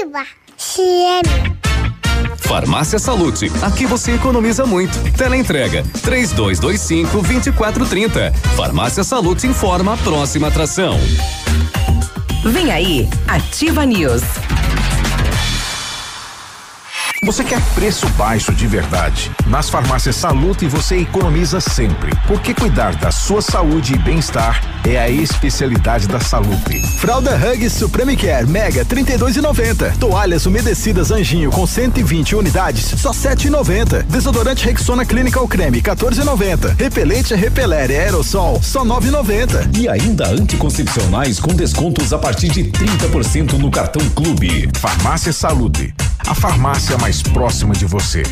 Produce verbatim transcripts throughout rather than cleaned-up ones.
Ativa C M. Farmácia Salute, aqui você economiza muito. Teleentrega três dois dois cinco, dois quatro três zero. Farmácia Salute informa a próxima atração. Vem aí, Ativa News. Você quer preço baixo de verdade? Nas farmácias Salute você economiza sempre, porque cuidar da sua saúde e bem-estar é a especialidade da Salute. Fralda Huggies Supreme Care Mega trinta e dois e noventa. Toalhas umedecidas Anjinho com cento e vinte unidades só sete e noventa. Desodorante Rexona Clinical Creme quatorze e noventa. Repelente Repeler Aerosol só nove e noventa. E ainda anticoncepcionais com descontos a partir de trinta por cento no cartão Clube. Farmácia Salute, a farmácia mais próxima de você.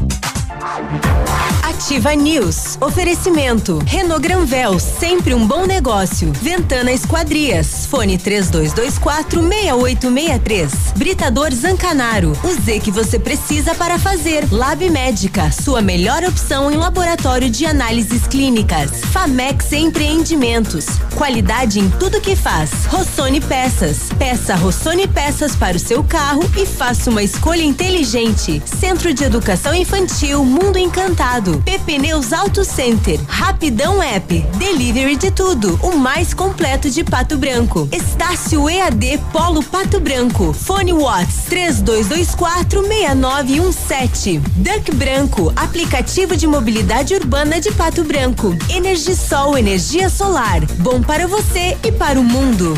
Ativa News. Oferecimento. Renault Granvel, sempre um bom negócio. Ventana Esquadrias. Fone três dois dois quatro, seis oito seis três. Britador Zancanaro. O Z que você precisa para fazer. Lab Médica, sua melhor opção em laboratório de análises clínicas. Famex Empreendimentos. Qualidade em tudo que faz. Rossoni Peças. Peça Rossoni Peças para o seu carro e faça uma escolha inteligente. Centro de Educação Infantil Mundo Encantado. P Pneus Auto Center. Rapidão App. Delivery de tudo. O mais completo de Pato Branco. Estácio E A D Polo Pato Branco. Fone Watts três dois dois quatro, seis nove um sete. Duck Branco. Aplicativo de mobilidade urbana de Pato Branco. Energisol, energia solar. Bom para você e para o mundo.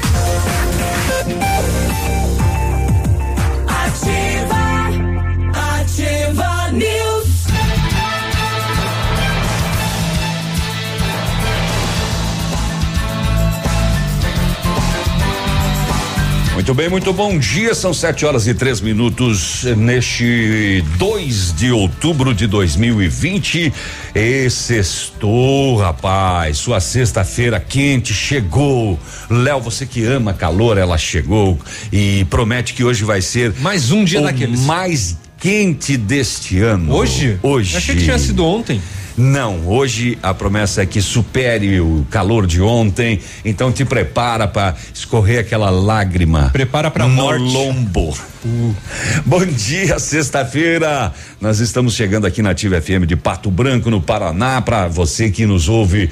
Ativa. Ativa News. Muito bem, muito bom dia, são sete horas e três minutos neste dois de outubro de dois mil e vinte. E sextou, rapaz, sua sexta-feira quente chegou. Léo, você que ama calor, ela chegou e promete que hoje vai ser mais um dia o daqueles mais quente deste ano. Hoje? Hoje. Eu achei que tinha sido ontem. Não, hoje a promessa é que supere o calor de ontem, então te prepara para escorrer aquela lágrima. Prepara para morte. No lombo. Uh. Bom dia, sexta-feira. Nós estamos chegando aqui na Ativa F M de Pato Branco, no Paraná, para você que nos ouve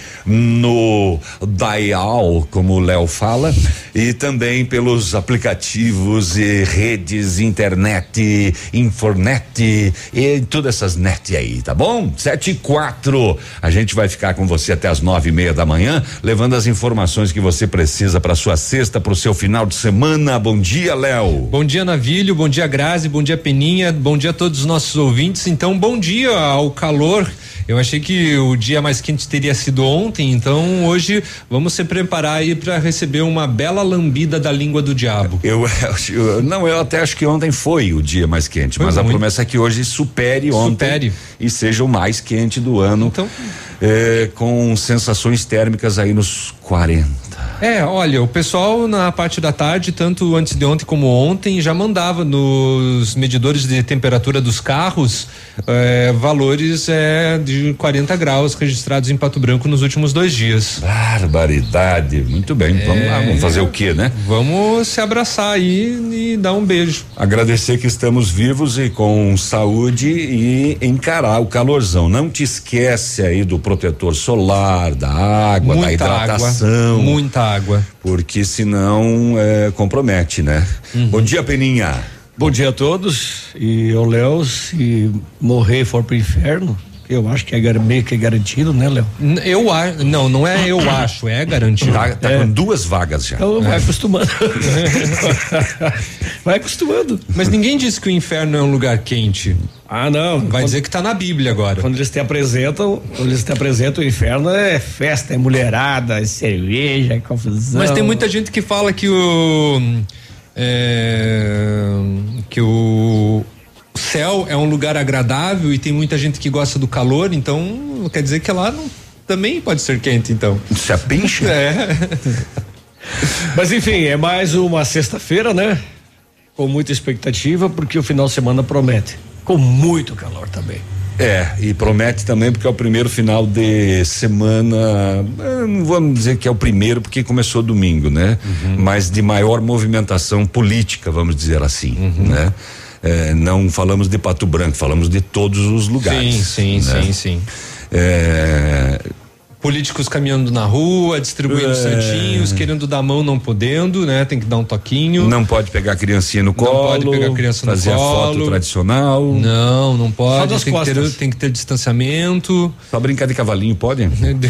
no dial, como o Léo fala, e também pelos aplicativos e redes, internet, Infornet e todas essas net aí, tá bom? Sete e quatro. A gente vai ficar com você até as nove e meia da manhã, levando as informações que você precisa para sua sexta, para o seu final de semana. Bom dia, Léo. Bom dia, Navilho. Bom dia, Grazi. Bom dia, Peninha. Bom dia a todos os nossos ouvintes. Então, bom dia ao calor. Eu achei que o dia mais quente teria sido ontem, então hoje vamos se preparar aí para receber uma bela lambida da língua do diabo. Eu, eu não, eu até acho que ontem foi o dia mais quente, foi mas muito. A promessa é que hoje supere ontem supere. E seja o mais quente do ano. Então, é, com sensações térmicas aí nos quarenta. É, olha, o pessoal na parte da tarde, tanto antes de ontem como ontem, já mandava nos medidores de temperatura dos carros é, valores é, de quarenta graus registrados em Pato Branco nos últimos dois dias. Barbaridade, muito bem, é, vamos lá, vamos fazer o quê, né? Vamos se abraçar aí e dar um beijo. Agradecer que estamos vivos e com saúde e encarar o calorzão. Não te esquece aí do protetor solar, da água, muita da hidratação. Água, muita água. Porque senão é, compromete, né? Uhum. Bom dia, Peninha. Bom dia a todos. E o Léo, se morrer for pro inferno, eu acho que é meio que é garantido, né, Léo? Eu acho, não, não é eu acho, é garantido. Tá, tá é. com duas vagas já. Então vai acostumando. Vai acostumando. Mas ninguém disse que o inferno é um lugar quente. Ah, não. Vai quando, dizer que tá na Bíblia agora. Quando eles te apresentam, quando eles te apresentam o inferno é festa, é mulherada, é cerveja, é confusão. Mas tem muita gente que fala que o é, que o céu é um lugar agradável e tem muita gente que gosta do calor, então quer dizer que lá não, também pode ser quente, então. Se apincha? É. Mas enfim, é mais uma sexta-feira, né? Com muita expectativa, porque o final de semana promete. Com muito calor também. É, e promete também porque é o primeiro final de semana, não vamos dizer que é o primeiro porque começou domingo, né? Uhum. Mas de maior movimentação política, vamos dizer assim, uhum. né? É, não falamos de Pato Branco, falamos de todos os lugares. Sim, sim, né? sim, sim. É, políticos caminhando na rua, distribuindo é... santinhos, querendo dar mão, não podendo, né? Tem que dar um toquinho. Não pode pegar a criancinha no colo. Não pode pegar a criança no fazer colo. Fazer a foto tradicional. Não, não pode. Só das tem, que ter, costas. tem que ter distanciamento. Só brincar de cavalinho, pode?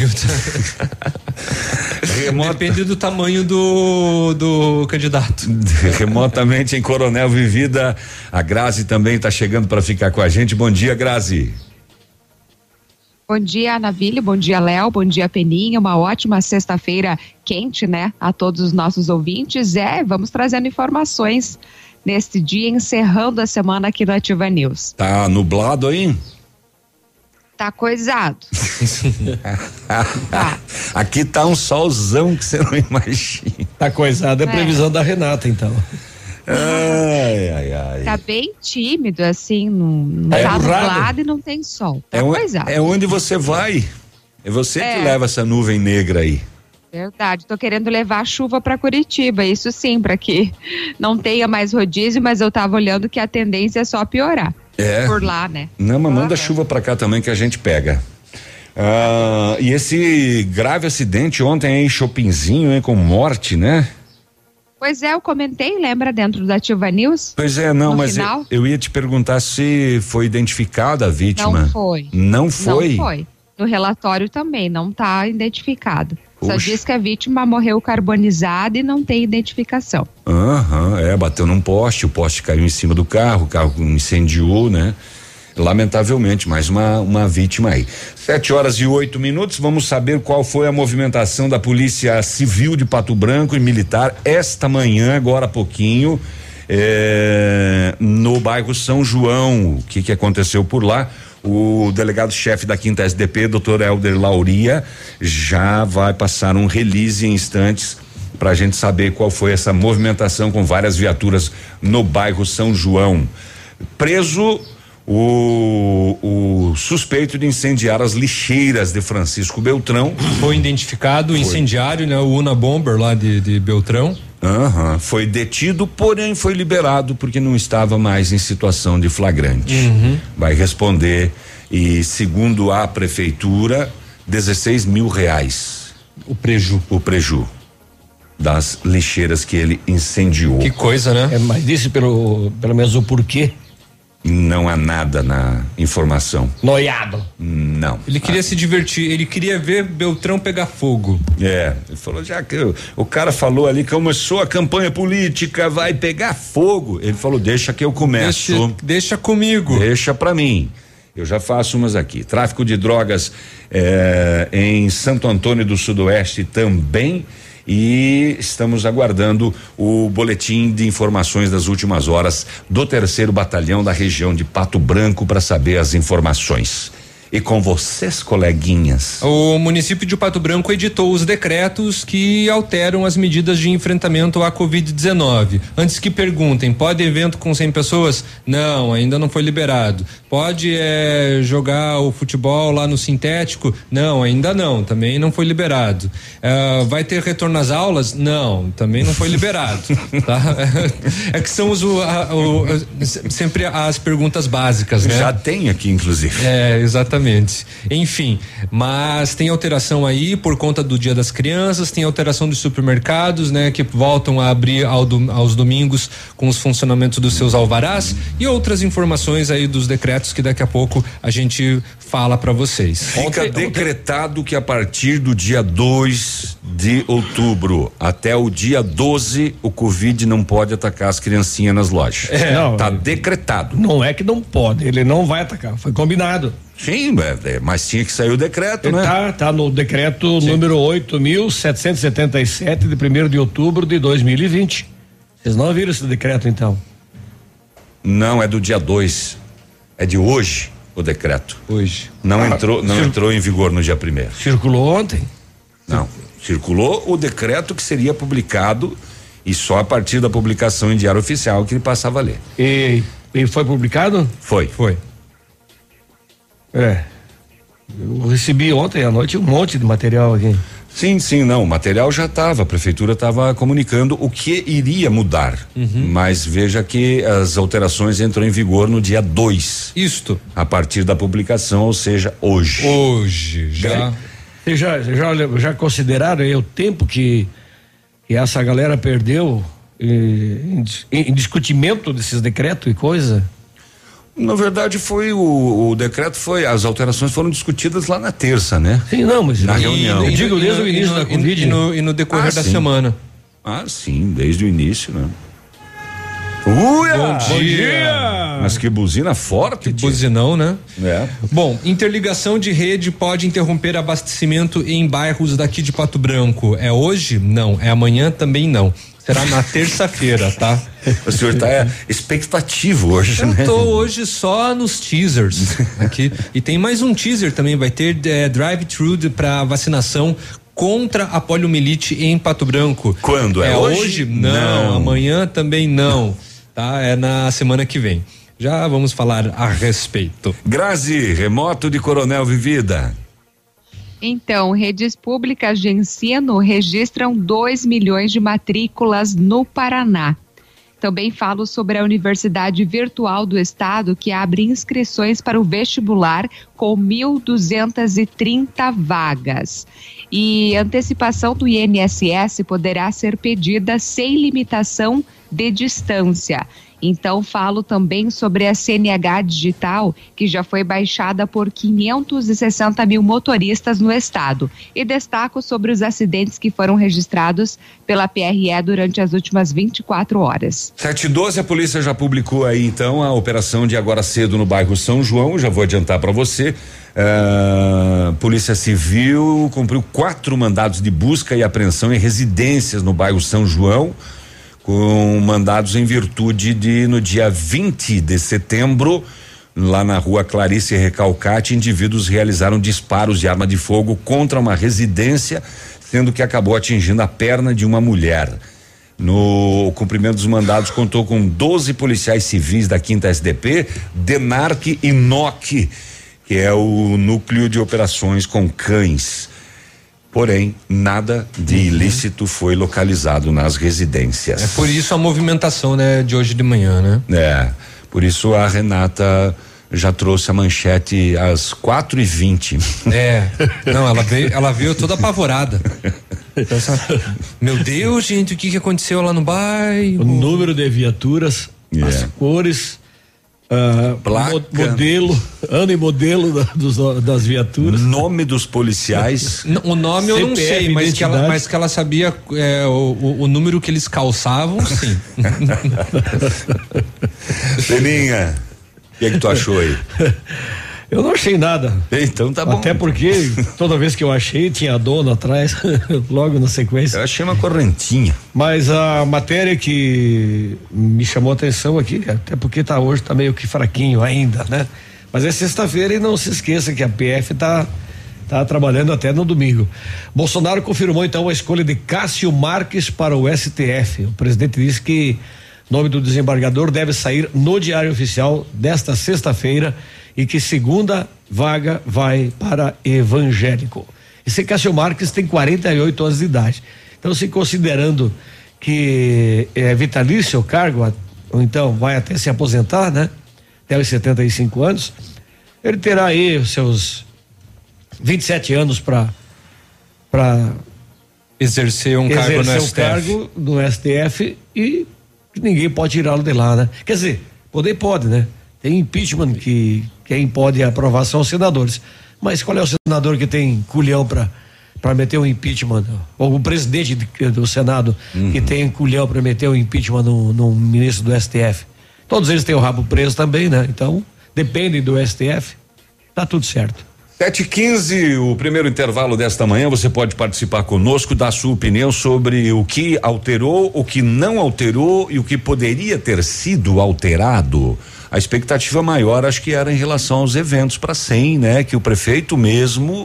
Depende do tamanho do, do candidato. Remotamente em Coronel Vivida, a Grazi também está chegando para ficar com a gente. Bom dia, Grazi. Bom dia, Navilho, bom dia, Léo, bom dia, Peninha, uma ótima sexta-feira quente, né, a todos os nossos ouvintes. É, vamos trazendo informações neste dia, encerrando a semana aqui no Ativa News. Tá nublado aí? Tá coisado. tá. Aqui tá um solzão que você não imagina. Tá coisado, é, é previsão da Renata, então. Ai, ai, ai. Tá bem tímido, assim, não é tá nublado e não tem sol. Tá é, coisado. É onde você vai. É você é. que leva essa nuvem negra aí. Verdade, tô querendo levar a chuva pra Curitiba, isso sim, pra que não tenha mais rodízio, mas eu tava olhando que a tendência é só piorar. É. Por lá, né? Não, mas manda ah, chuva pra cá também que a gente pega. Ah, e esse grave acidente ontem aí em Chopinzinho, hein, com morte, né? Pois é, eu comentei, lembra, dentro da Ativa News? Pois é, não, mas eu, eu ia te perguntar se foi identificada a vítima. Não foi. Não foi? Não foi. No relatório também, não está identificado. Puxa. Só diz que a vítima morreu carbonizada e não tem identificação. Aham, uhum, é, bateu num poste, o poste caiu em cima do carro, o carro incendiou, né? Lamentavelmente, mais uma, uma vítima aí. Sete horas e oito minutos, vamos saber qual foi a movimentação da Polícia Civil de Pato Branco e Militar esta manhã, agora há pouquinho, é, no bairro São João. O que que aconteceu por lá? O delegado-chefe da quinta S D P, doutor Helder Lauria, já vai passar um release em instantes para a gente saber qual foi essa movimentação com várias viaturas no bairro São João. Preso O, o suspeito de incendiar as lixeiras de Francisco Beltrão. Foi identificado o incendiário, né? O Una Bomber lá de, de Beltrão. Aham, uhum. Foi detido, porém foi liberado porque não estava mais em situação de flagrante. Uhum. Vai responder e, segundo a prefeitura, dezesseis mil reais. O preju. O preju das lixeiras que ele incendiou. Que coisa, né? É, mas disse pelo, pelo menos o porquê. Não há nada na informação. Noiado. Não. Ele queria ah. se divertir, ele queria ver Beltrão pegar fogo. É, ele falou, já que eu, o cara falou ali que começou a campanha política, vai pegar fogo. Ele falou, deixa que eu começo. Deixa, deixa comigo. Deixa pra mim. Eu já faço umas aqui. Tráfico de drogas eh, em Santo Antônio do Sudoeste também. E estamos aguardando o boletim de informações das últimas horas do terceiro batalhão da região de Pato Branco para saber as informações. E com vocês, coleguinhas. O município de Pato Branco editou os decretos que alteram as medidas de enfrentamento à covid dezenove. Antes que perguntem, pode evento com cem pessoas? Não, ainda não foi liberado. Pode é, jogar o futebol lá no sintético? Não, ainda não, também não foi liberado. É, vai ter retorno às aulas? Não, também não foi liberado. Tá? É que são os, o, a, o, sempre as perguntas básicas, né? Já tem aqui, inclusive. É, exatamente. Enfim, mas tem alteração aí por conta do Dia das Crianças, tem alteração dos supermercados, né? Que voltam a abrir ao do, aos domingos com os funcionamentos dos seus alvarás e outras informações aí dos decretos que daqui a pouco a gente fala para vocês. Fica ontem, decretado ontem... que a partir do dia dois de outubro até o dia doze o Covid não pode atacar as criancinhas nas lojas. É, não, tá decretado. Não é que não pode, ele não vai atacar, foi combinado. Sim, mas tinha que sair o decreto, né? Tá, tá no decreto Sim. número oito mil setecentos e setenta e sete de primeiro de outubro de dois mil e vinte. Vocês não viram esse decreto então? Não, é do dia dois. É de hoje o decreto. Hoje. Não ah, entrou, não cir... entrou em vigor no dia primeiro. Circulou ontem? Não. Circulou o decreto que seria publicado e só a partir da publicação em Diário Oficial que ele passava a ler. E, e foi publicado? Foi. Foi. É. Eu recebi ontem à noite um monte de material aqui. Sim, sim, não, o material já estava, a prefeitura estava comunicando o que iria mudar, uhum. Mas veja que as alterações entram em vigor no dia dois. Isto. A partir da publicação, ou seja, hoje. Hoje, já. Vocês já, já, já consideraram aí o tempo que, que essa galera perdeu em, em, em discutimento desses decretos e coisa? Na verdade, foi o, o decreto foi, as alterações foram discutidas lá na terça, né? Sim, não, mas na e, reunião. Eu digo desde o início da Covid. E no, e no decorrer ah, da sim. semana. Ah, sim, desde o início, né? Uia! Bom dia. Bom dia! Mas que buzina forte, que buzinão, né? É. Bom, interligação de rede pode interromper abastecimento em bairros daqui de Pato Branco. É hoje? Não. É amanhã? Também não. Será na terça-feira, tá? O senhor está é, expectativo hoje, Eu né? Eu tô hoje só nos teasers aqui. E tem mais um teaser também, vai ter é, drive-thru para vacinação contra a poliomielite em Pato Branco. Quando? É, é hoje? hoje? Não, não. Amanhã também não, tá? É na semana que vem. Já vamos falar a respeito. Grazi, remoto de Coronel Vivida. Então, redes públicas de ensino registram dois milhões de matrículas no Paraná. Também falo sobre a Universidade Virtual do Estado, que abre inscrições para o vestibular com mil duzentas e trinta vagas. E antecipação do I N S S poderá ser pedida sem limitação de distância. Então, falo também sobre a C N H Digital, que já foi baixada por quinhentos e sessenta mil motoristas no estado. E destaco sobre os acidentes que foram registrados pela P R E durante as últimas vinte e quatro horas. sete e doze, a polícia já publicou aí, então, a operação de agora cedo no bairro São João. Já vou adiantar para você. Uh, Polícia Civil cumpriu quatro mandados de busca e apreensão em residências no bairro São João, com mandados em virtude de, no dia vinte de setembro, lá na rua Clarice Recalcate, indivíduos realizaram disparos de arma de fogo contra uma residência, sendo que acabou atingindo a perna de uma mulher. No cumprimento dos mandados, contou com doze policiais civis da quinta S D P, DENARC e N O C, que é o núcleo de operações com cães. Porém, nada de ilícito foi localizado nas residências. É por isso a movimentação, né, de hoje de manhã, né? É, por isso a Renata já trouxe a manchete às quatro e vinte. É, não, ela veio, ela veio toda apavorada. Meu Deus, gente, o que que aconteceu lá no bairro? O número de viaturas, yeah. As cores, Uh, placa, modelo, ano e modelo da, dos, das viaturas, nome dos policiais. O nome eu não sei, mas que, ela, mas que ela sabia é, o, o, o número que eles calçavam, sim. Peninha, o que é que tu achou aí? Eu não achei nada. Então tá bom. Até porque toda vez que eu achei tinha a dona atrás, logo na sequência. Eu achei uma correntinha. Mas a matéria que me chamou a atenção aqui, até porque tá hoje tá meio que fraquinho ainda, né? Mas é sexta-feira e não se esqueça que a P F tá tá trabalhando até no domingo. Bolsonaro confirmou então a escolha de Cássio Marques para o S T F. O presidente disse que o nome do desembargador deve sair no Diário Oficial desta sexta-feira e que segunda vaga vai para evangélico. Esse Cássio Marques tem quarenta e oito anos de idade. Então, se considerando que é vitalício o cargo, ou então vai até se aposentar, né? Até os setenta e cinco anos, ele terá aí os seus vinte e sete anos para para exercer um cargo no S T F. cargo no S T F e ninguém pode tirá-lo de lá, né? Quer dizer, poder pode, né? Tem impeachment que quem pode aprovar são os senadores. Mas qual é o senador que tem culhão para para meter um impeachment? Ou o presidente de, do Senado uhum. que tem culhão para meter um impeachment no, no ministro do S T F? Todos eles têm o rabo preso também, né? Então, dependem do S T F. Tá tudo certo. sete e quinze, o primeiro intervalo desta manhã. Você pode participar conosco, dar sua opinião sobre o que alterou, o que não alterou e o que poderia ter sido alterado. A expectativa maior acho que era em relação aos eventos para cem, né? Que o prefeito mesmo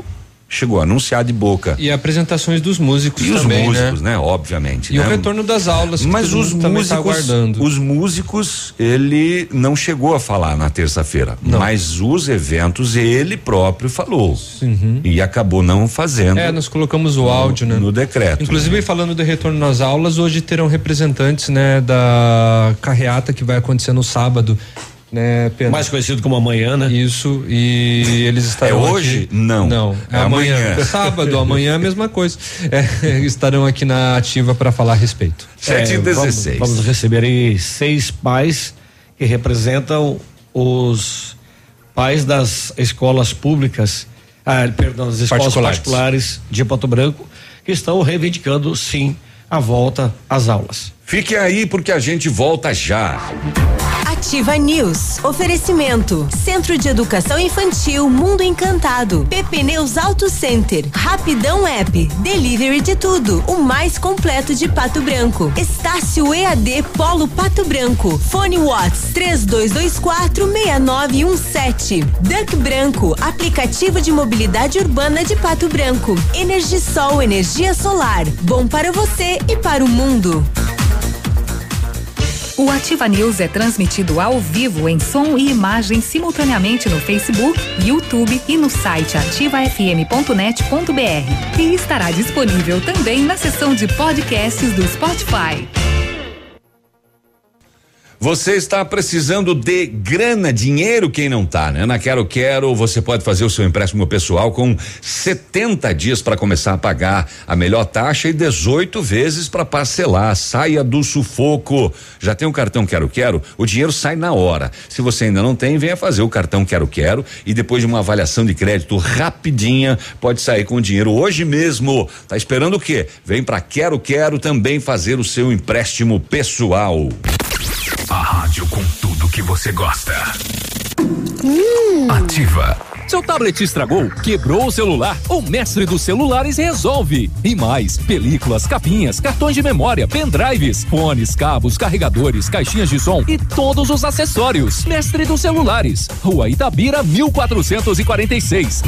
chegou a anunciar de boca. E apresentações dos músicos e também, os músicos, né? né? Obviamente. E né? o retorno das aulas, que mas todo os mundo também tá músicos, aguardando. os músicos, ele não chegou a falar na terça-feira, mas os eventos ele próprio falou. Uhum. E acabou não fazendo. É, nós colocamos o áudio, no, né? No decreto. Inclusive, né? falando do retorno nas aulas, hoje terão representantes, né, da carreata que vai acontecer no sábado. Né, Pedro? Mais conhecido como amanhã, né? Isso, e eles estarão É hoje? aqui. Não. Não, é, é amanhã. amanhã. Sábado, amanhã é a mesma coisa. É, estarão aqui na ativa para falar a respeito. sete e dezesseis. Vamos, vamos receber aí seis pais que representam os pais das escolas públicas, ah, perdão, das escolas particulares. particulares de Pato Branco, que estão reivindicando sim a volta às aulas. Fique aí porque a gente volta já. Ativa News. Oferecimento. Centro de Educação Infantil Mundo Encantado. Pepe Neus Auto Center. Rapidão App. Delivery de tudo. O mais completo de Pato Branco. Estácio E A D Polo Pato Branco. Fone Watts três dois dois quatro seis nove um sete. Duck Branco. Aplicativo de mobilidade urbana de Pato Branco. Energisol, energia solar. Bom para você e para o mundo. O Ativa News é transmitido ao vivo em som e imagem simultaneamente no Facebook, YouTube e no site ativa f m ponto net ponto b r. E estará disponível também na seção de podcasts do Spotify. Você está precisando de grana, dinheiro, quem não tá, né? Na Quero Quero, você pode fazer o seu empréstimo pessoal com setenta dias para começar a pagar a melhor taxa e dezoito vezes para parcelar. Saia do sufoco. Já tem o cartão Quero Quero? O dinheiro sai na hora. Se você ainda não tem, venha fazer o cartão Quero Quero e depois de uma avaliação de crédito rapidinha, pode sair com o dinheiro hoje mesmo. Tá esperando o quê? Vem para Quero Quero também fazer o seu empréstimo pessoal. A rádio com tudo que você gosta. Hum. Ativa. Seu tablet estragou, quebrou o celular? O mestre dos celulares resolve. E mais, películas, capinhas, cartões de memória, pendrives, fones, cabos, carregadores, caixinhas de som e todos os acessórios. Mestre dos celulares, Rua Itabira, mil quatrocentos e quarenta e seis.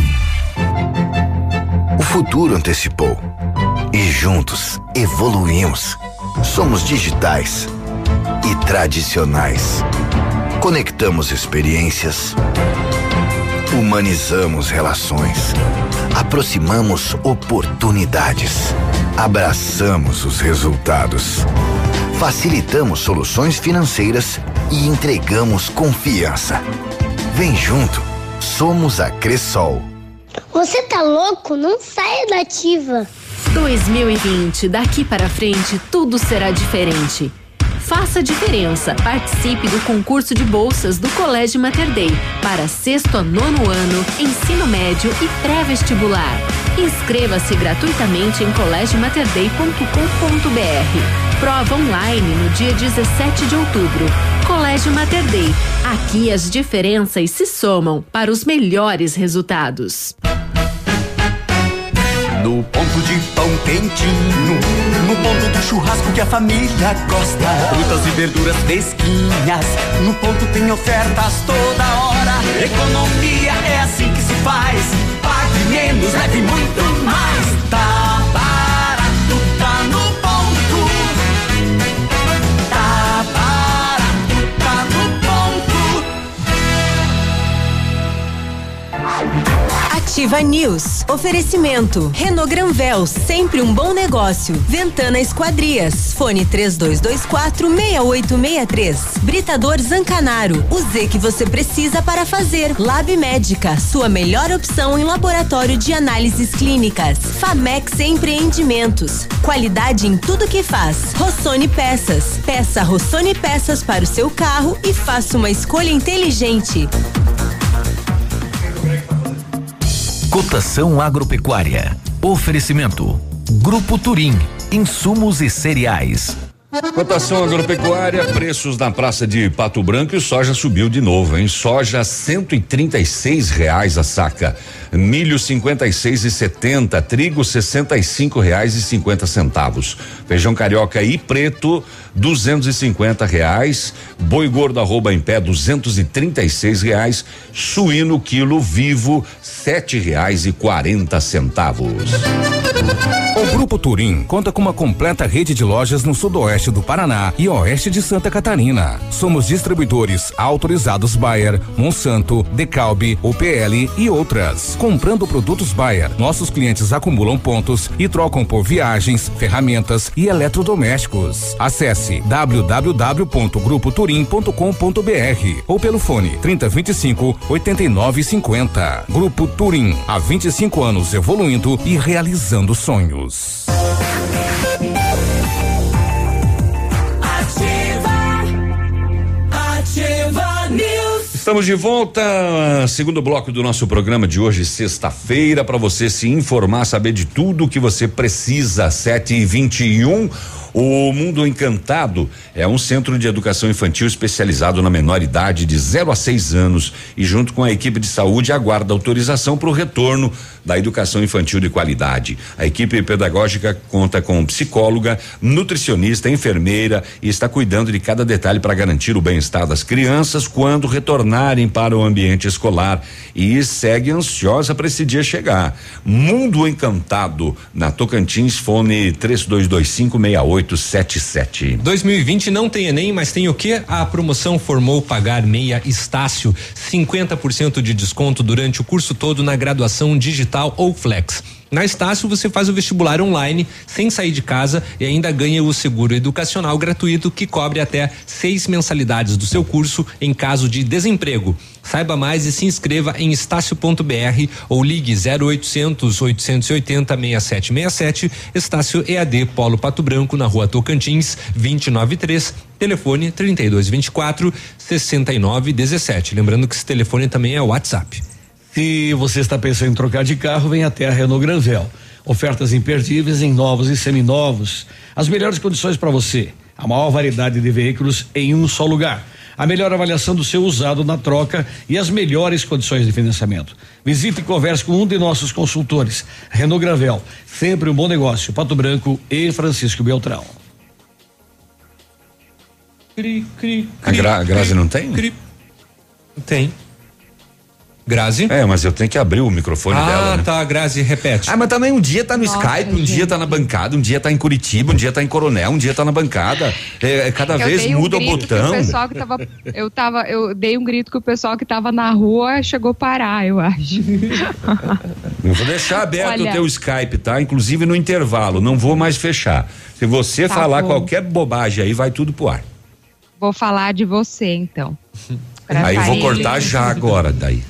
O futuro antecipou e juntos evoluímos. Somos digitais e tradicionais. Conectamos experiências, humanizamos relações, aproximamos oportunidades, abraçamos os resultados, facilitamos soluções financeiras e entregamos confiança. Vem junto, somos a Cressol. Você tá louco? Não saia da Ativa. dois mil e vinte, daqui para frente tudo será diferente. Faça a diferença. Participe do concurso de bolsas do Colégio Mater Dei para sexto a nono ano, ensino médio e pré-vestibular. Inscreva-se gratuitamente em colégio mater dei ponto com ponto b r. Prova online no dia dezessete de outubro. Colégio Mater Dei. Aqui as diferenças se somam para os melhores resultados. No ponto de pão quentinho, no ponto do churrasco que a família gosta. Frutas e verduras fresquinhas, no ponto tem ofertas toda hora. Economia é assim que se faz, pague menos, leve muito mais. Tá barato, tá no ponto. Tá barato, tá no ponto. Ativa News. Oferecimento. Renault Granvel, sempre um bom negócio. Ventana Esquadrias. Fone três dois dois quatro seis oito seis três. Britador Zancanaro. O Z que você precisa para fazer. Lab Médica, sua melhor opção em laboratório de análises clínicas. Famex Empreendimentos. Qualidade em tudo que faz. Rossoni Peças. Peça Rossoni Peças para o seu carro e faça uma escolha inteligente. Cotação agropecuária. Oferecimento. Grupo Turim. Insumos e cereais. Cotação agropecuária, preços na praça de Pato Branco e soja subiu de novo, hein? Soja cento e trinta e seis reais a saca, milho cinquenta e seis e setenta, trigo sessenta e cinco reais e cinquenta centavos, feijão carioca e preto duzentos e cinquenta reais, boi gordo arroba em pé duzentos e trinta e seis reais, suíno quilo vivo sete reais e quarenta centavos. O Grupo Turim conta com uma completa rede de lojas no sudoeste do Paraná e oeste de Santa Catarina. Somos distribuidores autorizados Bayer, Monsanto, Decalbe, O P L e outras. Comprando produtos Bayer, nossos clientes acumulam pontos e trocam por viagens, ferramentas e eletrodomésticos. Acesse w w w ponto grupo turim ponto com ponto b r ou pelo fone trinta, vinte e cinco, oitenta e nove, cinquenta. Grupo Turim, há vinte e cinco anos evoluindo e realizando sonhos. Estamos de volta, segundo bloco do nosso programa de hoje, sexta-feira, para você se informar, saber de tudo o que você precisa. Sete e vinte e um. O Mundo Encantado é um centro de educação infantil especializado na menor idade de zero a seis anos e junto com a equipe de saúde aguarda autorização para o retorno da educação infantil de qualidade. A equipe pedagógica conta com psicóloga, nutricionista, enfermeira e está cuidando de cada detalhe para garantir o bem-estar das crianças quando retornarem para o ambiente escolar e segue ansiosa para esse dia chegar. Mundo Encantado, na Tocantins, fone três dois dois cinco, seis oito sete sete. dois mil e vinte não tem Enem, mas tem o quê? A promoção Formou Pagar Meia Estácio, cinquenta por cento de desconto durante o curso todo na graduação digital ou flex. Na Estácio você faz o vestibular online sem sair de casa e ainda ganha o seguro educacional gratuito que cobre até seis mensalidades do seu curso em caso de desemprego. Saiba mais e se inscreva em estácio ponto b r ou ligue zero oitocentos, oitocentos e oitenta, sessenta e sete sessenta e sete. Estácio E A D Polo Pato Branco, na Rua Tocantins, vinte e nove três, telefone trinta e dois, vinte e quatro, sessenta e nove dezessete. Lembrando que esse telefone também é o WhatsApp. Se você está pensando em trocar de carro, vem até a Renault Granvel. Ofertas imperdíveis em novos e seminovos. As melhores condições para você. A maior variedade de veículos em um só lugar. A melhor avaliação do seu usado na troca e as melhores condições de financiamento. Visite e converse com um de nossos consultores. Renault Granvel, sempre um bom negócio. Pato Branco e Francisco Beltrão. Cri, cri, cri, a Gra, a Grazi não tem? Cri. Tem. Grazi? É, mas eu tenho que abrir o microfone ah, dela. Ah, né? Tá, Grazi, repete. Ah, mas também um dia tá no Nossa, Skype, um gente. dia tá na bancada, um dia tá em Curitiba, um dia tá em Coronel, um dia tá na bancada. É, cada eu vez muda um o botão. O pessoal que tava, eu tava, eu dei um grito que o pessoal que tava na rua chegou a parar, eu acho. Eu vou deixar aberto Olha, o teu Skype, tá? Inclusive no intervalo, não vou mais fechar. Se você tá falar bom. qualquer bobagem aí, vai tudo pro ar. Vou falar de você, então. Aí eu vou cortar já agora, daí.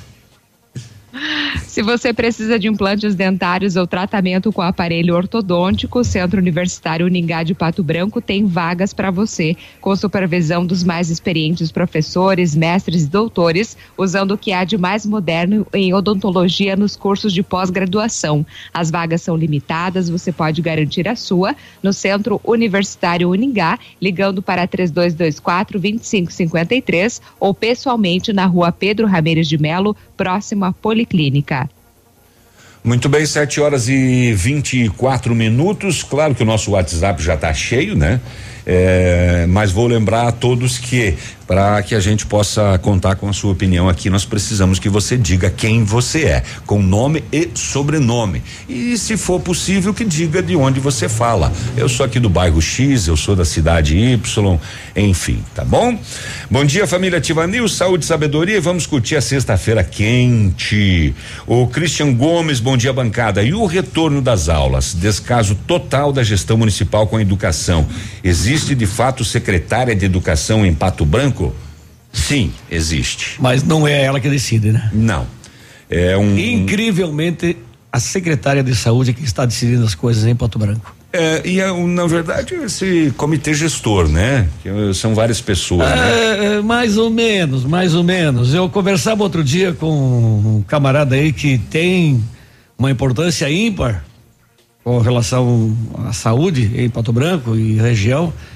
Se você precisa de implantes dentários ou tratamento com aparelho ortodôntico, o Centro Universitário Uningá de Pato Branco tem vagas para você, com supervisão dos mais experientes professores, mestres e doutores, usando o que há de mais moderno em odontologia nos cursos de pós-graduação. As vagas são limitadas, você pode garantir a sua no Centro Universitário Uningá, ligando para três dois dois quatro, vinte e cinco cinquenta e três ou pessoalmente na Rua Pedro Ramires de Melo, próximo à Policlínica. Muito bem, sete horas e vinte e quatro minutos. Claro que o nosso WhatsApp já está cheio, né? É, mas vou lembrar a todos que para que a gente possa contar com a sua opinião aqui, nós precisamos que você diga quem você é, com nome e sobrenome. E se for possível, que diga de onde você fala. Eu sou aqui do bairro X, eu sou da cidade Y, enfim, tá bom? Bom dia, família Ativa News, saúde e sabedoria, vamos curtir a sexta-feira quente. O Christian Gomes, bom dia, bancada. E o retorno das aulas, descaso total da gestão municipal com a educação. Existe de fato secretária de educação em Pato Branco? Sim, existe. Mas não é ela que decide, né? Não. É um. Incrivelmente, a secretária de saúde que está decidindo as coisas em Pato Branco. É, e é, na verdade, esse comitê gestor, né? Que são várias pessoas, é, né? É, mais ou menos, mais ou menos. Eu conversava outro dia com um camarada aí que tem uma importância ímpar com relação à saúde em Pato Branco e região.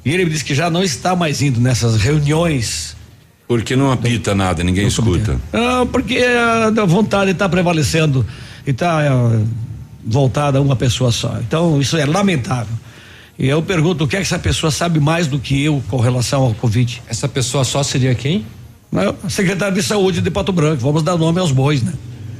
E ele me disse que já não está mais indo nessas reuniões. Porque não apita nada, ninguém escuta. Ah, porque a vontade está prevalecendo e está é, voltada a uma pessoa só. Então, isso é lamentável. E eu pergunto, o que é que essa pessoa sabe mais do que eu com relação ao Covid? Essa pessoa só seria quem? A secretária de Saúde de Pato Branco. Vamos dar nome aos bois, né?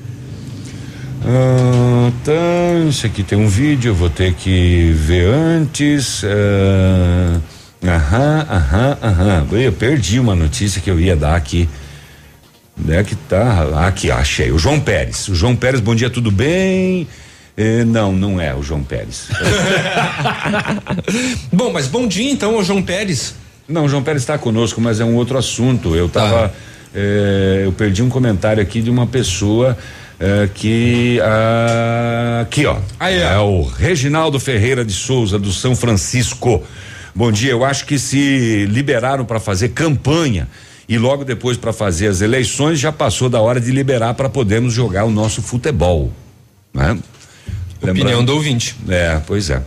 Ah, tá, isso aqui tem um vídeo, eu vou ter que ver antes. Ah, aham, aham, aham. Eu perdi uma notícia que eu ia dar aqui. Onde é que tá? Aqui, achei. O João Pérez. O João Pérez, bom dia, tudo bem? Eh, não, não é o João Pérez. Bom, mas bom dia então, o João Pérez. Não, o João Pérez está conosco, mas é um outro assunto. Eu tava, tá. eh, eu perdi um comentário aqui de uma pessoa eh, que ah, aqui, ó. Aí, é o Reginaldo Ferreira de Souza do São Francisco. Bom dia. Eu acho que se liberaram para fazer campanha e logo depois para fazer as eleições, já passou da hora de liberar para podermos jogar o nosso futebol, né? Opinião Lembrando, do ouvinte. É, pois é.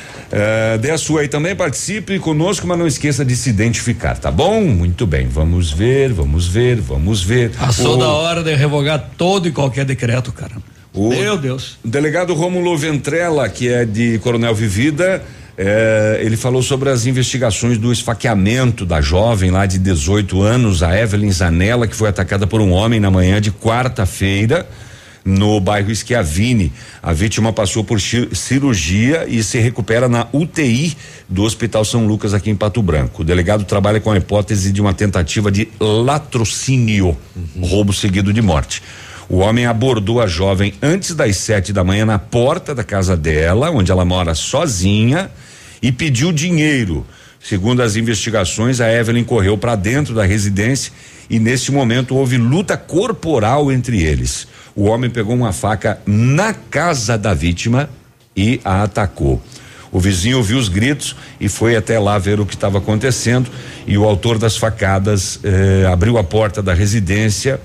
É, dê a sua aí também, participe conosco, mas não esqueça de se identificar, tá bom? Muito bem, vamos ver, vamos ver, vamos ver. Passou o, da hora de revogar todo e qualquer decreto, cara. O, Meu Deus. O delegado Rômulo Ventrella, que é de Coronel Vivida, é, ele falou sobre as investigações do esfaqueamento da jovem lá de dezoito anos, a Evelyn Zanella, que foi atacada por um homem na manhã de quarta-feira no bairro Schiavini. A vítima passou por cirurgia e se recupera na U T I do Hospital São Lucas aqui em Pato Branco. O delegado trabalha com a hipótese de uma tentativa de latrocínio, uhum. roubo seguido de morte. O homem abordou a jovem antes das sete da manhã na porta da casa dela, onde ela mora sozinha, e pediu dinheiro. Segundo as investigações, a Evelyn correu para dentro da residência e neste momento houve luta corporal entre eles. O homem pegou uma faca na casa da vítima e a atacou. O vizinho ouviu os gritos e foi até lá ver o que estava acontecendo, e o autor das facadas eh, abriu a porta da residência,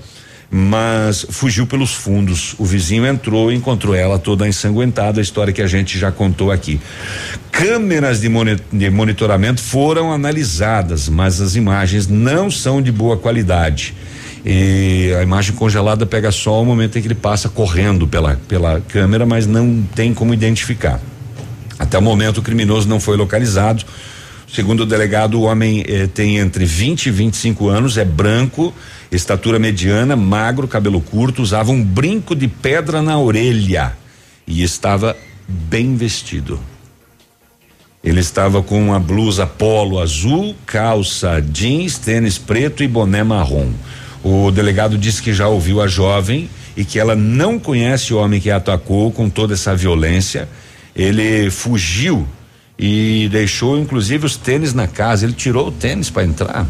mas fugiu pelos fundos. O vizinho entrou e encontrou ela toda ensanguentada, a história que a gente já contou aqui. Câmeras de, moni- de monitoramento foram analisadas, mas as imagens não são de boa qualidade. E a imagem congelada pega só o momento em que ele passa correndo pela, pela câmera, mas não tem como identificar. Até o momento o criminoso não foi localizado. Segundo o delegado, o homem eh, tem entre vinte e vinte e cinco anos, é branco, estatura mediana, magro, cabelo curto, usava um brinco de pedra na orelha e estava bem vestido. Ele estava com uma blusa polo azul, calça jeans, tênis preto e boné marrom. O delegado disse que já ouviu a jovem e que ela não conhece o homem que a atacou com toda essa violência. Ele fugiu e deixou inclusive os tênis na casa. Ele tirou o tênis para entrar.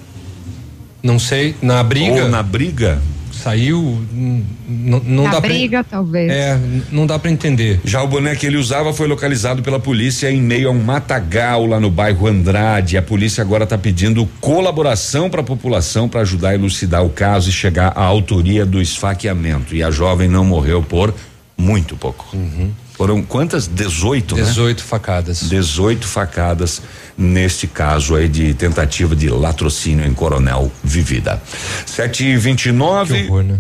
Não sei, na briga? Ou na briga. Saiu, não, não na dá briga, pra, talvez. É, não dá para entender. Já o boné que ele usava foi localizado pela polícia em meio a um matagal lá no bairro Andrade. A polícia agora está pedindo colaboração para a população para ajudar a elucidar o caso e chegar à autoria do esfaqueamento. E a jovem não morreu por muito pouco. Uhum. Foram quantas? dezoito, né? dezoito facadas. dezoito facadas neste caso aí de tentativa de latrocínio em Coronel Vivida. sete e vinte e nove. Que horror, né?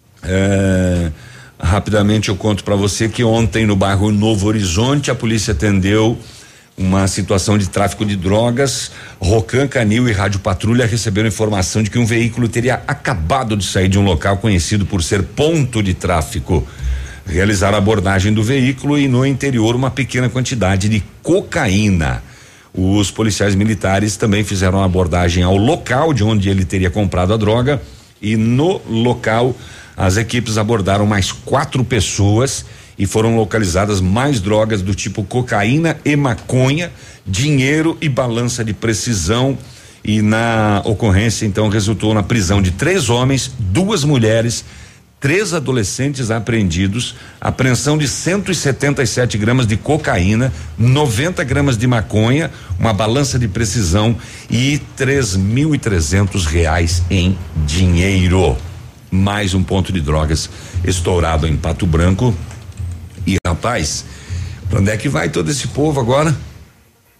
É, rapidamente eu conto para você que ontem no bairro Novo Horizonte a polícia atendeu uma situação de tráfico de drogas. Rocan, Canil e Rádio Patrulha receberam informação de que um veículo teria acabado de sair de um local conhecido por ser ponto de tráfico. Realizaram a abordagem do veículo e no interior uma pequena quantidade de cocaína. Os policiais militares também fizeram a abordagem ao local de onde ele teria comprado a droga, e no local as equipes abordaram mais quatro pessoas e foram localizadas mais drogas do tipo cocaína e maconha, dinheiro e balança de precisão. E na ocorrência então resultou na prisão de três homens, duas mulheres, três adolescentes apreendidos, apreensão de cento e setenta e sete gramas de cocaína, noventa gramas de maconha, uma balança de precisão e três mil e trezentos reais em dinheiro. Mais um ponto de drogas estourado em Pato Branco. E rapaz, pra onde é que vai todo esse povo agora?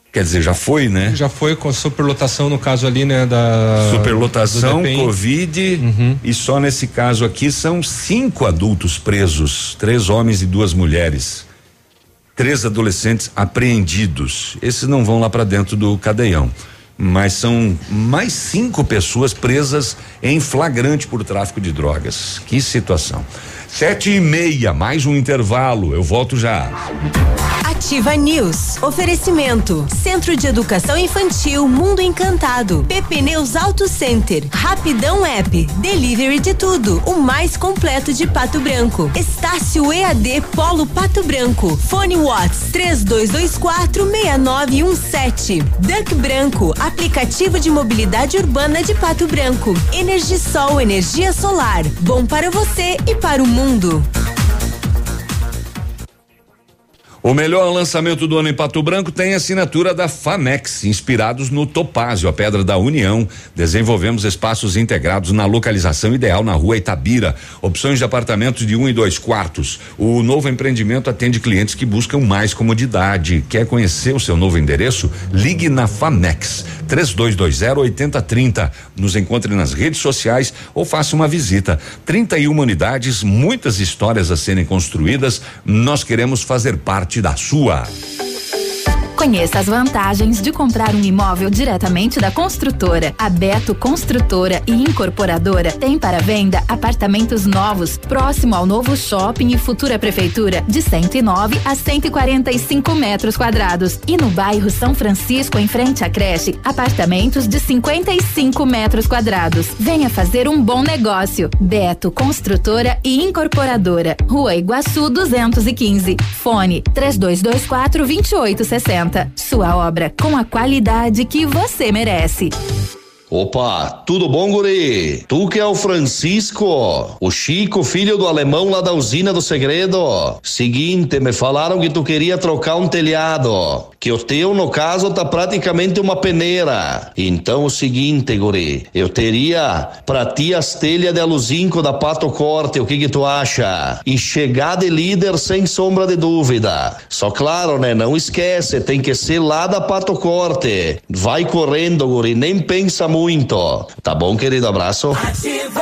Quer dizer, já foi, né? Já foi com superlotação no caso ali, né? Da superlotação, Covid, uhum. E só nesse caso aqui são cinco adultos presos, três homens e duas mulheres, três adolescentes apreendidos. Esses não vão lá para dentro do cadeião, mas são mais cinco pessoas presas em flagrante por tráfico de drogas. Que situação. Sete e meia, mais um intervalo. Eu volto já. Ativa News. Oferecimento. Centro de Educação Infantil Mundo Encantado. Pepe Neus Auto Center. Rapidão App. Delivery de tudo. O mais completo de Pato Branco. Estácio E A D Polo Pato Branco. Fone Watts três dois dois quatro seis nove um sete. Duck Branco. Aplicativo de mobilidade urbana de Pato Branco. Energisol, energia solar. Bom para você e para o mundo. O melhor lançamento do ano em Pato Branco tem a assinatura da Famex, inspirados no Topázio, a Pedra da União. Desenvolvemos espaços integrados na localização ideal na rua Itabira. Opções de apartamentos de um e dois quartos. O novo empreendimento atende clientes que buscam mais comodidade. Quer conhecer o seu novo endereço? Ligue na Famex, três dois dois zero oito zero três zero. Nos encontre nas redes sociais ou faça uma visita. trinta e uma unidades, muitas histórias a serem construídas. Nós queremos fazer parte da sua. Conheça as vantagens de comprar um imóvel diretamente da construtora. A Beto Construtora e Incorporadora tem para venda apartamentos novos, próximo ao novo shopping e futura prefeitura, de cento e nove a cento e quarenta e cinco metros quadrados. E no bairro São Francisco, em frente à creche, apartamentos de cinquenta e cinco metros quadrados. Venha fazer um bom negócio. Beto Construtora e Incorporadora. Rua Iguaçu duzentos e quinze. Fone três dois dois quatro dois oito seis zero. Sua obra com a qualidade que você merece. Opa, tudo bom, guri? Tu que é o Francisco, o Chico, filho do alemão lá da usina do segredo. Seguinte, me falaram que tu queria trocar um telhado, que o teu, no caso, tá praticamente uma peneira. Então, o seguinte, guri, eu teria pra ti as telhas de aluzinco da Pato Corte, o que que tu acha? E chegar de líder sem sombra de dúvida. Só claro, né, não esquece, tem que ser lá da Pato Corte. Vai correndo, guri, nem pensa muito. Muito. Tá bom, querido? Abraço. Ativa.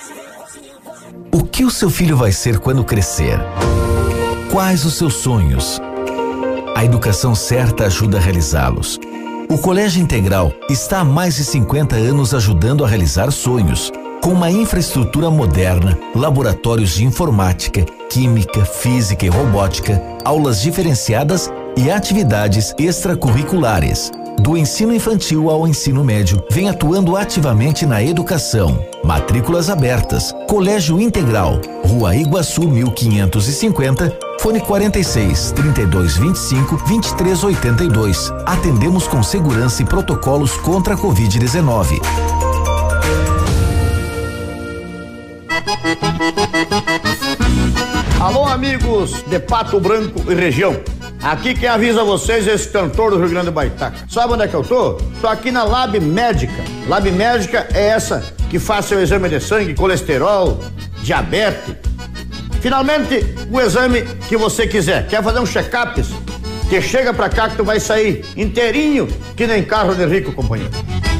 O que o seu filho vai ser quando crescer? Quais os seus sonhos? A educação certa ajuda a realizá-los. O Colégio Integral está há mais de cinquenta anos ajudando a realizar sonhos, com uma infraestrutura moderna, laboratórios de informática, química, física e robótica, aulas diferenciadas e atividades extracurriculares. Do ensino infantil ao ensino médio, vem atuando ativamente na educação. Matrículas abertas. Colégio Integral, Rua Iguaçu mil quinhentos e cinquenta, fone quarenta e seis, trinta e dois, vinte e cinco, vinte e três oitenta e dois. Atendemos com segurança e protocolos contra a covid dezenove. Alô, amigos de Pato Branco e região. Aqui quem avisa vocês é esse cantor do Rio Grande do Baitaca. Sabe onde é que eu tô? Tô aqui na Lab Médica. Lab Médica é essa que faz seu exame de sangue, colesterol, diabetes. Finalmente, o exame que você quiser. Quer fazer um check-up? Que chega pra cá que tu vai sair inteirinho, que nem carro de rico, companheiro.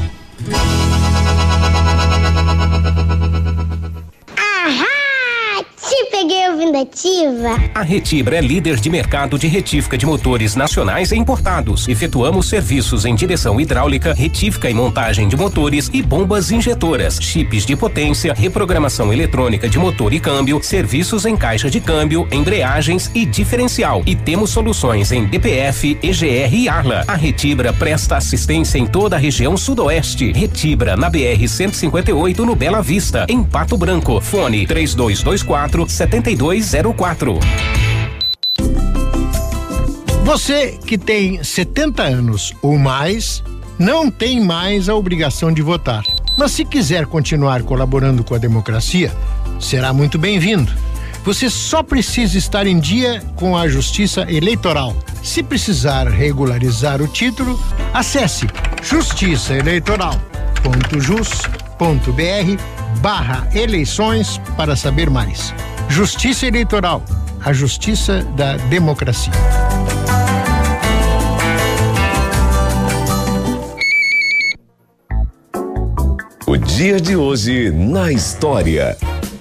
Peguei ouvindo Ativa. A Retibra é líder de mercado de retífica de motores nacionais e importados. Efetuamos serviços em direção hidráulica, retífica e montagem de motores e bombas injetoras, chips de potência, reprogramação eletrônica de motor e câmbio, serviços em caixa de câmbio, embreagens e diferencial. E temos soluções em D P F, E G R e Arla. A Retibra presta assistência em toda a região sudoeste. Retibra na B R cento e cinquenta e oito no Bela Vista, em Pato Branco. Fone três dois dois quatro setenta e dois zero quatro. Você que tem setenta anos ou mais não tem mais a obrigação de votar. Mas se quiser continuar colaborando com a democracia, será muito bem-vindo. Você só precisa estar em dia com a Justiça Eleitoral. Se precisar regularizar o título, acesse justiça eleitoral ponto jus ponto br barra eleições para saber mais. Justiça Eleitoral, a justiça da democracia. O dia de hoje na história.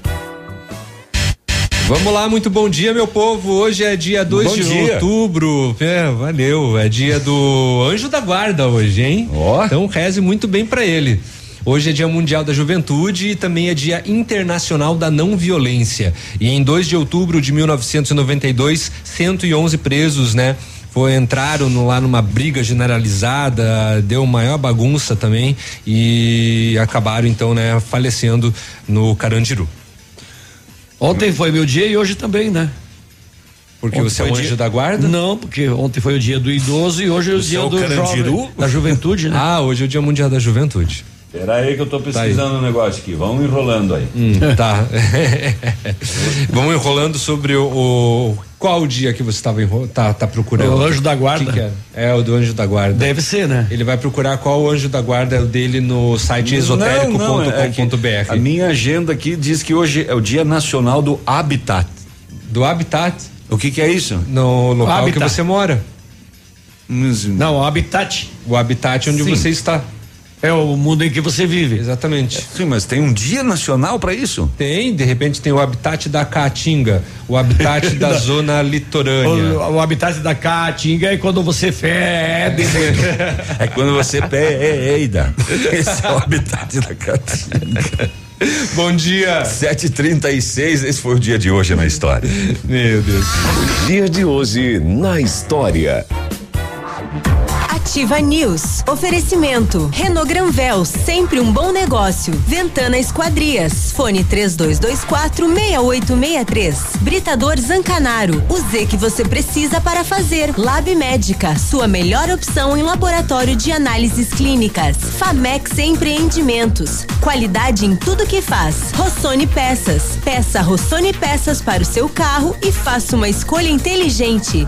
Vamos lá, muito bom dia, meu povo. Hoje é dia dois de dia. outubro. É, valeu. É dia do Anjo da Guarda hoje, hein? Ó. Oh. Então reze muito bem pra ele. Hoje é Dia Mundial da Juventude e também é Dia Internacional da Não Violência. E em dois de outubro de mil novecentos e noventa e dois, cento e onze presos, né? Foi, entraram no, lá numa briga generalizada, deu maior bagunça também e acabaram então, né, falecendo no Carandiru. Ontem foi meu dia e hoje também, né? Porque ontem você é o anjo dia... da guarda? Não, porque ontem foi o dia do idoso e hoje é o dia do jovem, da juventude, né? Ah, hoje é o Dia Mundial da Juventude. Pera aí que eu tô pesquisando tá um negócio aqui, vamos enrolando aí. Hum, tá. Vamos enrolando sobre o, o qual o dia que você estava tá, tá procurando? O anjo da guarda. Que que é? É o do anjo da guarda. Deve ser, né? Ele vai procurar qual o anjo da guarda é o dele no site esotérico ponto com ponto b r. A minha agenda aqui diz que hoje é o Dia Nacional do Habitat. Do Habitat? O que que é isso? No local habitat. que você mora. Não, o habitat. O habitat onde Sim. você está. É o mundo em que você vive. Exatamente. Sim, mas tem um dia nacional para isso? Tem, de repente tem o habitat da Caatinga, o habitat da, da zona litorânea. O, o habitat da Caatinga é quando você fede. É quando você peida. Esse é o habitat da Caatinga. Bom dia. sete e trinta e seis, esse foi o dia de hoje na história. Meu Deus. O dia de hoje na história. Ativa News. Oferecimento. Renault Granvel, sempre um bom negócio. Ventana Esquadrias. Fone três dois dois quatro, seis oito seis três. Britador Zancanaro. O Z que você precisa para fazer. Lab Médica, sua melhor opção em laboratório de análises clínicas. Famex Empreendimentos. Qualidade em tudo que faz. Rossoni Peças. Peça Rossoni Peças para o seu carro e faça uma escolha inteligente.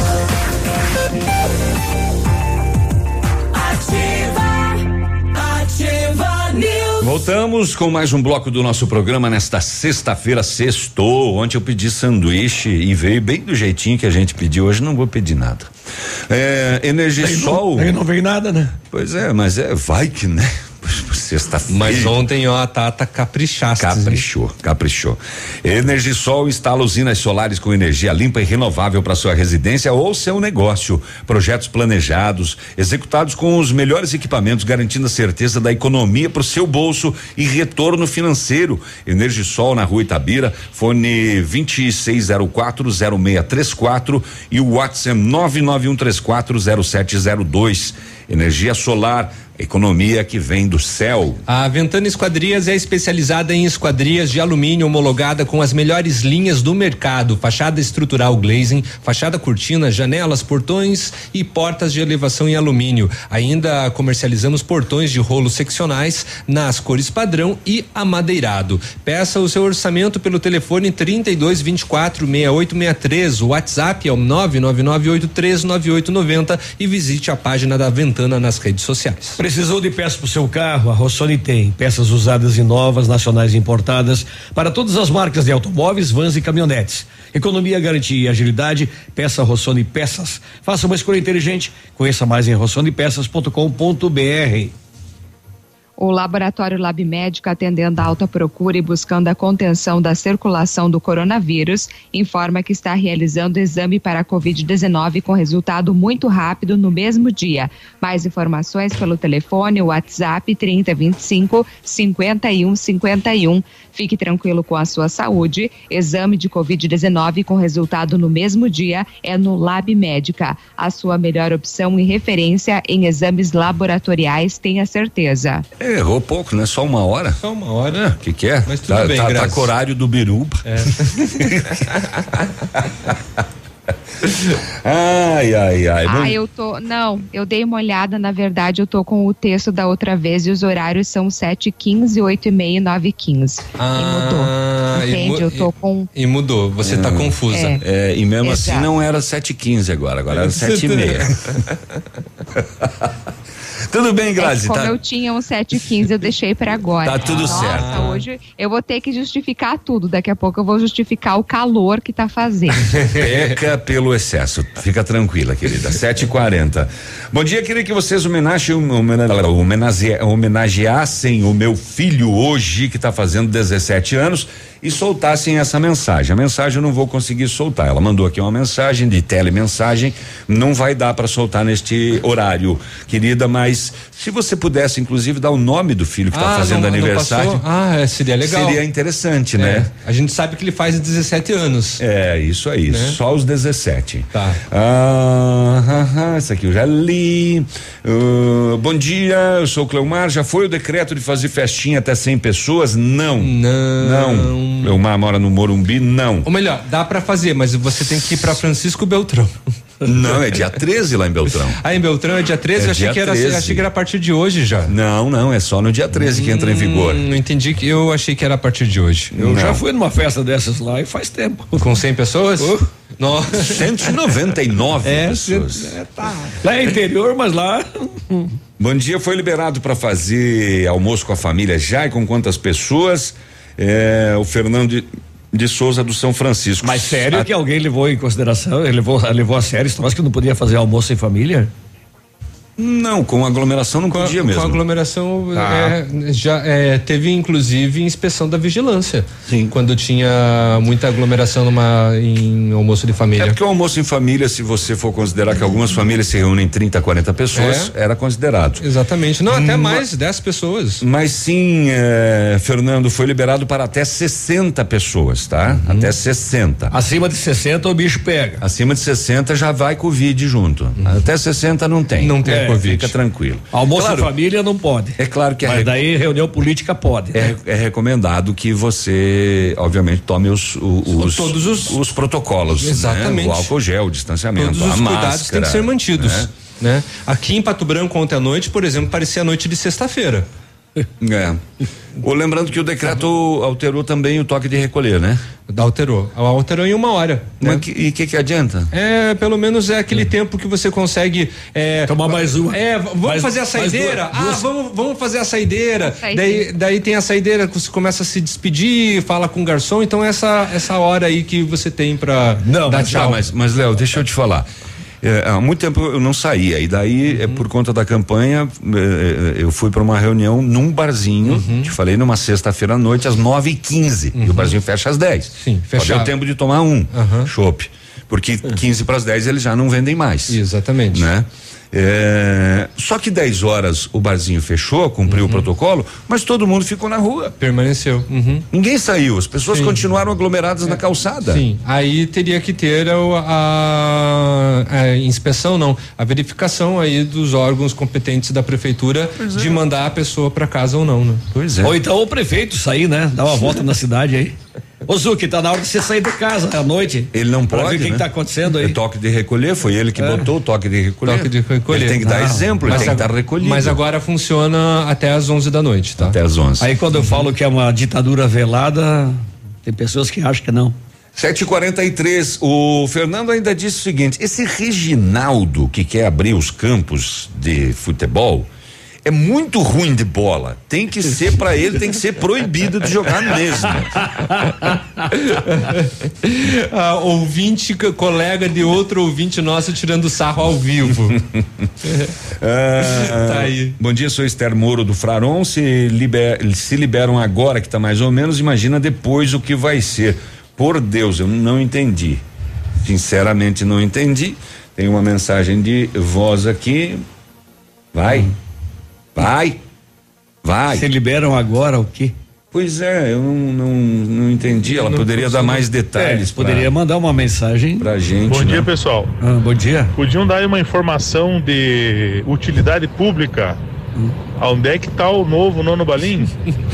Ativa News. Voltamos com mais um bloco do nosso programa nesta sexta-feira, sextou. Ontem eu pedi sanduíche e veio bem do jeitinho que a gente pediu. Hoje não vou pedir nada. É, Energisol. Aí não, não veio nada, né? Pois é, mas é, vai que, né? Sexta-feira. Mas ontem, ó, a Tata caprichaste. Caprichou, caprichou. Energisol instala usinas solares com energia limpa e renovável para sua residência ou seu negócio. Projetos planejados, executados com os melhores equipamentos, garantindo a certeza da economia para o seu bolso e retorno financeiro. Energisol na Rua Itabira, fone vinte e seis zero quatro zero seis três quatro e o WhatsApp nove nove um três quatro zero sete zero dois. Energia solar, economia que vem do céu. A Ventana Esquadrias é especializada em esquadrias de alumínio homologada com as melhores linhas do mercado, fachada estrutural glazing, fachada cortina, janelas, portões e portas de elevação em alumínio. Ainda comercializamos portões de rolos seccionais nas cores padrão e amadeirado. Peça o seu orçamento pelo telefone trinta e dois, vinte e quatro, sessenta e oito sessenta e três. O WhatsApp é o nove nove nove oito três nove oito nove zero e visite a página da Ventana nas redes sociais. Precisou de peças para o seu carro? A Rossoni tem peças usadas e novas, nacionais e importadas para todas as marcas de automóveis, vans e caminhonetes. Economia, garantia e agilidade. Peça Rossoni Peças. Faça uma escolha inteligente. Conheça mais em rossoni peças ponto com ponto b r. O Laboratório Lab Médica, atendendo a alta procura e buscando a contenção da circulação do coronavírus, informa que está realizando exame para a covid dezenove com resultado muito rápido no mesmo dia. Mais informações pelo telefone, WhatsApp trinta, vinte e cinco, cinquenta e um, cinquenta e um. Fique tranquilo com a sua saúde. Exame de covid dezenove com resultado no mesmo dia é no Lab Médica. A sua melhor opção e referência em exames laboratoriais, tenha certeza. Errou pouco, né? Só uma hora? Só uma hora. O que que é? Mas tudo tá, bem, tá, Grazi. tá com o horário do biruba. É. Ai, ai, ai. Ah, eu tô, não, eu dei uma olhada, na verdade eu tô com o texto da outra vez e os horários são sete e quinze, oito e meia e nove e quinze. Ah, e mudou, entende? E, eu tô com... E mudou, você é, tá confusa. É, é, e mesmo Exato. assim não era sete e quinze agora, agora era sete e meia. Tudo bem, Grazi? É como tá... eu tinha um sete e quinze, eu deixei pra agora. Tá tudo Nossa, certo. Hoje eu vou ter que justificar tudo. Daqui a pouco eu vou justificar o calor que tá fazendo. Peca pelo excesso. Fica tranquila, querida. sete e quarenta. Bom dia, queria que vocês homenage... homenageassem o meu filho hoje, que tá fazendo dezessete anos, e soltassem essa mensagem. A mensagem eu não vou conseguir soltar. Ela mandou aqui uma mensagem de telemensagem, não vai dar para soltar neste horário, querida, mas se você pudesse inclusive dar o nome do filho que está ah, fazendo não, aniversário. Não ah, seria legal. Seria interessante, é, né? A gente sabe que ele faz dezessete anos. É, isso aí, né? Só os dezessete. Tá. Ah, ah, ah, essa aqui eu já li. Uh, bom dia, eu sou o Cleomar. Já foi o decreto de fazer festinha até cem pessoas? Não. Não. Não. Cleomar mora no Morumbi? Não. Ou melhor, dá pra fazer, mas você tem que ir pra Francisco Beltrão. Não, é dia treze lá em Beltrão. Ah, em Beltrão é dia treze? É eu achei que era, achei que era a partir de hoje já. Não, não, é só no dia treze hum, que entra em vigor. Não entendi, que eu achei que era a partir de hoje. Eu não. já fui numa festa dessas lá e faz tempo. Com cem pessoas? Uh. Nossa. cento e noventa e nove é, pessoas. É, tá. Lá é interior, mas lá. Bom dia, foi liberado para fazer almoço com a família já e com quantas pessoas? É, o Fernando de, de Souza do São Francisco. Mas sério a... que alguém levou em consideração, ele levou, levou a sério esse troço que não podia fazer almoço em família? Não, com aglomeração não com podia a, mesmo. Com aglomeração ah. é, já é, teve inclusive inspeção da vigilância. Sim. Quando tinha muita aglomeração numa em almoço de família. É porque o almoço em família, se você for considerar que algumas famílias se reúnem trinta, quarenta pessoas, é. era considerado. Exatamente. Não, até Ma mais, dez pessoas. Mas sim, é, Fernando, foi liberado para até sessenta pessoas, tá? Uhum. Até sessenta. Acima de sessenta o bicho pega. Acima de sessenta já vai Covid junto. Uhum. Até sessenta não tem. Não tem. É. Covid. Fica tranquilo. Almoço claro, em família não pode. É claro que Mas é. daí reunião política pode. É, é recomendado que você, obviamente, tome os os, todos os, os protocolos. Exatamente. Né? O álcool gel, o distanciamento, todos os a cuidados máscara, têm que ser mantidos. Né? Né? Aqui em Pato Branco ontem à noite, por exemplo, parecia a noite de sexta-feira. É. Ou lembrando que o decreto alterou também o toque de recolher, né? Alterou. Alterou em uma hora. Mas né? que, e o que, que adianta? É, pelo menos é aquele é. tempo que você consegue. É, tomar mais uma. É, vamos mais, fazer a saideira? Duas, duas. Ah, vamos, vamos fazer a saideira. Daí, daí tem a saideira que você começa a se despedir, fala com o garçom. Então, essa, essa hora aí que você tem pra não, dar mas, tchau. Tá, mas, mas Léo, deixa eu te falar. É, há muito tempo eu não saía e daí uhum. é por conta da campanha é, eu fui para uma reunião num barzinho, uhum. te falei, numa sexta-feira à noite às nove e quinze uhum. e o barzinho fecha às dez. Sim, fechado. Pode ter o tempo de tomar um uhum. chopp, porque quinze para as dez eles já não vendem mais. Exatamente. Né? É, só que dez horas o barzinho fechou, cumpriu uhum. o protocolo, mas todo mundo ficou na rua. Permaneceu. Uhum. Ninguém saiu, as pessoas Sim. continuaram aglomeradas é. na calçada. Sim, aí teria que ter a, a, a inspeção, não, a verificação aí dos órgãos competentes da prefeitura pois de é. mandar a pessoa para casa ou não, né? Pois é. Ou então o prefeito sair, né? Dar uma volta na cidade aí. Ô Zuki, tá na hora de você sair de casa à noite. Ele não pode, ver o que, né? que tá acontecendo aí. É toque de recolher, foi ele que é. botou o toque de recolher. Toque de recolher. Ele tem que dar não. exemplo, mas ele tem que estar recolhido. Mas agora funciona até às onze da noite, tá? Até às onze. Aí quando eu falo que é uma ditadura velada, tem pessoas que acham que não. sete e quarenta e três, o Fernando ainda disse o seguinte: esse Reginaldo que quer abrir os campos de futebol é muito ruim de bola. Tem que ser para ele, tem que ser proibido de jogar mesmo. ah, ouvinte, colega de outro ouvinte nosso tirando sarro ao vivo. ah, tá aí. Bom dia, sou Esther Moro do Fraron. Se, liber, se liberam agora, que tá mais ou menos, imagina depois o que vai ser. Por Deus, eu não entendi. Sinceramente não entendi. Tem uma mensagem de voz aqui. Vai. Hum. Vai, vai. Se liberam agora o quê? Pois é, eu não, não, não entendi. Ela não poderia consigo. dar mais detalhes. É, pra, poderia mandar uma mensagem pra gente. Bom né? dia, pessoal. Ah, bom dia. Podiam dar uma informação de utilidade pública? Hum. Onde é que tá o novo Nono Balim?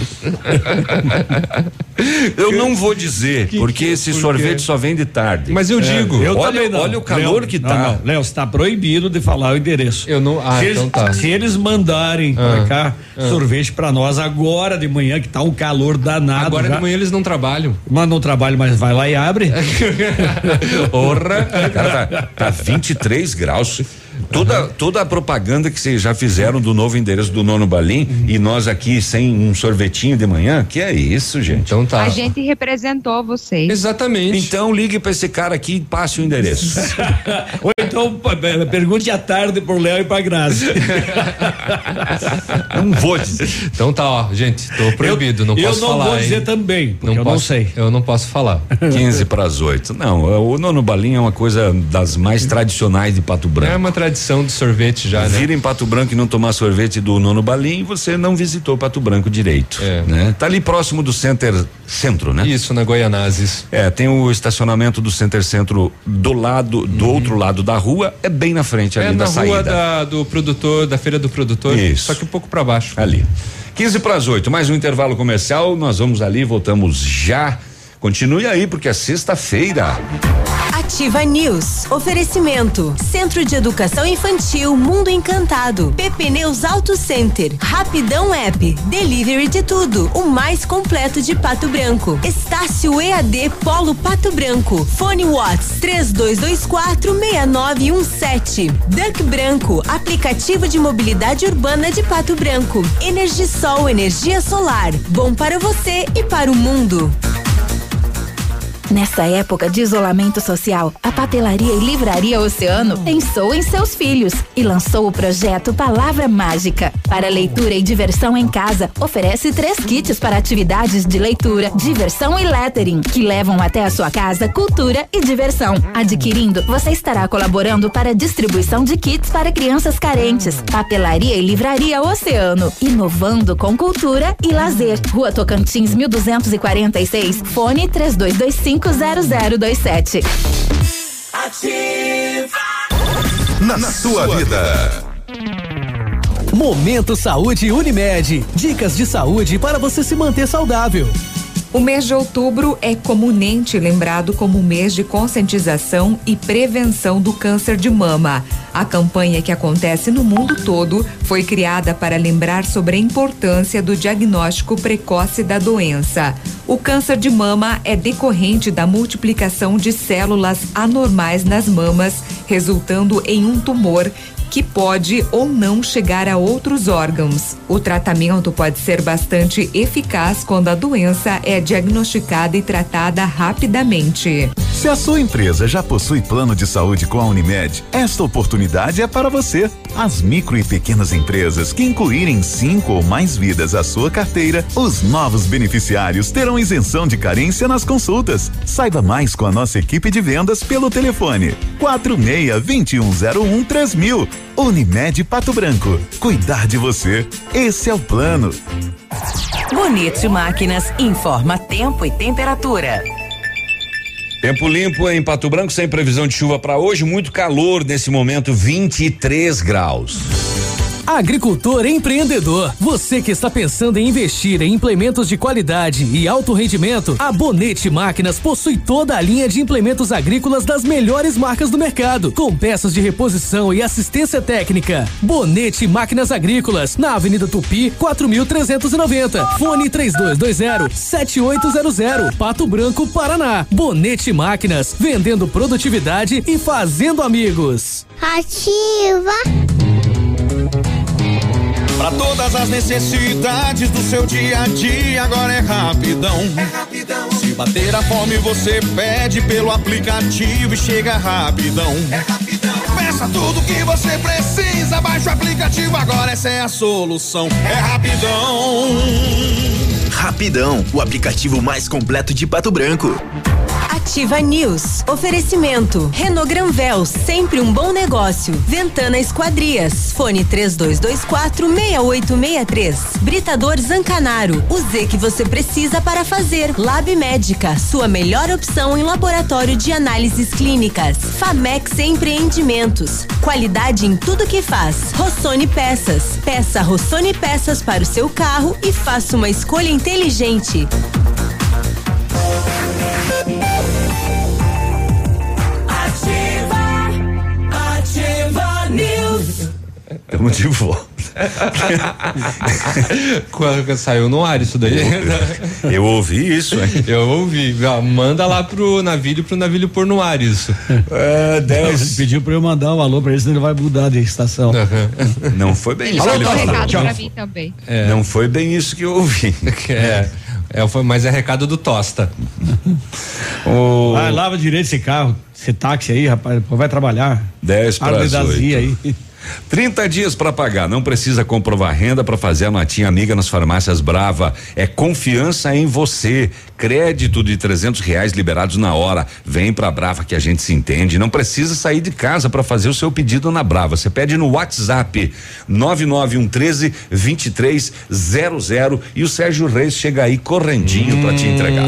Eu não vou dizer, que, porque esse por sorvete só vem de tarde. Mas eu digo, é, eu olha, olha o calor Léo, que não, tá. Léo, está proibido de falar o endereço. Eu não, ah, se, então eles, tá. se eles mandarem ah, pra cá ah. sorvete pra nós agora de manhã, que tá um calor danado. Agora já. de manhã eles não trabalham. Mas não trabalham, mas vai lá e abre. Porra. Cara, tá, tá vinte e três graus. Toda, uhum. toda a propaganda que vocês já fizeram do novo endereço do Nono Balim uhum. e nós aqui sem um sorvetinho de manhã, que é isso, gente? Então tá. A gente representou vocês. Exatamente. Então ligue pra esse cara aqui e passe o endereço. Ou então pergunte à tarde pro Léo e pra Grazi. Não vou dizer. Então tá, ó, gente, tô proibido, não eu, posso eu falar. Eu não vou dizer hein? também, porque não eu posso, não sei. Eu não posso falar. quinze para as oito. Não, o Nono Balim é uma coisa das mais tradicionais de Pato Branco. É uma tradição de sorvete já, né? Vir em Pato Branco e não tomar sorvete do Nono Balim, você não visitou Pato Branco direito, é. né? Tá ali próximo do Center Centro, né? Isso, na Goianazes. É, tem o estacionamento do Center Centro do lado, do uhum. outro lado da rua, é bem na frente ali é da na saída. rua da, do produtor, da feira do produtor. Isso. Só que um pouco para baixo. Ali. quinze para as oito, mais um intervalo comercial, nós vamos ali, voltamos já. Continue aí, porque é sexta-feira. Ativa News. Oferecimento. Centro de Educação Infantil Mundo Encantado. Pepe Neus Auto Center. Rapidão App. Delivery de tudo. O mais completo de Pato Branco. Estácio E A D Polo Pato Branco. Fone Watts três dois dois quatro seis nove um sete. Duck Branco. Aplicativo de mobilidade urbana de Pato Branco. Energisol, energia solar. Bom para você e para o mundo. Nessa época de isolamento social, a Papelaria e Livraria Oceano pensou em seus filhos e lançou o projeto Palavra Mágica. Para leitura e diversão em casa, oferece três kits para atividades de leitura, diversão e lettering, que levam até a sua casa cultura e diversão. Adquirindo, você estará colaborando para a distribuição de kits para crianças carentes. Papelaria e Livraria Oceano, inovando com cultura e lazer. Rua Tocantins, mil duzentos e quarenta e seis, fone três dois dois cinco zero zero dois sete. Ativa na, na sua vida. Momento Saúde Unimed. Dicas de saúde para você se manter saudável. O mês de outubro é comumente lembrado como o mês de conscientização e prevenção do câncer de mama. A campanha, que acontece no mundo todo, foi criada para lembrar sobre a importância do diagnóstico precoce da doença. O câncer de mama é decorrente da multiplicação de células anormais nas mamas, resultando em um tumor que pode ou não chegar a outros órgãos. O tratamento pode ser bastante eficaz quando a doença é diagnosticada e tratada rapidamente. Se a sua empresa já possui plano de saúde com a Unimed, esta oportunidade é para você. As micro e pequenas empresas que incluírem cinco ou mais vidas à sua carteira, os novos beneficiários terão isenção de carência nas consultas. Saiba mais com a nossa equipe de vendas pelo telefone quatro seis, dois um zero um, três mil. Unimed Pato Branco. Cuidar de você. Esse é o plano. Bonito Máquinas informa tempo e temperatura. Tempo limpo em Pato Branco, sem previsão de chuva para hoje, muito calor nesse momento, vinte e três graus. Agricultor empreendedor, você que está pensando em investir em implementos de qualidade e alto rendimento, a Bonete Máquinas possui toda a linha de implementos agrícolas das melhores marcas do mercado, com peças de reposição e assistência técnica. Bonete Máquinas Agrícolas, na Avenida Tupi, quatro mil trezentos e noventa, fone três dois dois zero, sete oito zero zero, Pato Branco, Paraná. Bonete Máquinas, vendendo produtividade e fazendo amigos. Ativa. Pra todas as necessidades do seu dia a dia, agora é rapidão. É rapidão. Se bater a fome, você pede pelo aplicativo e chega rapidão. É rapidão. Peça tudo que você precisa, baixa o aplicativo, agora essa é a solução. É rapidão. Rapidão, o aplicativo mais completo de Pato Branco. Ativa News. Oferecimento. Renault Granvel, sempre um bom negócio. Ventana Esquadrias. Fone três dois dois quatro, seis oito seis três. Britador Zancanaro. O Z que você precisa para fazer. Lab Médica, sua melhor opção em laboratório de análises clínicas. Famex Empreendimentos. Qualidade em tudo que faz. Rossoni Peças. Peça Rossoni Peças para o seu carro e faça uma escolha inteligente. Ativa, Ativa News. Estamos de volta. Quando saiu no ar isso daí. Eu ouvi isso, hein? Eu ouvi. Manda lá pro Navilho, pro Navilho pôr no ar isso. É, dez. Ele pediu pra eu mandar um alô pra ele, senão ele vai mudar de estação. Uhum. Não foi bem ele isso. Ele mandou falou. recado pra mim também. É. Não foi bem isso que eu ouvi. É. É, foi, mas é recado do Tosta. O... Ah, lava direito esse carro, esse táxi aí, rapaz, vai trabalhar. dez para as oito. Aí. trinta dias para pagar, não precisa comprovar renda para fazer a notinha amiga nas farmácias Brava. É confiança em você. Crédito de trezentos reais liberados na hora. Vem pra Brava que a gente se entende. Não precisa sair de casa para fazer o seu pedido na Brava. Você pede no WhatsApp nove nove um um três, dois três zero zero e o Sérgio Reis chega aí correndinho hum, para te entregar.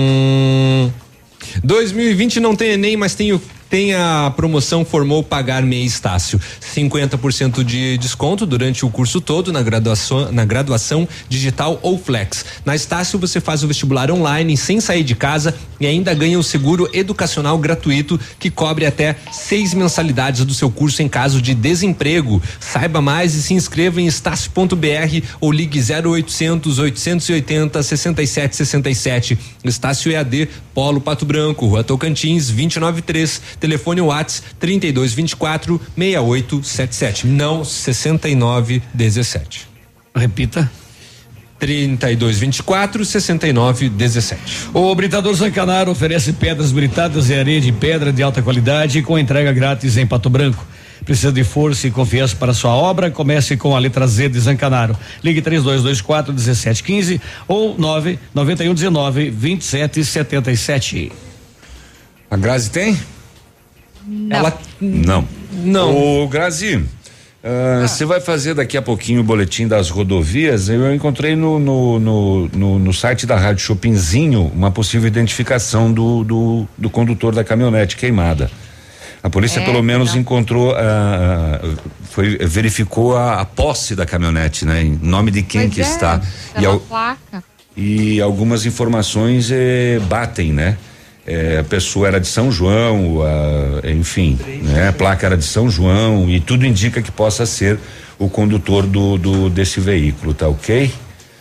dois mil e vinte não tem Enem, mas tem o Tem a promoção Formou Pagar Meia Estácio. cinquenta por cento de desconto durante o curso todo na graduação, na graduação digital ou flex. Na Estácio você faz o vestibular online sem sair de casa e ainda ganha o seguro educacional gratuito que cobre até seis mensalidades do seu curso em caso de desemprego. Saiba mais e se inscreva em estácio ponto br ou ligue zero oitocentos, oitocentos e oitenta, sessenta e sete sessenta e sete. Estácio E A D, Polo Pato Branco, Rua Tocantins, vinte e nove trinta e três. Telefone Whats trinta e dois vinte e quatro, sessenta e oito setenta e sete. Não sessenta e nove dezessete. Repita. trinta e dois vinte e quatro, sessenta e nove dezessete. O Britador Zancanaro oferece pedras britadas e areia de pedra de alta qualidade com entrega grátis em Pato Branco. Precisa de força e confiança para sua obra? Comece com a letra Z de Zancanaro. Ligue três dois dois quatro, um sete um cinco ou nove nove um um nove, vinte e sete setenta e sete. A Grazi tem? Não. Ela não. Não. Ô, Grazi, você uh, ah. vai fazer daqui a pouquinho o boletim das rodovias. Eu encontrei no no, no, no, no site da Rádio Chopinzinho uma possível identificação do, do, do condutor da caminhonete queimada. A polícia é, pelo menos não. encontrou, uh, foi, verificou a, a posse da caminhonete, né? Em nome de quem pois que é, está. E, al, placa. e algumas informações eh, batem, né? É, a pessoa era de São João, a, enfim, né? A placa era de São João e tudo indica que possa ser o condutor do, do desse veículo, tá ok?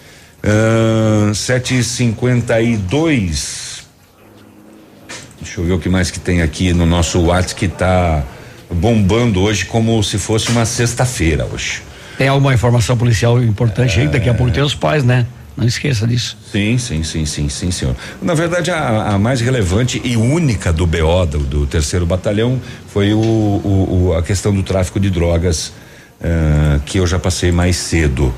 Uh, sete e cinquenta e dois. Deixa eu ver o que mais que tem aqui no nosso WhatsApp que tá bombando hoje como se fosse uma sexta-feira hoje. Tem alguma informação policial importante é... aí? Daqui a pouco tem os pais, né? Não esqueça disso. Sim, sim, sim, sim, sim, senhor. Na verdade, a, a mais relevante e única do B O do, do terceiro batalhão foi o, o, o a questão do tráfico de drogas uh, que eu já passei mais cedo.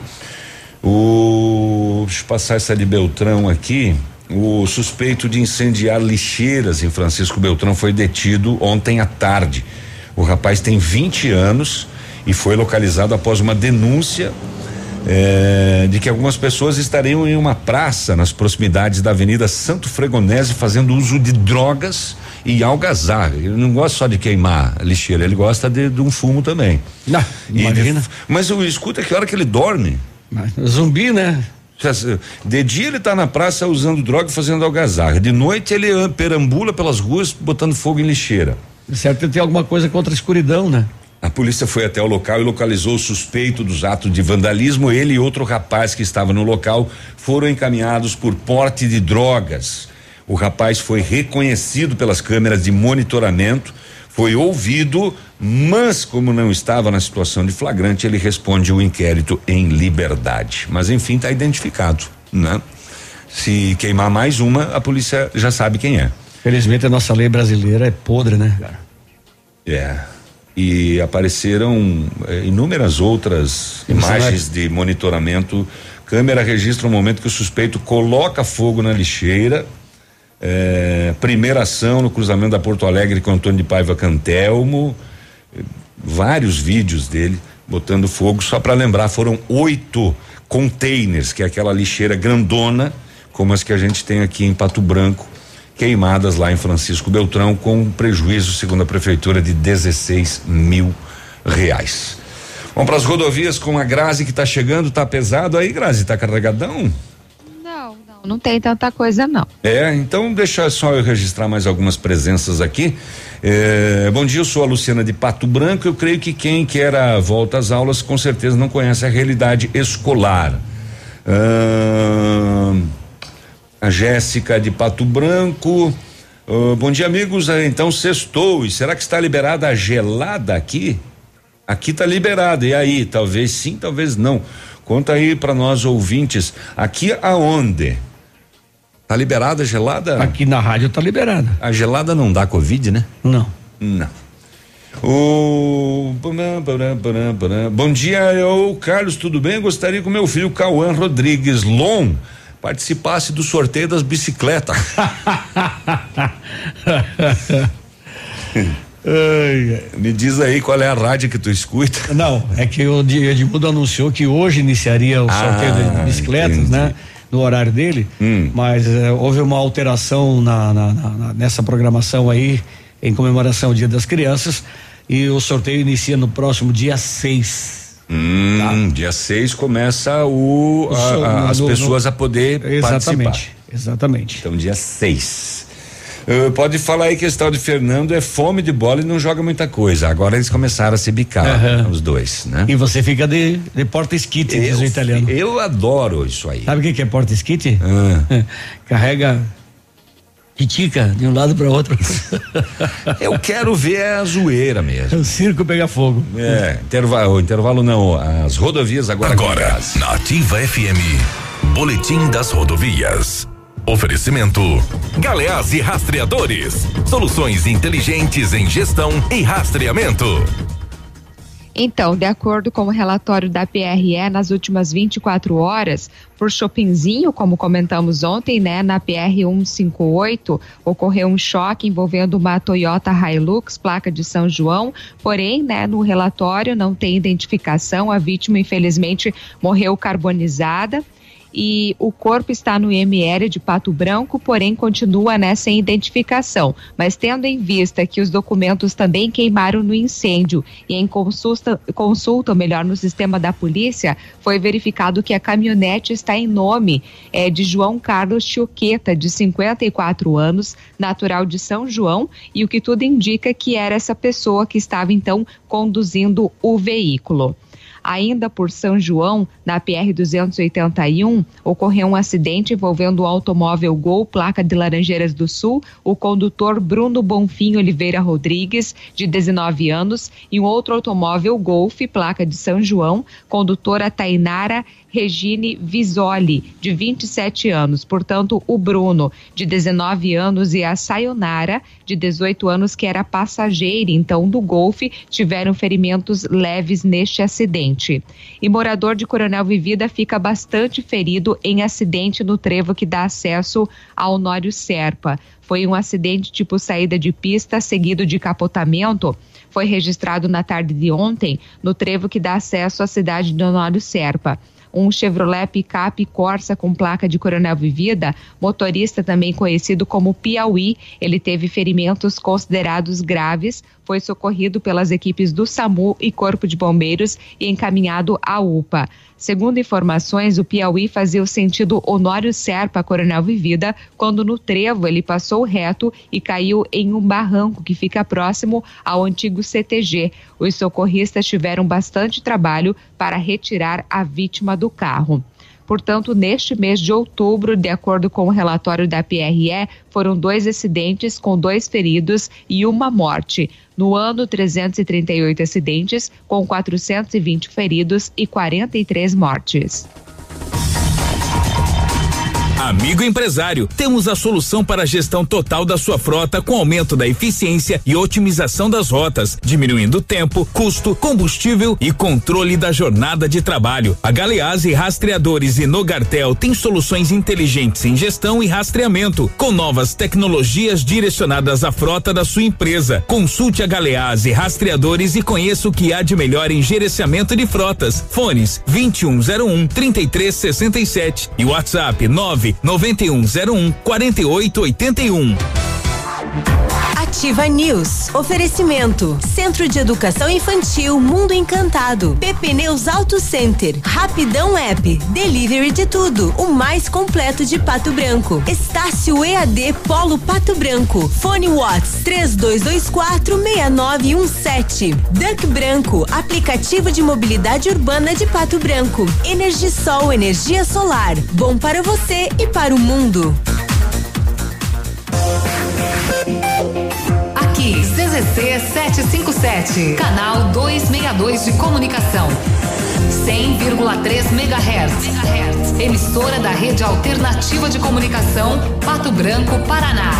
O, deixa eu passar essa de Beltrão aqui. O suspeito de incendiar lixeiras em Francisco Beltrão foi detido ontem à tarde. O rapaz tem vinte anos e foi localizado após uma denúncia É, de que algumas pessoas estariam em uma praça nas proximidades da Avenida Santo Fregonese fazendo uso de drogas e algazarra. Ele não gosta só de queimar a lixeira, ele gosta de, de um fumo também. Não, imagina. De, mas eu escuto que hora que ele dorme. Zumbi, né? De dia ele tá na praça usando droga e fazendo algazarra. De noite ele perambula pelas ruas botando fogo em lixeira. Certo, ele tem alguma coisa contra a escuridão, né? A polícia foi até o local e localizou o suspeito dos atos de vandalismo. Ele e outro rapaz que estava no local foram encaminhados por porte de drogas. O rapaz foi reconhecido pelas câmeras de monitoramento, foi ouvido, mas como não estava na situação de flagrante, ele responde o inquérito em liberdade. Mas enfim, está identificado, né? Se queimar mais uma, a polícia já sabe quem é. Felizmente a nossa lei brasileira é podre, né, cara? É. E apareceram eh, inúmeras outras imagens de monitoramento. Câmera registra o momento que o suspeito coloca fogo na lixeira. Eh, primeira ação no cruzamento da Porto Alegre com Antônio de Paiva Cantelmo. Eh, vários vídeos dele botando fogo. Só para lembrar, foram oito containers, que é aquela lixeira grandona, como as que a gente tem aqui em Pato Branco, queimadas lá em Francisco Beltrão, com prejuízo, segundo a prefeitura, de dezesseis mil reais. Vamos para as rodovias com a Grazi que está chegando, tá pesado aí, Grazi, tá carregadão? Não, não, Não tem tanta coisa, não. É, então deixa só eu registrar mais algumas presenças aqui. É, bom dia, eu sou a Luciana de Pato Branco. Eu creio que quem quer a volta às aulas com certeza não conhece a realidade escolar. Ah, a Jéssica de Pato Branco. Ah, bom dia, amigos. Então sextou. E será que está liberada a gelada aqui? Aqui tá liberada. E aí? Talvez sim, talvez não. Conta aí para nós ouvintes. Aqui aonde? Tá liberada a gelada? Aqui na rádio tá liberada. A gelada não dá Covid, né? Não. Não. O... Bom dia, eu, Carlos, tudo bem? Eu gostaria que o meu filho Cauã Rodrigues Lom participasse do sorteio das bicicletas. Me diz aí qual é a rádio que tu escuta. Não, é que o Edmundo anunciou que hoje iniciaria o sorteio ah, de bicicletas, entendi. Né? No horário dele, hum. mas eh, houve uma alteração na, na, na, nessa programação aí, em comemoração ao Dia das Crianças, e o sorteio inicia no próximo dia seis. Hum, tá? Dia seis começa o, a, a, as no, pessoas no, a poder exatamente, participar. Exatamente. Então, dia seis. Uh, pode falar aí que esse tal de Fernando é fome de bola e não joga muita coisa. Agora eles começaram a se bicar, uhum. os dois, né? E você fica de, de porta-esquite, diz o italiano. Eu adoro isso aí. Sabe o que, que é porta-esquite? Ah. Carrega tica de um lado para outro. Eu quero ver a zoeira mesmo. O circo pega fogo. É, intervalo, intervalo não, as rodovias agora. Agora, na Ativa F M, Boletim das Rodovias. Oferecimento Galeás e Rastreadores, soluções inteligentes em gestão e rastreamento. Então, de acordo com o relatório da P R E, nas últimas vinte e quatro horas, por Chopinzinho, como comentamos ontem, né, na P R cento e cinquenta e oito, ocorreu um choque envolvendo uma Toyota Hilux, placa de São João, porém, né, no relatório não tem identificação, a vítima infelizmente morreu carbonizada. E o corpo está no I M L de Pato Branco, porém continua, né, sem identificação. Mas tendo em vista que os documentos também queimaram no incêndio e em consulta, consulta, ou melhor, no sistema da polícia, foi verificado que a caminhonete está em nome é, de João Carlos Chioqueta, de cinquenta e quatro anos, natural de São João, e o que tudo indica que era essa pessoa que estava então conduzindo o veículo. Ainda por São João, na P R duzentos e oitenta e um, ocorreu um acidente envolvendo o automóvel Gol, placa de Laranjeiras do Sul, o condutor Bruno Bonfim Oliveira Rodrigues, de dezenove anos, e um outro automóvel Golf, placa de São João, condutora Tainara Regine Visoli, de vinte e sete anos. Portanto, o Bruno, de dezenove anos, e a Sayonara, de dezoito anos, que era passageira, então, do Golf, tiveram ferimentos leves neste acidente. E morador de Coronel Vivida fica bastante ferido em acidente no trevo que dá acesso ao Honório Serpa. Foi um acidente tipo saída de pista, seguido de capotamento. Foi registrado na tarde de ontem, no trevo que dá acesso à cidade de Honório Serpa. Um Chevrolet Picape Corsa com placa de Coronel Vivida, motorista também conhecido como Piauí, ele teve ferimentos considerados graves, foi socorrido pelas equipes do SAMU e Corpo de Bombeiros e encaminhado à U P A. Segundo informações, o Piauí fazia o sentido Honório Serpa, Coronel Vivida, quando no trevo ele passou reto e caiu em um barranco que fica próximo ao antigo C T G. Os socorristas tiveram bastante trabalho para retirar a vítima do carro. Portanto, neste mês de outubro, de acordo com o relatório da P R E, foram dois acidentes com dois feridos e uma morte. No ano, trezentos e trinta e oito acidentes com quatrocentos e vinte feridos e quarenta e três mortes. Amigo empresário, temos a solução para a gestão total da sua frota com aumento da eficiência e otimização das rotas, diminuindo tempo, custo, combustível e controle da jornada de trabalho. A Galeás e Rastreadores e Nogartel tem soluções inteligentes em gestão e rastreamento, com novas tecnologias direcionadas à frota da sua empresa. Consulte a Galeás e Rastreadores e conheça o que há de melhor em gerenciamento de frotas. Fones vinte e um zero um, trinta e três sessenta e sete e WhatsApp nove noventa e um zero um, quarenta e oito oitenta e um. Ativa News. Oferecimento. Centro de Educação Infantil Mundo Encantado. Pepe Neus Auto Center. Rapidão App. Delivery de tudo. O mais completo de Pato Branco. Estácio E A D Polo Pato Branco. Fone Watts três dois dois quatro seis nove um sete. Duck Branco. Aplicativo de mobilidade urbana de Pato Branco. Energisol, energia solar. Bom para você e para o mundo. Aqui, C Z C setecentos e cinquenta e sete, canal duzentos e sessenta e dois de comunicação. cem vírgula três megahertz. Emissora da Rede Alternativa de Comunicação, Pato Branco, Paraná.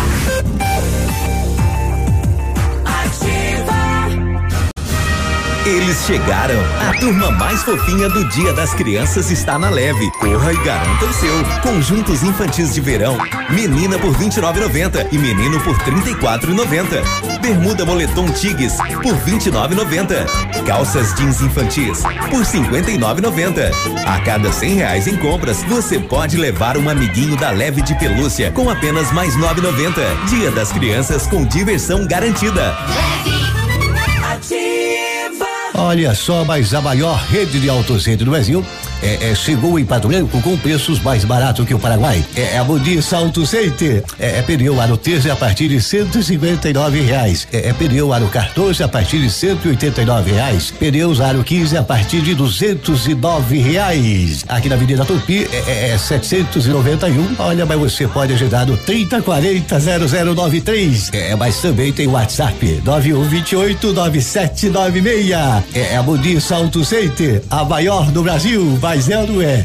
Eles chegaram. A turma mais fofinha do Dia das Crianças está na Leve. Corra e garanta o seu. Conjuntos infantis de verão. Menina por vinte e nove e noventa e menino por trinta e quatro e noventa. Bermuda moletom Tigres por vinte e nove e noventa. Calças jeans infantis por cinquenta e nove e noventa. A cada cem reais em compras, você pode levar um amiguinho da Leve de pelúcia com apenas mais nove e noventa. Dia das Crianças com diversão garantida. Olha só, mas a maior rede de autocentro do Brasil é, é, chegou em Pato Branco com preços mais baratos que o Paraguai. É, é a Modis Auto Center. É, é pneu aro treze a partir de cento e cinquenta e nove reais. É, é pneu aro quatorze a partir de cento e oitenta e nove reais. Pneus aro quinze a partir de duzentos e nove reais. Aqui na Avenida Tupi é, é, é setecentos e noventa e um. Olha, mas você pode agendar no trinta quarenta zero zero nove três. É, mas também tem WhatsApp nove um dois oito nove sete nove seis. É a Modis Auto Center, a maior do Brasil, mas ela não é.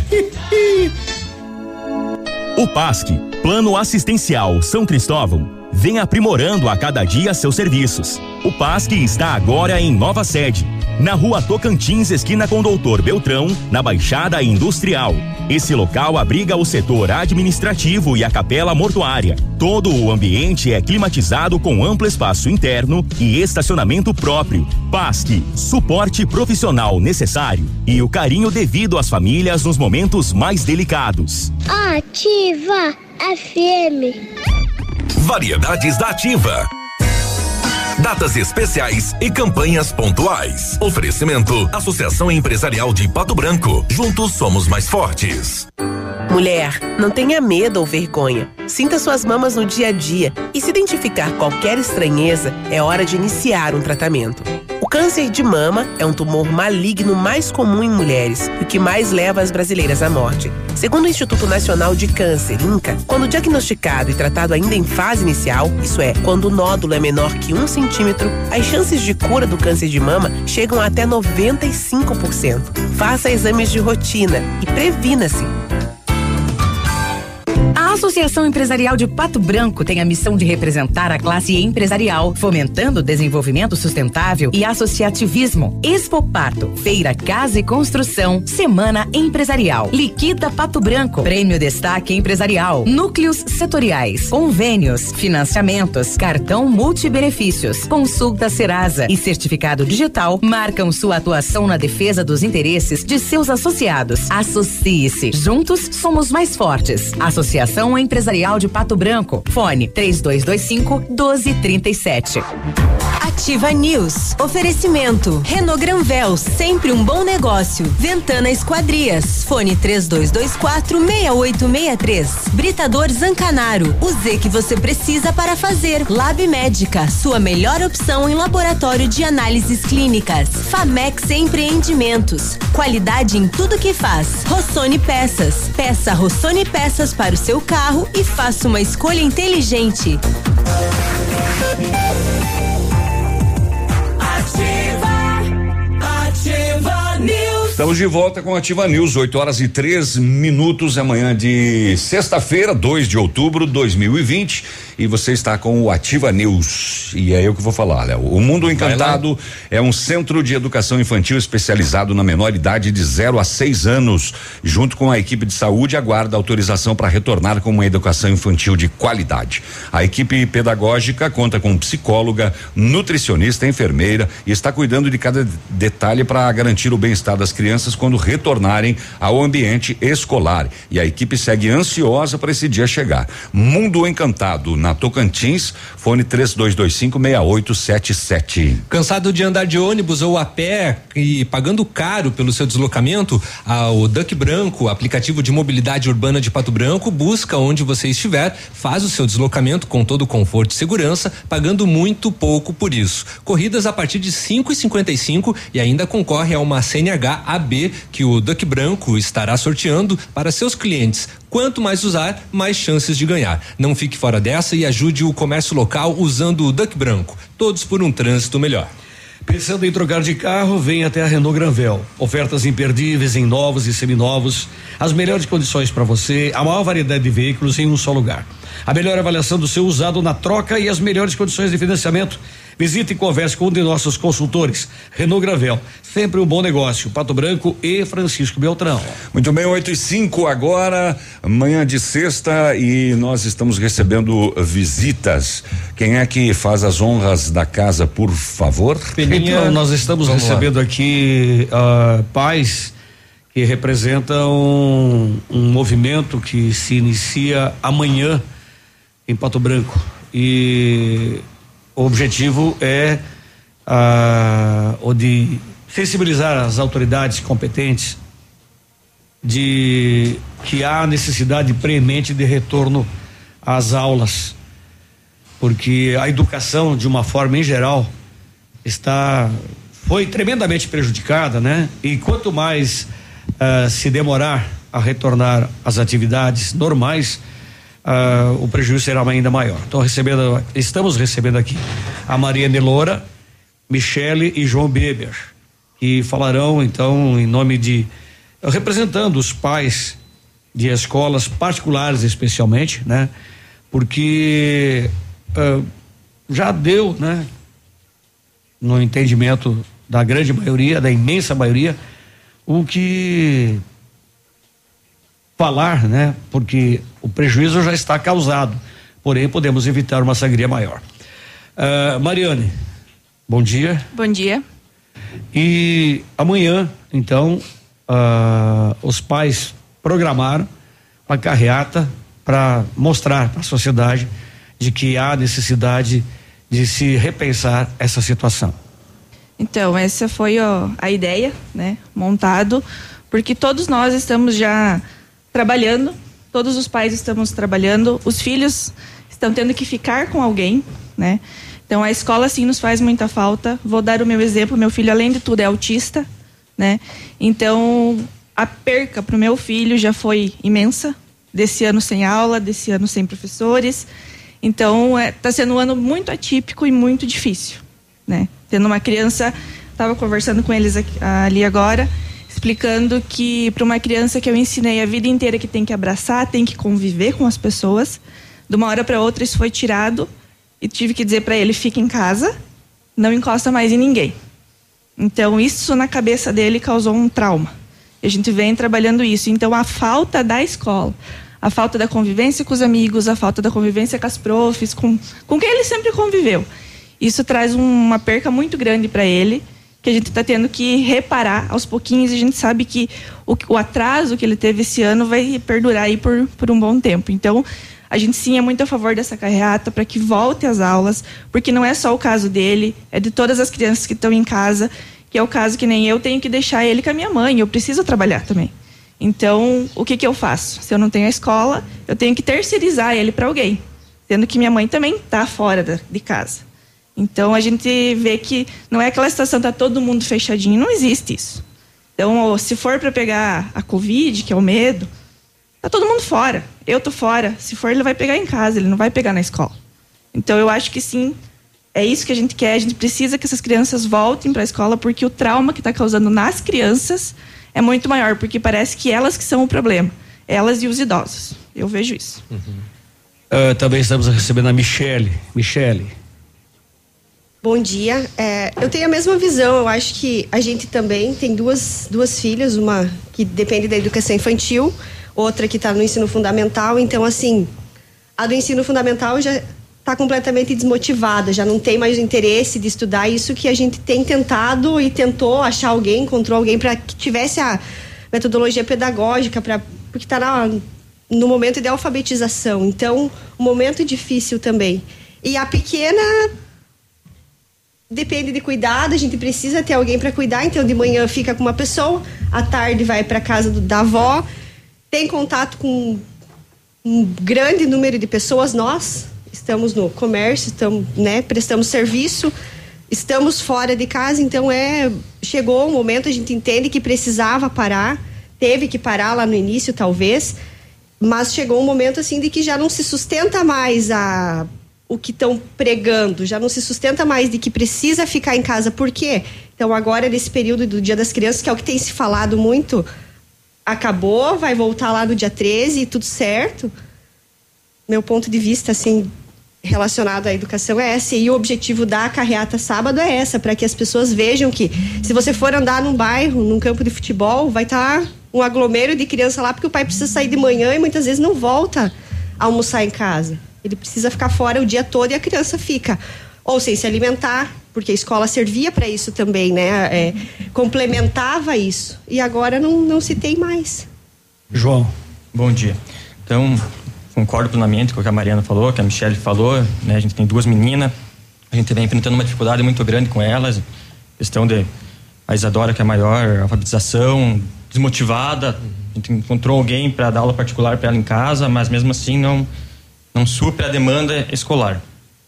O P A S C, Plano Assistencial São Cristóvão, vem aprimorando a cada dia seus serviços. O P A S C está agora em nova sede, na Rua Tocantins, esquina com Doutor Beltrão, na Baixada Industrial. Esse local abriga o setor administrativo e a capela mortuária. Todo o ambiente é climatizado com amplo espaço interno e estacionamento próprio. P A S C, suporte profissional necessário e o carinho devido às famílias nos momentos mais delicados. Ativa F M. Variedades da Ativa. Datas especiais e campanhas pontuais. Oferecimento: Associação Empresarial de Pato Branco. Juntos somos mais fortes. Mulher, não tenha medo ou vergonha. Sinta suas mamas no dia a dia e se identificar qualquer estranheza, é hora de iniciar um tratamento. O câncer de mama é um tumor maligno mais comum em mulheres e o que mais leva as brasileiras à morte. Segundo o Instituto Nacional de Câncer, INCA, quando diagnosticado e tratado ainda em fase inicial, isso é, quando o nódulo é menor que um centímetro, as chances de cura do câncer de mama chegam a até noventa e cinco por cento. Faça exames de rotina e previna-se. A Associação Empresarial de Pato Branco tem a missão de representar a classe empresarial, fomentando o desenvolvimento sustentável e associativismo. Expo Pato, Feira Casa e Construção, Semana Empresarial, Liquida Pato Branco, Prêmio Destaque Empresarial, Núcleos Setoriais, Convênios, Financiamentos, Cartão Multibenefícios, Consulta Serasa e Certificado Digital marcam sua atuação na defesa dos interesses de seus associados. Associe-se. Juntos somos mais fortes. Associação Empresarial de Pato Branco. Fone três dois dois cinco, um dois três sete. Ativa News. Oferecimento. Renault Granvel, sempre um bom negócio. Ventana Esquadrias. Fone três dois dois quatro, seis oito seis três. Britador Zancanaro. O Z que você precisa para fazer. Lab Médica, sua melhor opção em laboratório de análises clínicas. Famex Empreendimentos. Qualidade em tudo que faz. Rossoni Peças. Peça Rossoni Peças para o seu carro e faça uma escolha inteligente. Ativa News. Estamos de volta com Ativa News, oito horas e três minutos, amanhã de sexta-feira, dois de outubro de dois mil e vinte. E você está com o Ativa News. E é eu que vou falar, Léo. O Mundo Encantado é um centro de educação infantil especializado na menor idade de zero a seis anos. Junto com a equipe de saúde, aguarda autorização para retornar com uma educação infantil de qualidade. A equipe pedagógica conta com psicóloga, nutricionista, enfermeira e está cuidando de cada detalhe para garantir o bem-estar das crianças crianças quando retornarem ao ambiente escolar. E a equipe segue ansiosa para esse dia chegar. Mundo Encantado, na Tocantins, fone três dois dois cinco, seis oito sete sete. Cansado de andar de ônibus ou a pé e pagando caro pelo seu deslocamento? Ah, o Duck Branco, aplicativo de mobilidade urbana de Pato Branco, busca onde você estiver, faz o seu deslocamento com todo o conforto e segurança, pagando muito pouco por isso. Corridas a partir de cinco e cinquenta e cinco e ainda concorre a uma C N H A B que o Duck Branco estará sorteando para seus clientes. Quanto mais usar, mais chances de ganhar. Não fique fora dessa e ajude o comércio local usando o Duck Branco. Todos por um trânsito melhor. Pensando em trocar de carro, vem até a Renault Granvel. Ofertas imperdíveis em novos e seminovos, as melhores condições para você, a maior variedade de veículos em um só lugar. A melhor avaliação do seu usado na troca e as melhores condições de financiamento. Visite e converse com um de nossos consultores. Renault Granvel, sempre um bom negócio. Pato Branco e Francisco Beltrão. Muito bem, oito e cinco agora, manhã de sexta, e nós estamos recebendo visitas. Quem é que faz as honras da casa, por favor? Peninha, então, nós estamos recebendo lá. aqui uh, pais que representam um, um movimento que se inicia amanhã em Pato Branco. E o objetivo é ah, o de sensibilizar as autoridades competentes de que há necessidade premente de retorno às aulas, porque a educação, de uma forma em geral, está foi tremendamente prejudicada, né? E quanto mais ah, se demorar a retornar às atividades normais, Uh, o prejuízo será ainda maior. Então, recebendo, estamos recebendo aqui a Maria Nelora, Michele e João Beber, que falarão então em nome de, representando os pais de escolas particulares especialmente, né? Porque uh, já deu, né? No entendimento da grande maioria, da imensa maioria, o que falar, né? Porque o prejuízo já está causado, porém podemos evitar uma sangria maior. Uh, Mariane, bom dia. Bom dia. E amanhã, então, uh, os pais programaram uma carreata para mostrar para a sociedade de que há necessidade de se repensar essa situação. Então, essa foi ó, a ideia, né? Montado, porque todos nós estamos já trabalhando, todos os pais estamos trabalhando, os filhos estão tendo que ficar com alguém, né? Então a escola sim nos faz muita falta. Vou dar o meu exemplo, meu filho além de tudo é autista, né? Então a perca para o meu filho já foi imensa, desse ano sem aula, desse ano sem professores. Então está é, sendo um ano muito atípico e muito difícil, né? Tendo uma criança, estava conversando com eles aqui, ali agora, explicando que para uma criança que eu ensinei a vida inteira que tem que abraçar, tem que conviver com as pessoas, de uma hora para outra isso foi tirado e tive que dizer para ele, fica em casa, não encosta mais em ninguém. Então isso na cabeça dele causou um trauma. E a gente vem trabalhando isso. Então a falta da escola, a falta da convivência com os amigos, a falta da convivência com as profs, com, com quem ele sempre conviveu, isso traz uma perca muito grande para ele, que a gente está tendo que reparar aos pouquinhos, e a gente sabe que o, o atraso que ele teve esse ano vai perdurar aí por, por um bom tempo. Então, a gente sim é muito a favor dessa carreata para que volte às aulas, porque não é só o caso dele, é de todas as crianças que estão em casa, que é o caso que nem eu tenho que deixar ele com a minha mãe, eu preciso trabalhar também. Então, o que que eu faço? Se eu não tenho a escola, eu tenho que terceirizar ele para alguém, sendo que minha mãe também está fora da, de casa. Então, a gente vê que não é aquela situação, tá todo mundo fechadinho, não existe isso. Então, se for para pegar a Covid, que é o medo, tá todo mundo fora. Eu tô fora. Se for, ele vai pegar em casa, ele não vai pegar na escola. Então, eu acho que sim, é isso que a gente quer. A gente precisa que essas crianças voltem para a escola, porque o trauma que está causando nas crianças é muito maior, porque parece que elas que são o problema. Elas e os idosos. Eu vejo isso. Uhum. Uh, também estamos recebendo a Michele. Michele. Bom dia, é, eu tenho a mesma visão. Eu acho que a gente também tem duas, duas filhas, uma que depende da educação infantil, outra que está no ensino fundamental. Então, assim, a do ensino fundamental já está completamente desmotivada, já não tem mais o interesse de estudar. Isso que a gente tem tentado e tentou achar alguém, encontrou alguém para que tivesse a metodologia pedagógica, pra, porque está no momento de alfabetização. Então, um momento difícil também. E a pequena depende de cuidado, a gente precisa ter alguém para cuidar, então de manhã fica com uma pessoa, à tarde vai para casa do, da avó, tem contato com um grande número de pessoas. Nós estamos no comércio, estamos, né, prestamos serviço, estamos fora de casa, então é, chegou um momento, a gente entende que precisava parar, teve que parar lá no início talvez, mas chegou um momento assim de que já não se sustenta mais a o que estão pregando, já não se sustenta mais de que precisa ficar em casa. Por quê? Então agora nesse período do Dia das Crianças, que é o que tem se falado muito, acabou, vai voltar lá no dia treze e tudo certo. Meu ponto de vista, assim, relacionado à educação é esse, e o objetivo da carreata sábado é essa, para que as pessoas vejam que se você for andar num bairro, num campo de futebol, vai estar tá um aglomero de criança lá, porque o pai precisa sair de manhã e muitas vezes não volta a almoçar em casa. Ele precisa ficar fora o dia todo e a criança fica ou sem se alimentar, porque a escola servia para isso também, né? É, complementava isso. E agora não, não se tem mais. João. Bom dia. Então, concordo plenamente com o que a Mariana falou, que a Michele falou, né? A gente tem duas meninas, a gente vem enfrentando uma dificuldade muito grande com elas, questão de a Isadora, que é a maior, alfabetização, desmotivada, a gente encontrou alguém para dar aula particular para ela em casa, mas mesmo assim não não supre a demanda escolar.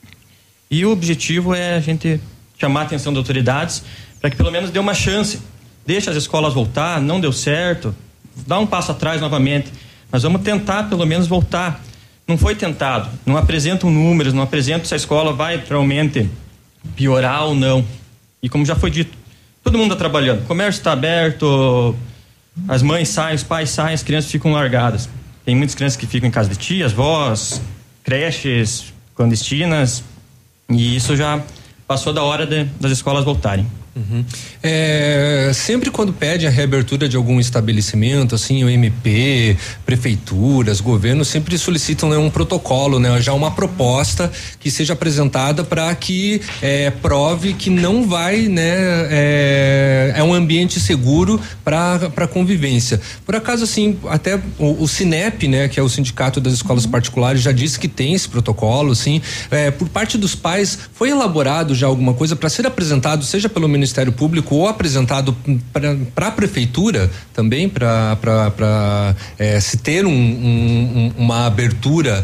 E o objetivo é a gente chamar a atenção das autoridades para que pelo menos dê uma chance. Deixa as escolas voltar, não deu certo, dá um passo atrás novamente, mas vamos tentar pelo menos voltar. Não foi tentado, não apresentam números, não apresentam se a escola vai realmente piorar ou não. E como já foi dito, todo mundo está trabalhando, o comércio está aberto, as mães saem, os pais saem, as crianças ficam largadas. Tem muitas crianças que ficam em casa de tias, vós, creches clandestinas, e isso já passou da hora de, das escolas voltarem. Uhum. É, sempre quando pede a reabertura de algum estabelecimento, assim, o M P, prefeituras, governos sempre solicitam, né, um protocolo, né, já uma proposta que seja apresentada para que é, prove que não vai, né, é, é um ambiente seguro para para convivência. Por acaso, assim, até o, o Sinep, né, que é o Sindicato das Escolas Particulares, já disse que tem esse protocolo, assim, é, por parte dos pais foi elaborado já alguma coisa para ser apresentado, seja pelo Ministério Público ou apresentado para a prefeitura também, para é, se ter um, um, uma abertura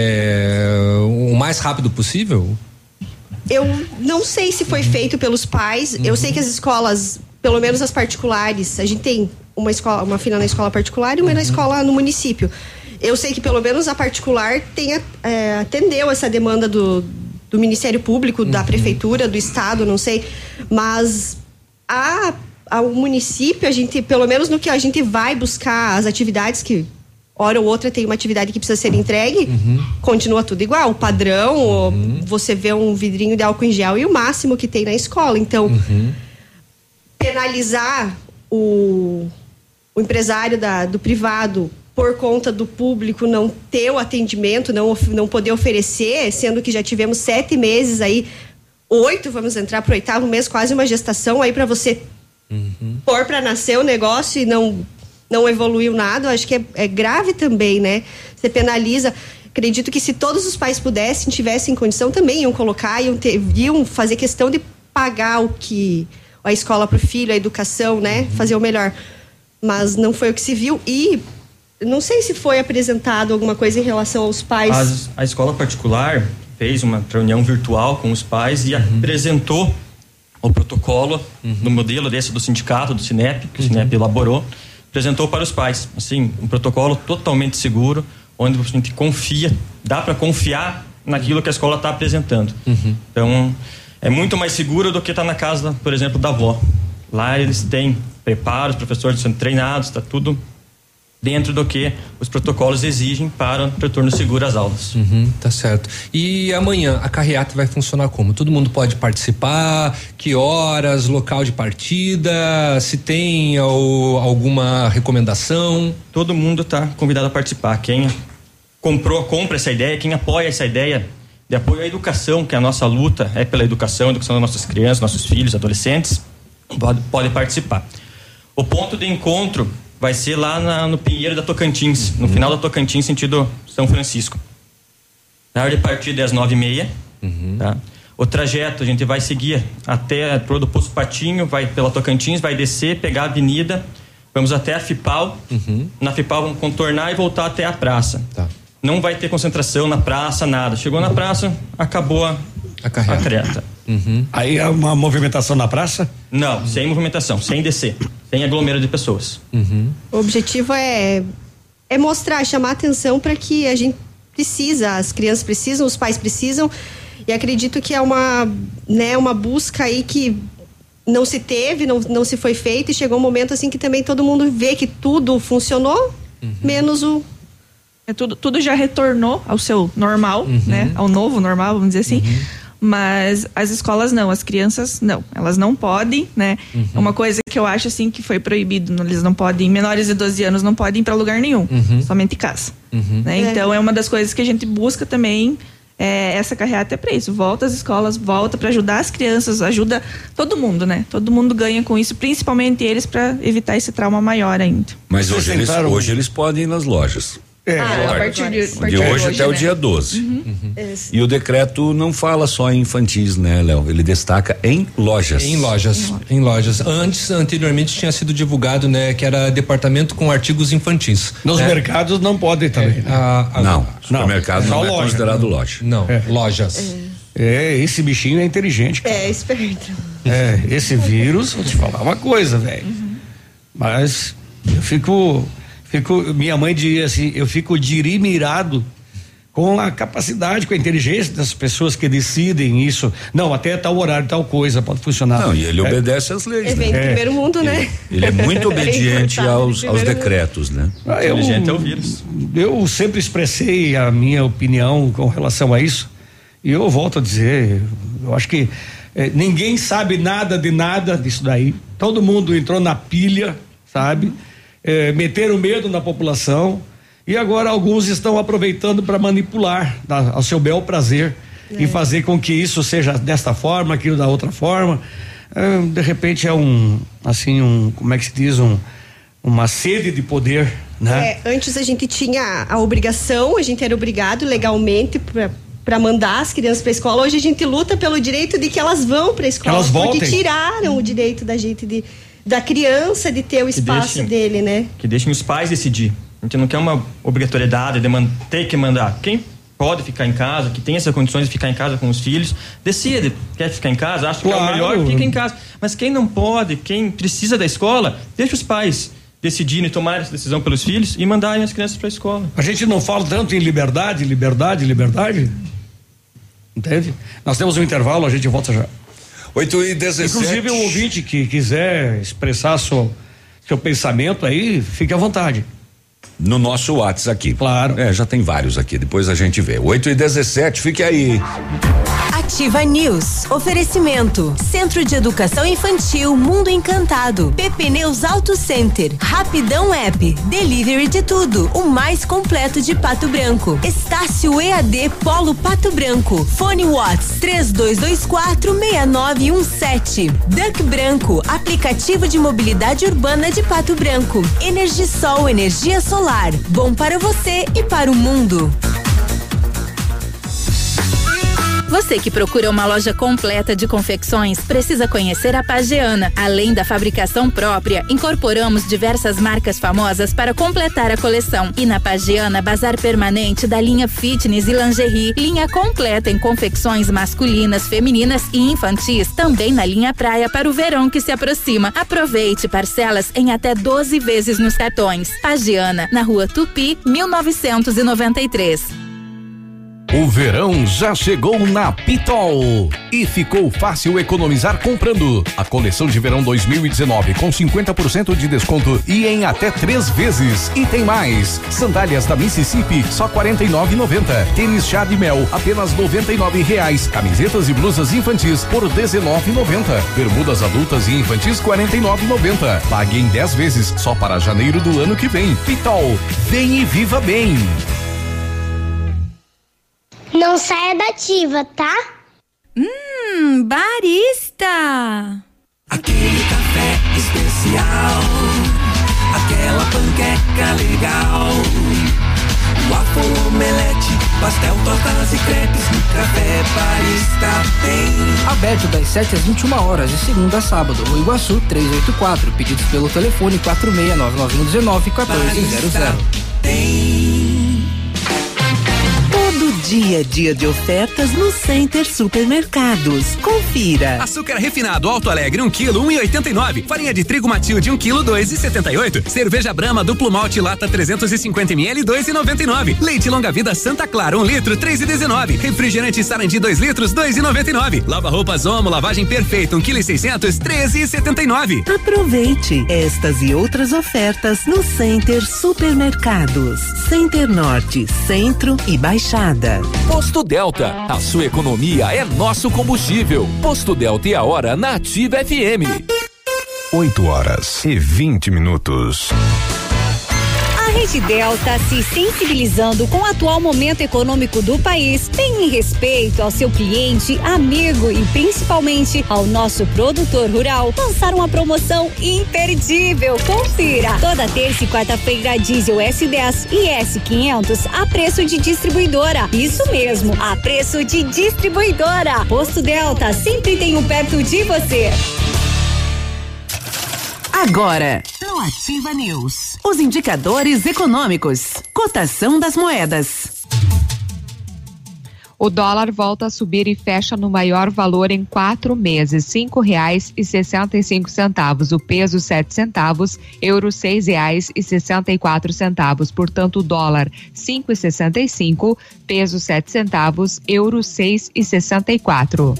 é, o mais rápido possível? Eu não sei se foi feito pelos pais. Uhum. Eu sei que as escolas, pelo menos as particulares, a gente tem uma escola, uma filha na escola particular e uma uhum. na escola no município. Eu sei que pelo menos a particular tenha, é, atendeu essa demanda do do Ministério Público, uhum. da Prefeitura, do Estado, não sei, mas a, a, o município, a gente, pelo menos no que a gente vai buscar as atividades que, hora ou outra, tem uma atividade que precisa ser entregue, uhum. continua tudo igual, o padrão, uhum. você vê um vidrinho de álcool em gel e o máximo que tem na escola, então uhum. penalizar o, o empresário da, do privado por conta do público não ter o atendimento, não, não poder oferecer, sendo que já tivemos sete meses aí, oito, vamos entrar pro oitavo mês, quase uma gestação aí para você uhum. pôr para nascer o negócio e não, não evoluiu nada. Eu acho que é, é grave também, né? Você penaliza. Acredito que se todos os pais pudessem, tivessem condição, também iam colocar, iam, ter, iam fazer questão de pagar o que a escola pro filho, a educação, né? Uhum. Fazer o melhor. Mas não foi o que se viu e não sei se foi apresentado alguma coisa em relação aos pais. As, a escola particular fez uma reunião virtual com os pais e uhum. apresentou o protocolo uhum. do modelo desse do sindicato, do Sinep, que uhum. o Sinep elaborou, apresentou para os pais. Assim, um protocolo totalmente seguro, onde a gente confia, dá para confiar naquilo que a escola está apresentando. Uhum. Então, é muito mais seguro do que estar tá na casa, por exemplo, da avó. Lá eles têm preparo, os professores são treinados, está tudo dentro do que os protocolos exigem para o retorno seguro às aulas. Uhum, tá certo. E amanhã a carreata vai funcionar como? Todo mundo pode participar? Que horas? Local de partida? Se tem ou, alguma recomendação? Todo mundo está convidado a participar. Quem comprou, compra essa ideia, quem apoia essa ideia de apoio à educação, que a nossa luta é pela educação, educação das nossas crianças, nossos filhos, adolescentes, pode, pode participar. O ponto de encontro vai ser lá na, no Pinheiro da Tocantins, uhum. no final da Tocantins, sentido São Francisco. Na hora de partida é às nove e meia, uhum. tá? O trajeto a gente vai seguir até todo o Poço Patinho, vai pela Tocantins, vai descer, pegar a avenida, vamos até a FIPAL, uhum. na FIPAL vamos contornar e voltar até a praça. Tá. Não vai ter concentração na praça, nada. Chegou na praça, acabou a, a carreta. Uhum. Aí há uma movimentação na praça? Não, sem movimentação, sem descer, sem aglomero de pessoas. Uhum. O objetivo é, é mostrar, chamar atenção para que a gente precisa, as crianças precisam, os pais precisam. E acredito que é uma, né, uma busca aí que não se teve, não, não se foi feita, e chegou um momento assim que também todo mundo vê que tudo funcionou, uhum. menos o... É, tudo, tudo já retornou ao seu normal, uhum. né? Ao novo normal, vamos dizer assim. Uhum. Mas as escolas não, as crianças não, elas não podem, né? Uhum. Uma coisa que eu acho assim que foi proibido, eles não podem, menores de doze anos não podem ir para lugar nenhum, uhum. somente em casa. Uhum. Né? É. Então é uma das coisas que a gente busca também. É, essa carreata é para isso, volta às escolas, volta para ajudar as crianças, ajuda todo mundo, né? Todo mundo ganha com isso, principalmente eles, para evitar esse trauma maior ainda. Mas hoje eles, hoje eles podem ir nas lojas. É, ah, a partir de, a partir de hoje, hoje até né? o dia doze. Uhum. Uhum. E o decreto não fala só em infantis, né, Léo? Ele destaca em lojas. Em lojas, em lojas. Antes, anteriormente tinha sido divulgado, né, que era departamento com artigos infantis. Nos né? mercados não podem também. É, a, a, não, supermercado não, não é loja, considerado não. loja. Não, é. lojas. É. é, esse bichinho é inteligente. Cara. É, esperto. É, esse vírus, vou te falar uma coisa, velho. Uhum. Mas eu fico... Fico, minha mãe dizia assim, eu fico dirimirado com a capacidade, com a inteligência das pessoas que decidem isso. Não, até tal horário, tal coisa, pode funcionar. Não, e ele é. obedece às leis. Ele vem né? do primeiro mundo, ele, né? Ele é muito obediente é aos, aos decretos, né? Ah, eu, inteligente é o vírus. Eu sempre expressei a minha opinião com relação a isso, e eu volto a dizer, eu acho que eh, ninguém sabe nada de nada disso daí. Todo mundo entrou na pilha, sabe? É, meteram medo na população e agora alguns estão aproveitando para manipular tá, ao seu bel prazer é. e fazer com que isso seja desta forma, aquilo da outra forma. É, de repente é um, assim, um, como é que se diz, um, uma sede de poder, né? É, antes a gente tinha a obrigação, a gente era obrigado legalmente para para mandar as crianças para a escola. Hoje a gente luta pelo direito de que elas vão para a escola, elas porque voltem. tiraram o direito da gente de da criança de ter o espaço deixem, dele, né? Que deixem os pais decidir. A gente não quer uma obrigatoriedade de man, ter que mandar. Quem pode ficar em casa, que tem essas condições de ficar em casa com os filhos, decide. Quer ficar em casa, acha claro. que é o melhor, fica em casa. Mas quem não pode, quem precisa da escola, deixa os pais decidirem, tomar essa decisão pelos filhos e mandarem as crianças para a escola. A gente não fala tanto em liberdade, liberdade, liberdade? Entende? Nós temos um intervalo, a gente volta já. oito e dezessete. Inclusive o ouvinte que quiser expressar seu, seu pensamento aí, fique à vontade. No nosso WhatsApp aqui. Claro. É, já tem vários aqui, depois a gente vê. oito e dezessete, fique aí. Ativa News. Oferecimento. Centro de Educação Infantil Mundo Encantado. Pepe Neus Auto Center. Rapidão App. Delivery de tudo. O mais completo de Pato Branco. Estácio E A D Polo Pato Branco. Fone Watts três dois dois quatro seis nove um sete. Duck Branco. Aplicativo de mobilidade urbana de Pato Branco. Energisol, energia solar. Bom para você e para o mundo. Você que procura uma loja completa de confecções, precisa conhecer a Pagiana. Além da fabricação própria, incorporamos diversas marcas famosas para completar a coleção. E na Pagiana, bazar permanente da linha fitness e lingerie, linha completa em confecções masculinas, femininas e infantis, também na linha praia para o verão que se aproxima. Aproveite parcelas em até doze vezes nos cartões. Pagiana, na Rua Tupi, mil novecentos e noventa e três. O verão já chegou na Pitol e ficou fácil economizar comprando. A coleção de verão dois mil e dezenove com cinquenta por cento de desconto e em até três vezes. E tem mais: sandálias da Mississippi só quarenta e nove reais e noventa centavos. Tênis chá de mel apenas noventa e nove reais. Camisetas e blusas infantis por dezenove reais e noventa centavos. Bermudas adultas e infantis quarenta e nove reais e noventa centavos. Pague em dez vezes só para janeiro do ano que vem. Pitol, vem e viva bem. Não saia da ativa, tá? Hum, barista! Aquele café especial, aquela panqueca legal, waffle, omelete, pastel, tortas e crepes, no Café Barista tem. Aberto das sete às vinte e uma horas, de segunda a sábado, Rua Iguaçu trezentos e oitenta e quatro. Pedidos pelo telefone quatro seis nove nove um um nove um quatro zero zero. Todo dia a dia de ofertas no Center Supermercados. Confira. Açúcar refinado Alto Alegre um quilo, um e oitenta e nove. Farinha de trigo Matilde um quilo, dois e setenta e oito. Cerveja Brahma duplo malte lata trezentos e cinquenta mililitros, dois e noventa e nove. Leite Longa Vida Santa Clara um litro, três e dezenove. Refrigerante Sarandi dois litros, dois e noventa e nove. Lava roupas Omo lavagem perfeita um quilo e seiscentos, treze e setenta e nove. Aproveite estas e outras ofertas no Center Supermercados. Center Norte, Centro e Baixada. Posto Delta, a sua economia é nosso combustível. Posto Delta e a hora na Ativa F M. oito horas e vinte minutos. A Rede Delta, se sensibilizando com o atual momento econômico do país, tem em respeito ao seu cliente, amigo e principalmente ao nosso produtor rural, lançar uma promoção imperdível. Confira! Toda terça e quarta-feira, diesel S dez e S quinhentos a preço de distribuidora. Isso mesmo, a preço de distribuidora. Posto Delta, sempre tem um perto de você. Agora, no Ativa News, os indicadores econômicos, cotação das moedas. O dólar volta a subir e fecha no maior valor em quatro meses, cinco reais e sessenta e cinco centavos. O peso sete centavos, euro seis reais e sessenta e quatro centavos. Portanto, o dólar cinco e sessenta e cinco, peso sete centavos, euro seis e sessenta e quatro.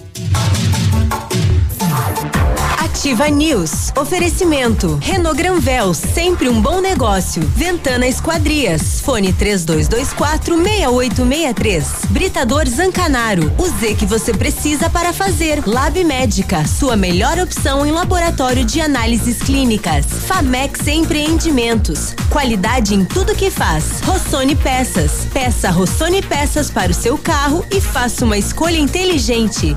Ativa News. Oferecimento. Renault Granvel, sempre um bom negócio. Ventana Esquadrias. Fone três dois dois quatro, seis oito seis três. Britador Zancanaro. O Z que você precisa para fazer. Lab Médica, sua melhor opção em laboratório de análises clínicas. Famex Empreendimentos. Qualidade em tudo que faz. Rossoni Peças. Peça Rossoni Peças para o seu carro e faça uma escolha inteligente.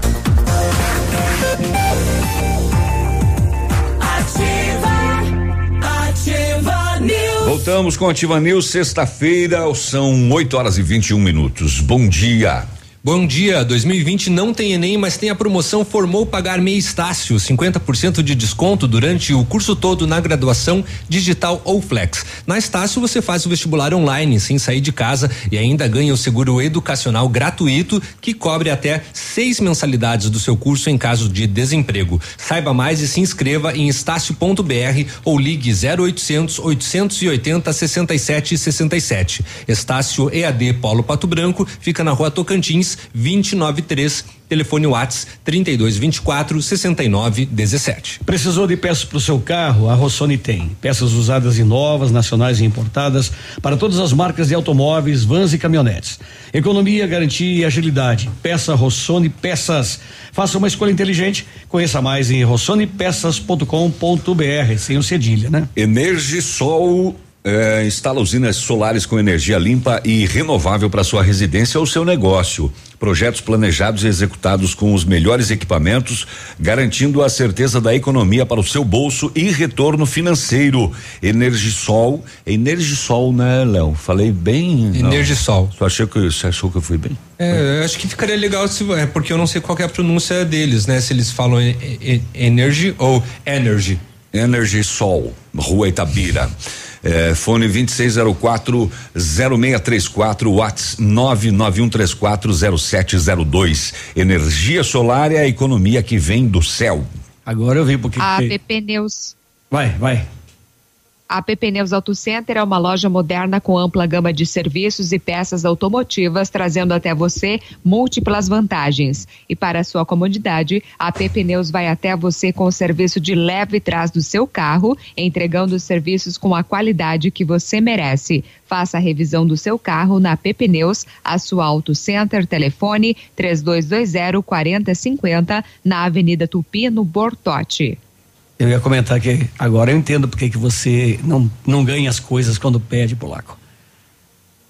Ativa News. Voltamos com Ativa News, sexta-feira, são oito horas e vinte e um minutos. Bom dia. Bom dia, dois mil e vinte não tem Enem, mas tem a promoção Formou Pagar Meia Estácio, cinquenta por cento de desconto durante o curso todo na graduação digital ou flex. Na Estácio você faz o vestibular online sem sair de casa e ainda ganha o seguro educacional gratuito que cobre até seis mensalidades do seu curso em caso de desemprego. Saiba mais e se inscreva em estácio ponto br ou ligue zero oitocentos, oitocentos e oitenta, sessenta e sete sessenta e sete. Estácio E A D Polo Pato Branco fica na Rua Tocantins vinte e nove três, telefone Whats trinta e dois vinte e quatro, sessenta e nove dezessete. Precisou de peças para o seu carro? A Rossoni tem. Peças usadas e novas, nacionais e importadas para todas as marcas de automóveis, vans e caminhonetes. Economia, garantia e agilidade. Peça Rossoni Peças. Faça uma escolha inteligente. Conheça mais em rossoni peças ponto com ponto br, sem o cedilha, né? Energisol É, instala usinas solares com energia limpa e renovável para sua residência ou seu negócio. Projetos planejados e executados com os melhores equipamentos, garantindo a certeza da economia para o seu bolso e retorno financeiro. Energisol, Energisol, né, Léo? Falei bem? Energisol. Você achou que você achou que eu fui bem? É, eu acho que ficaria legal se é porque eu não sei qual que é a pronúncia deles, né? Se eles falam e, e, energy ou energy. Energisol, Rua Itabira. É, fone vinte e seis zero quatro, zero seis três quatro, Whats nove nove um três quatro, zero sete zero dois. Energia solar é a economia que vem do céu. Agora eu vi porque a A P Pneus. Vai, vai. A A P Pneus Auto Center é uma loja moderna com ampla gama de serviços e peças automotivas, trazendo até você múltiplas vantagens. E para a sua comodidade, a A P Pneus vai até você com o serviço de leve trás do seu carro, entregando os serviços com a qualidade que você merece. Faça a revisão do seu carro na A P Pneus, a sua Auto Center, telefone três dois dois zero, quatro zero cinco zero, na Avenida Tupi, no Bortote. Eu ia comentar que agora eu entendo porque que você não, não ganha as coisas quando pede, Polaco.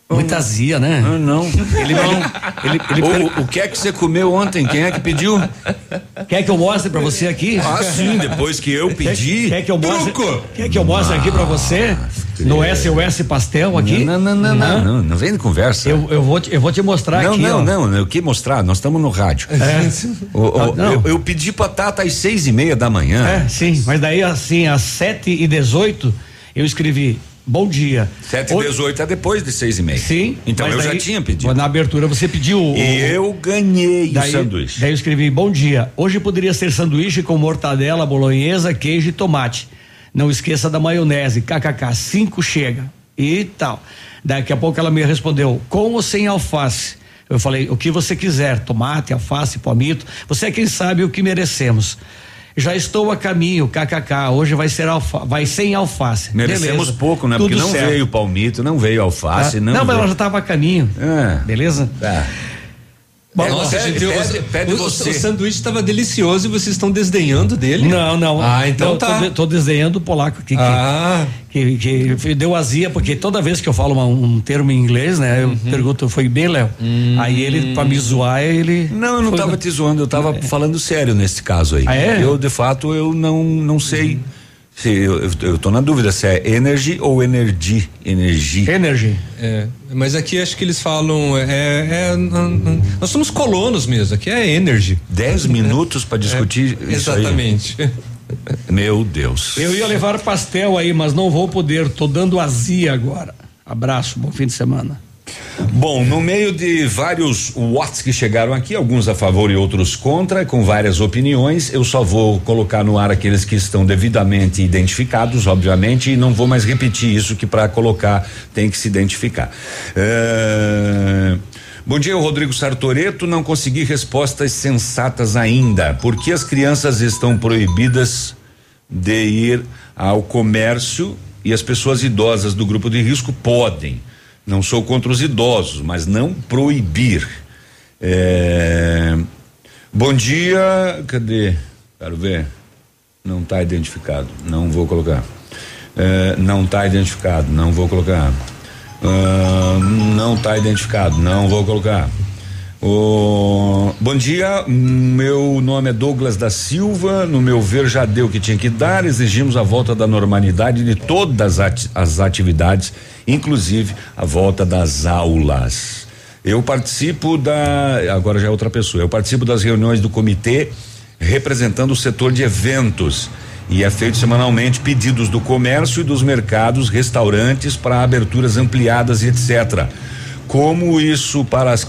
Muita azia, né? Não, não. Ele não. Ele, ele o, o que é que você comeu ontem? Quem é que pediu? Quer que eu mostre pra você aqui? Ah, sim, depois que eu pedi. Quer, quer que eu mostre? Truco! Quer que eu mostre aqui pra você? No S O S Pastel aqui? Não, não, não, não, não, não vem de conversa. Eu, eu, vou, te, eu vou te mostrar não, aqui. Não, ó. não, não, o que mostrar? Nós estamos no rádio. É. O, o, ah, eu, eu pedi pra Tata às seis e meia da manhã. É, sim, mas daí assim, às sete e dezoito, eu escrevi. Bom dia. Sete e dezoito é depois de seis e meia. Sim. Então eu daí, já tinha pedido. Na abertura você pediu. O, e eu ganhei daí, o sanduíche. Daí eu escrevi, bom dia. Hoje poderia ser sanduíche com mortadela, bolonhesa, queijo e tomate. Não esqueça da maionese, kkk, cinco chega. E tal. Daqui a pouco ela me respondeu, com ou sem alface? Eu falei, o que você quiser, tomate, alface, palmito. Você é quem sabe o que merecemos. Já estou a caminho, kkk, hoje vai ser alfa, vai sem alface. Merecemos beleza. pouco, né? Tudo Porque não certo. veio palmito, não veio alface, ah, não. Não, mas veio... ela já estava a caminho. É. Beleza? Tá. Bom, Nossa, pede, gente, pede, o, pede o, você. o sanduíche estava delicioso e vocês estão desdenhando dele? Não, não. Ah, então não, tá. Tô, tô desdenhando o polaco aqui. Ah. Que, que, que deu azia, porque toda vez que eu falo uma, um termo em inglês, né? Eu uhum. pergunto, foi bem, Léo? Hum. Aí ele, pra me zoar, ele. Não, eu não foi... tava te zoando, eu tava é. falando sério nesse caso aí. Ah, é? Eu, de fato, eu não, não sei. Hum. Se, eu, eu, eu tô na dúvida se é energy ou energy. Energy. Energy. É, mas aqui acho que eles falam, é, é, é nós somos colonos mesmo, aqui é energy. Dez minutos para discutir é, isso exatamente. aí. Meu Deus. Eu ia levar pastel aí, mas não vou poder, tô dando azia agora. Abraço, bom fim de semana. Bom, no meio de vários watts que chegaram aqui, alguns a favor e outros contra, com várias opiniões, eu só vou colocar no ar aqueles que estão devidamente identificados, obviamente, e não vou mais repetir isso, que para colocar tem que se identificar. É... Bom dia, Rodrigo Sartoreto. Não consegui respostas sensatas ainda. Por que as crianças estão proibidas de ir ao comércio e as pessoas idosas do grupo de risco podem? Não sou contra os idosos, mas não proibir. É... Bom dia, cadê? Quero ver. Não está identificado, não vou colocar. É, não está identificado, não vou colocar. Uh, não está identificado, não vou colocar. Oh, bom dia, meu nome é Douglas da Silva. No meu ver, já deu o que tinha que dar. Exigimos a volta da normalidade de todas as atividades, inclusive a volta das aulas. Eu participo da, agora já é outra pessoa, eu participo das reuniões do comitê representando o setor de eventos. E é feito semanalmente pedidos do comércio e dos mercados, restaurantes para aberturas ampliadas e etcétera. Como isso para as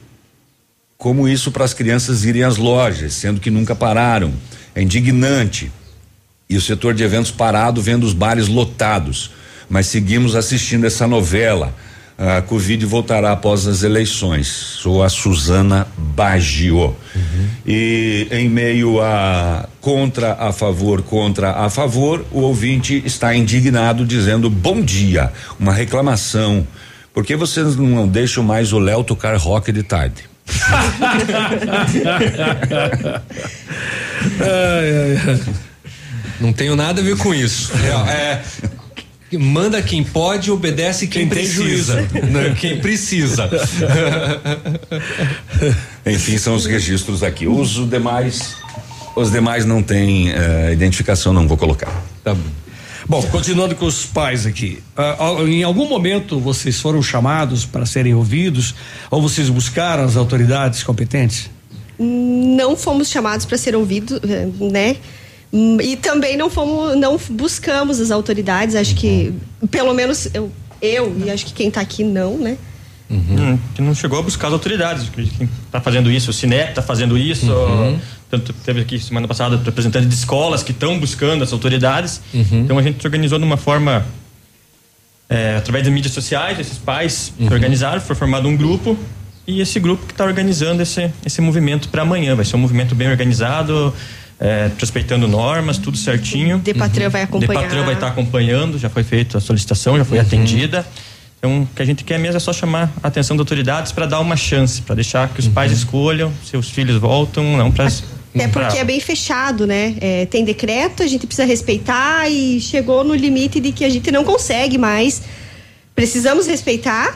como isso para as crianças irem às lojas, sendo que nunca pararam. É indignante. E o setor de eventos parado vendo os bares lotados. Mas seguimos assistindo essa novela. A Covid voltará após as eleições. Sou a Suzana Baggio. Uhum. E em meio a contra, a favor, contra, a favor, o ouvinte está indignado dizendo bom dia, uma reclamação. Por que vocês não deixam mais o Léo tocar rock de tarde? ai, ai. Não tenho nada a ver com isso. É, é manda quem pode, obedece quem, quem precisa. Né? Quem precisa. Enfim, são os registros aqui. Os demais, os demais não têm uh, identificação, não vou colocar. Tá bom. Bom, continuando com os pais aqui. Uh, em algum momento vocês foram chamados para serem ouvidos ou vocês buscaram as autoridades competentes? Não fomos chamados para ser ouvidos, né? E também não fomos, não buscamos as autoridades, acho que, pelo menos eu, eu e acho que quem está aqui não, né? Uhum. Que não chegou a buscar as autoridades, quem está fazendo isso, o Cinep está fazendo isso, uhum. Tanto teve aqui semana passada representantes de escolas que estão buscando as autoridades, uhum. Então a gente se organizou de uma forma, é, através das mídias sociais, esses pais uhum. se organizaram, foi formado um grupo, e esse grupo que está organizando esse, esse movimento para amanhã, vai ser um movimento bem organizado, É, respeitando normas, tudo certinho. Depatran uhum. vai acompanhar. Depatran vai estar tá acompanhando, já foi feita a solicitação, já foi uhum. atendida. Então, o que a gente quer mesmo é só chamar a atenção das autoridades para dar uma chance, para deixar que os uhum. pais escolham, seus filhos voltam, não para. É porque é bem fechado, né? É, tem decreto, a gente precisa respeitar e chegou no limite de que a gente não consegue mais. Precisamos respeitar,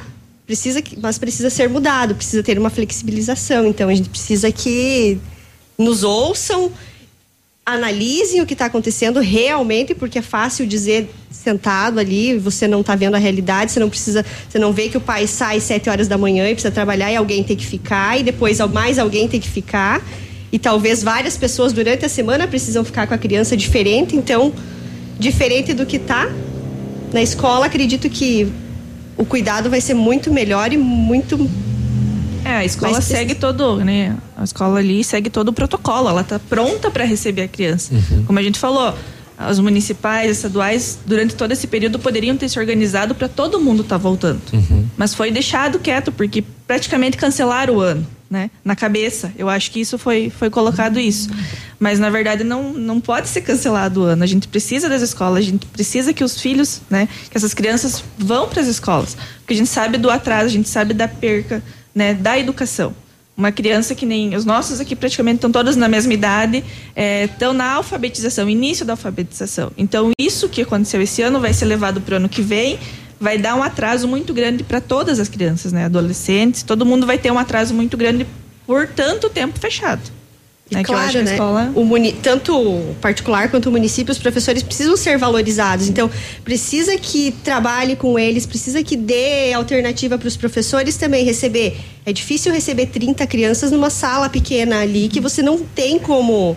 precisa, mas precisa ser mudado, precisa ter uma flexibilização. Então a gente precisa que nos ouçam, analisem o que está acontecendo realmente, porque é fácil dizer sentado ali, você não está vendo a realidade, você não precisa, você não vê que o pai sai sete horas da manhã e precisa trabalhar e alguém tem que ficar, e depois mais alguém tem que ficar, e talvez várias pessoas durante a semana precisam ficar com a criança diferente. Então, diferente do que está na escola, acredito que o cuidado vai ser muito melhor e muito... É, a escola segue todo, né? A escola ali segue todo o protocolo, ela está pronta para receber a criança. Uhum. Como a gente falou, os municipais, estaduais, durante todo esse período poderiam ter se organizado para todo mundo estar tá voltando. Uhum. Mas foi deixado quieto, porque praticamente cancelaram o ano, né? Na cabeça. Eu acho que isso foi, foi colocado isso. Mas, na verdade, não, não pode ser cancelado o ano. A gente precisa das escolas, a gente precisa que os filhos, né? Que essas crianças vão para as escolas. Porque a gente sabe do atraso, a gente sabe da perca, né, da educação. Uma criança que nem os nossos aqui praticamente estão todos na mesma idade, estão é, na alfabetização, início da alfabetização. Então, isso que aconteceu esse ano vai ser levado para o ano que vem, vai dar um atraso muito grande para todas as crianças, né, adolescentes, todo mundo vai ter um atraso muito grande por tanto tempo fechado. E é, claro, que eu acho né? Que a escola... o muni... Tanto o particular quanto o município, os professores precisam ser valorizados. Então, precisa que trabalhe com eles, precisa que dê alternativa para os professores também receber. É difícil receber trinta crianças numa sala pequena ali, que você não tem como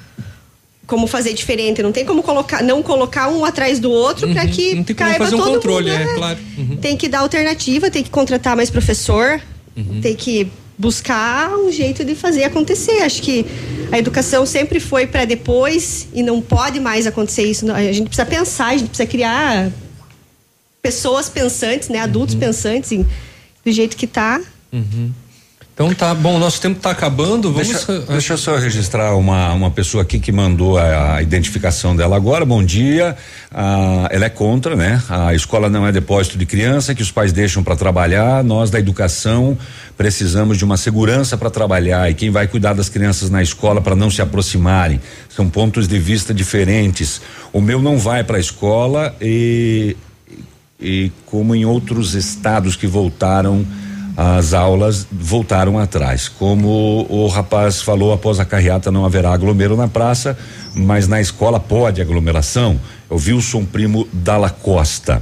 como fazer diferente, não tem como colocar, não colocar um atrás do outro, uhum, para que não tem como caiba fazer um todo controle, mundo, é, né? claro. Uhum. Tem que dar alternativa, tem que contratar mais professor, uhum, tem que buscar um jeito de fazer acontecer. Acho que a educação sempre foi para depois e não pode mais acontecer isso. A gente precisa pensar, a gente precisa criar pessoas pensantes, né? Adultos, uhum, pensantes em, do jeito que tá. Uhum. Então tá bom, nosso tempo tá acabando. Vamos... Deixa, deixa eu só registrar uma, uma pessoa aqui que mandou a, a identificação dela agora. Bom dia. Ah, ela é contra, né? A escola não é depósito de criança que os pais deixam para trabalhar. Nós da educação precisamos de uma segurança para trabalhar, e quem vai cuidar das crianças na escola para não se aproximarem. São pontos de vista diferentes. O meu não vai para a escola e, e como em outros estados que voltaram, as aulas voltaram atrás. Como o rapaz falou, após a carreata não haverá aglomero na praça, mas na escola pode aglomeração. É o Wilson Primo Dalla Costa.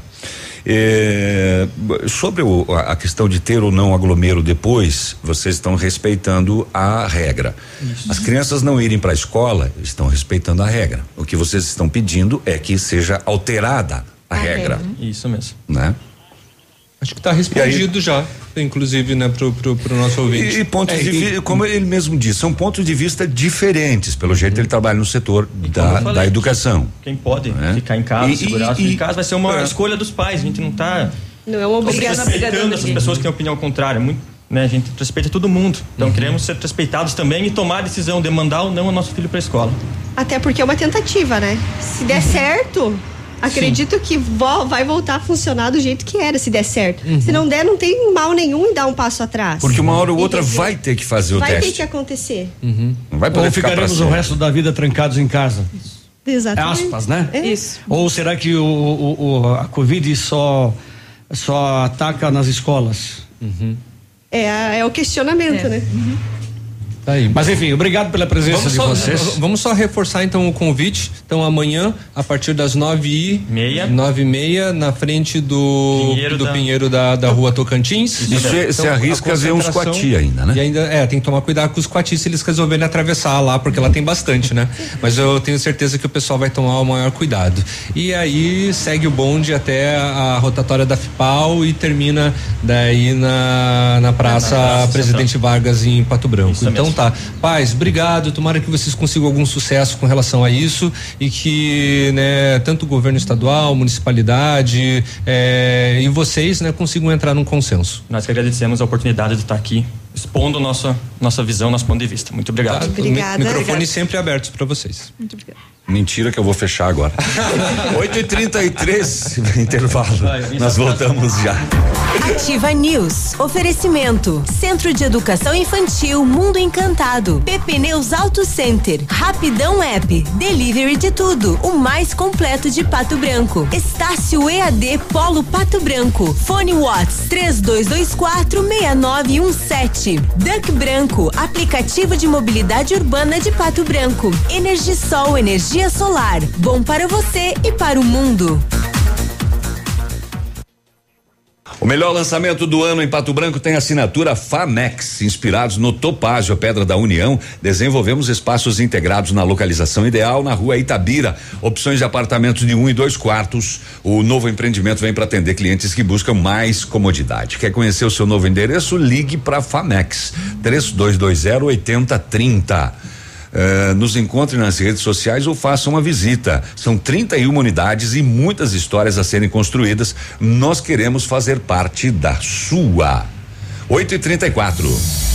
É, sobre o, a questão de ter ou não aglomero depois, vocês estão respeitando a regra. Isso. As crianças não irem para a escola, estão respeitando a regra. O que vocês estão pedindo é que seja alterada a, a regra. regra. Isso mesmo. Né? Acho que está respondido aí, já, inclusive, né, pro, pro, pro nosso ouvinte. E, e pontos é, de vista, como ele mesmo disse, são pontos de vista diferentes, pelo jeito uhum. ele trabalha no setor da, falei, da educação. Quem pode né? ficar em casa, e, segurar e, de casa, vai ser uma é. escolha dos pais. A gente não está não é uma obrigação respeitando essas pessoas que têm opinião contrária. Muito, né? A gente respeita todo mundo. Então uhum. queremos ser respeitados também e tomar a decisão de mandar ou não o nosso filho para a escola. Até porque é uma tentativa, né? Se der uhum. certo, acredito Sim. que vo- vai voltar a funcionar do jeito que era, se der certo. Uhum. Se não der, não tem mal nenhum em dar um passo atrás. Porque uma hora ou outra dizer, vai ter que fazer o vai teste. Vai ter que acontecer. Uhum. Não vai poder ou ficar ficaremos o resto da vida trancados em casa. Isso. Exatamente. Aspas, né? É. Isso. Ou será que o, o, o, a Covid só, só ataca nas escolas? Uhum. É, é o questionamento, é. né? Uhum. Tá aí. Mas enfim, obrigado pela presença vamos de só, vocês. Vamos só reforçar então o convite. Então amanhã, a partir das nove e meia, nove e meia, na frente do Pinheiro, do da... Pinheiro da, da rua Tocantins. Isso você então, arrisca ver uns coati ainda, né? E ainda, é, tem que tomar cuidado com os coati se eles resolverem atravessar lá, porque lá tem bastante, né? Mas eu tenho certeza que o pessoal vai tomar o maior cuidado. E aí segue o bonde até a rotatória da FIPAL e termina daí na, na Praça, na praça Presidente Central. Vargas em Pato Branco. Isso então mesmo. Tá. Pais, obrigado. Tomara que vocês consigam algum sucesso com relação a isso e que, né, tanto o governo estadual, municipalidade é, e vocês, né, consigam entrar num consenso. Nós que agradecemos a oportunidade de estar aqui expondo nossa nossa visão, nosso ponto de vista. Muito obrigado. Obrigada. O microfone obrigada. sempre aberto para vocês. Muito obrigada. Mentira que eu vou fechar agora. oito e trinta e três, intervalo. Nós voltamos já. Ativa News. Oferecimento. Centro de Educação Infantil Mundo Encantado. P Pneus Auto Center. Rapidão App. Delivery de tudo. O mais completo de Pato Branco. Estácio E A D Polo Pato Branco. Fone Watts três dois dois quatro seis nove um sete. Duck Branco. Aplicativo de mobilidade urbana de Pato Branco. Energisol, energia solar. Bom para você e para o mundo. O melhor lançamento do ano em Pato Branco tem assinatura Famex. Inspirados no Topázio Pedra da União, desenvolvemos espaços integrados na localização ideal na rua Itabira. Opções de apartamentos de um e dois quartos. O novo empreendimento vem para atender clientes que buscam mais comodidade. Quer conhecer o seu novo endereço? Ligue para Famex três dois dois zero oito zero três zero. Uh, nos encontre nas redes sociais ou faça uma visita. São trinta e uma unidades e muitas histórias a serem construídas. Nós queremos fazer parte da sua. oito e trinta e quatro.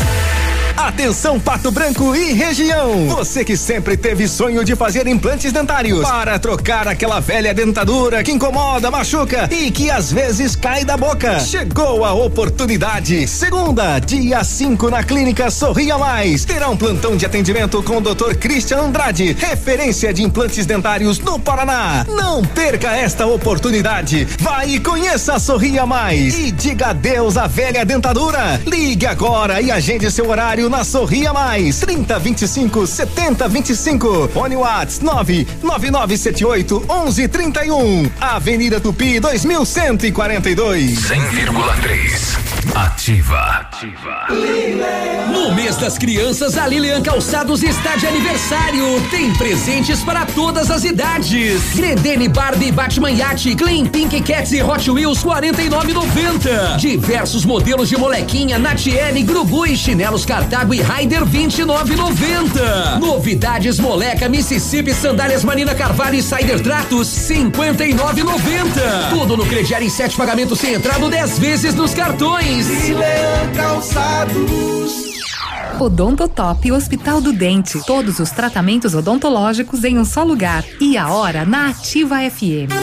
Atenção Pato Branco e região, você que sempre teve sonho de fazer implantes dentários para trocar aquela velha dentadura que incomoda, machuca e que às vezes cai da boca. Chegou a oportunidade. Segunda, dia cinco na Clínica Sorria Mais, terá um plantão de atendimento com o doutor Christian Andrade, referência de implantes dentários no Paraná. Não perca esta oportunidade. Vai e conheça a Sorria Mais e diga adeus à velha dentadura. Ligue agora e agende seu horário na Sorria Mais, trinta, vinte e cinco, setenta, vinte e cinco. Fone Watts nove nove nove sete oito onze trinta e um. Avenida Tupi dois mil cento e quarenta e dois. cem vírgula três. Ativa. Ativa. No mês das crianças, a Lilian Calçados está de aniversário. Tem presentes para todas as idades. Gredene Barbie, Batman Yacht, Clean Pink Cats e Hot Wheels quarenta e nove e noventa. Diversos modelos de molequinha, Natiele, Grugu e chinelos Cartago e Raider vinte e nove e noventa. Novidades Moleca, Mississippi, sandálias Marina Carvalho e Cider Tratos cinquenta e nove e noventa. Tudo no crediário em sete pagamentos sem entrada, dez vezes nos cartões. Lilian Calçados. Odontotop Hospital do Dente. Todos os tratamentos odontológicos em um só lugar. E a hora na Ativa F M.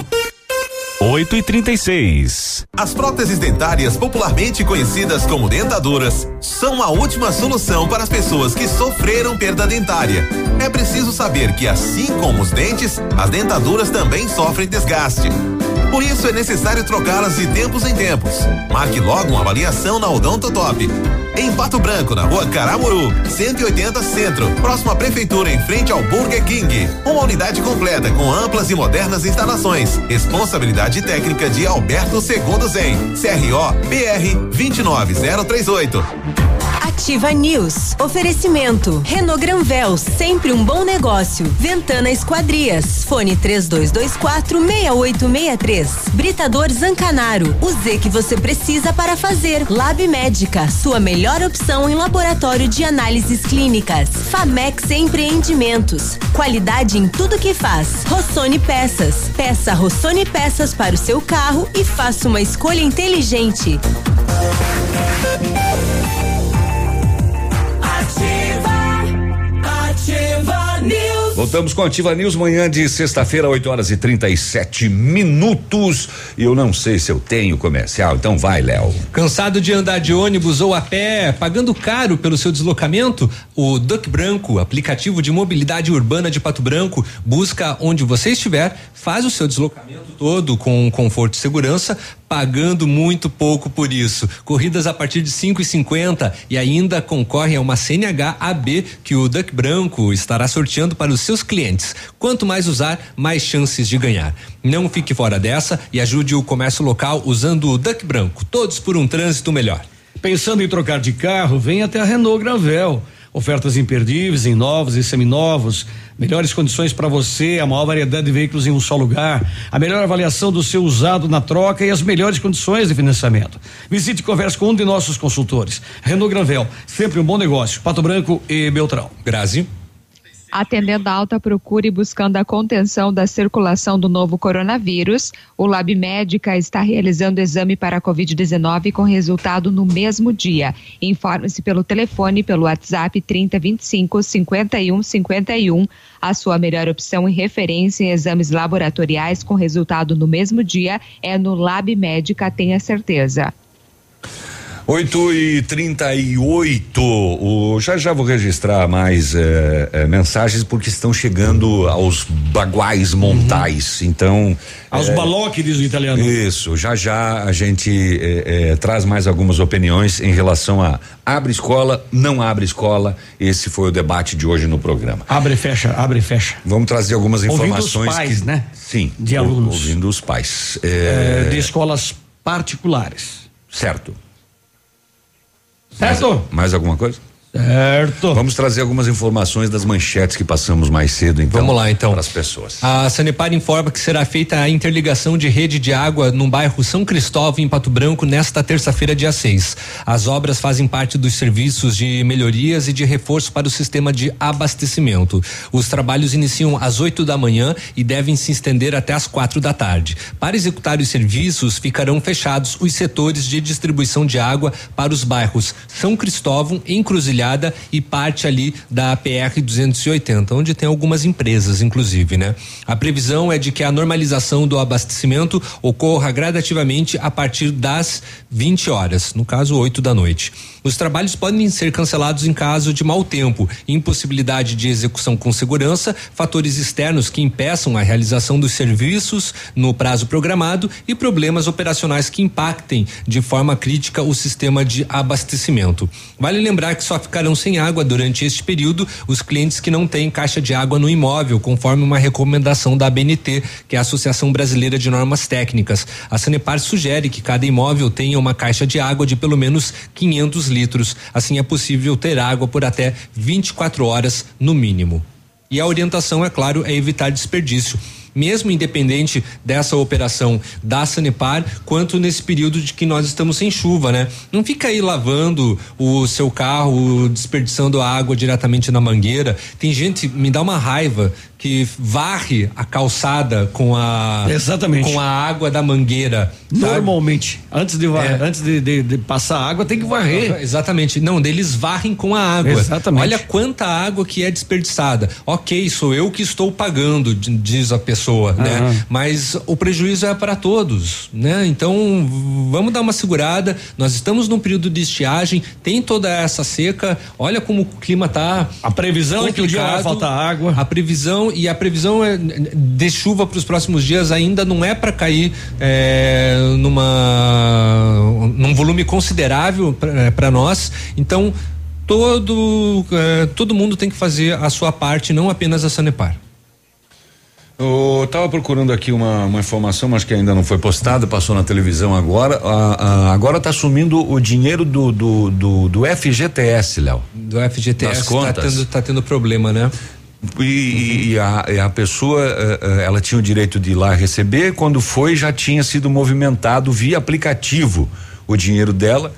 oito e trinta e seis. As próteses dentárias, popularmente conhecidas como dentaduras, são a última solução para as pessoas que sofreram perda dentária. É preciso saber que, assim como os dentes, as dentaduras também sofrem desgaste. Por isso é necessário trocá-las de tempos em tempos. Marque logo uma avaliação na Odontotop. Em Pato Branco, na rua Caramuru, cento e oitenta Centro, próximo à prefeitura, em frente ao Burger King. Uma unidade completa com amplas e modernas instalações. Responsabilidade técnica de Alberto Segundo Zen. C R O B R dois nove zero três oito. Ativa News. Oferecimento. Renault Granvel, sempre um bom negócio. Ventana Esquadrias. Fone três dois dois quatro seis oito seis três. Britador Zancanaro. O Z que você precisa para fazer. Lab Médica, sua melhor opção em laboratório de análises clínicas. Famex Empreendimentos. Qualidade em tudo que faz. Rossoni Peças. Peça Rossoni Peças para o seu carro e faça uma escolha inteligente. Ativa News. Voltamos com a Ativa News, manhã de sexta-feira, oito horas e trinta e sete minutos. E eu não sei se eu tenho comercial, então vai, Léo. Cansado de andar de ônibus ou a pé, pagando caro pelo seu deslocamento? O Duck Branco, aplicativo de mobilidade urbana de Pato Branco, busca onde você estiver, faz o seu deslocamento todo com conforto e segurança, pagando muito pouco por isso. Corridas a partir de cinco e cinquenta e ainda concorre a uma C N H A B que o Duck Branco estará sorteando para os seus clientes. Quanto mais usar, mais chances de ganhar. Não fique fora dessa e ajude o comércio local usando o Duck Branco. Todos por um trânsito melhor. Pensando em trocar de carro, vem até a Renault Granvel. Ofertas imperdíveis em novos e seminovos, melhores condições para você, a maior variedade de veículos em um só lugar, a melhor avaliação do seu usado na troca e as melhores condições de financiamento. Visite e converse com um de nossos consultores. Renault Granvel, sempre um bom negócio. Pato Branco e Beltrão. Grazi. Atendendo a alta procura e buscando a contenção da circulação do novo coronavírus, o Lab Médica está realizando exame para a covid dezenove com resultado no mesmo dia. Informe-se pelo telefone pelo WhatsApp trinta, vinte e cinco, cinquenta e um, cinquenta e um. A sua melhor opção e referência em exames laboratoriais com resultado no mesmo dia é no Lab Médica, tenha certeza. oito e trinta e oito. O, já já vou registrar mais eh, eh, mensagens porque estão chegando aos baguais montais. Uhum. Então. Aos eh, balocchi, diz o italiano. Isso. Já já a gente eh, eh, traz mais algumas opiniões em relação a abre escola, não abre escola. Esse foi o debate de hoje no programa. Abre e fecha, abre e fecha. Vamos trazer algumas informações. Ouvindo os pais, que, né? Sim. De alunos. Ouvindo os pais. Eh, de escolas particulares. Certo. Certo? Mais, mais alguma coisa? Certo. Vamos trazer algumas informações das manchetes que passamos mais cedo, então. Vamos lá, então. Para as pessoas. A Sanepar informa que será feita a interligação de rede de água no bairro São Cristóvão, em Pato Branco, nesta terça-feira, dia seis. As obras fazem parte dos serviços de melhorias e de reforço para o sistema de abastecimento. Os trabalhos iniciam às oito da manhã e devem se estender até às quatro da tarde. Para executar os serviços, ficarão fechados os setores de distribuição de água para os bairros São Cristóvão, Encruzilhada e parte ali da P R duzentos e oitenta, onde tem algumas empresas, inclusive, né? A previsão é de que a normalização do abastecimento ocorra gradativamente a partir das vinte horas, no caso oito da noite. Os trabalhos podem ser cancelados em caso de mau tempo, impossibilidade de execução com segurança, fatores externos que impeçam a realização dos serviços no prazo programado e problemas operacionais que impactem de forma crítica o sistema de abastecimento. Vale lembrar que só ficarão sem água durante este período os clientes que não têm caixa de água no imóvel, conforme uma recomendação da A B N T, que é a Associação Brasileira de Normas Técnicas. A Sanepar sugere que cada imóvel tenha uma caixa de água de pelo menos quinhentos litros. Assim é possível ter água por até vinte e quatro horas no mínimo. E a orientação, é claro, é evitar desperdício, mesmo independente dessa operação da Sanepar, quanto nesse período de que nós estamos sem chuva, né? Não fica aí lavando o seu carro, desperdiçando a água diretamente na mangueira. Tem gente, me dá uma raiva, que varre a calçada com a exatamente com a água da mangueira. Normalmente, sabe? antes de varrer, é. antes de, de, de passar água tem que varrer. Exatamente. Não, eles varrem com a água. Exatamente. Olha quanta água que é desperdiçada. Ok, sou eu que estou pagando, diz a pessoa, uhum. né? Mas o prejuízo é para todos, né? Então vamos dar uma segurada. Nós estamos num período de estiagem, tem toda essa seca. Olha como o clima tá. A previsão complicado. É que o dia vai faltar água. A previsão e a previsão é de chuva para os próximos dias ainda não é para cair é, numa num volume considerável para nós. Então todo é, todo mundo tem que fazer a sua parte, não apenas a Sanepar. Eu tava procurando aqui uma, uma informação, mas que ainda não foi postada, passou na televisão agora. A, a, agora tá sumindo o dinheiro do do, do, do F G T S, Léo. Do F G T S tá tendo, tá tendo problema, né? E, uhum. e, a, e a pessoa, ela tinha o direito de ir lá receber, quando foi já tinha sido movimentado via aplicativo o dinheiro dela,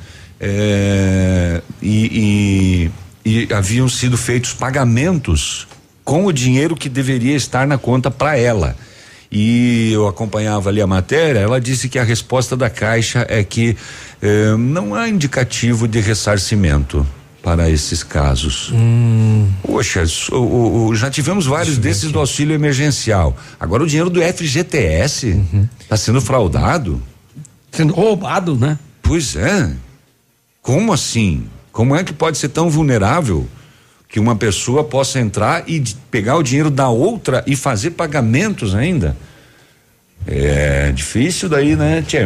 é, e, e, e haviam sido feitos pagamentos com o dinheiro que deveria estar na conta para ela. E eu acompanhava ali a matéria, ela disse que a resposta da Caixa é que eh, não há indicativo de ressarcimento para esses casos. Hum. Poxa, o, o, já tivemos vários desses aqui do auxílio emergencial. Agora o dinheiro do F G T S está uhum. sendo fraudado? Sendo roubado, né? Pois é. Como assim? Como é que pode ser tão vulnerável que uma pessoa possa entrar e pegar o dinheiro da outra e fazer pagamentos ainda? É difícil daí, né, Tchê?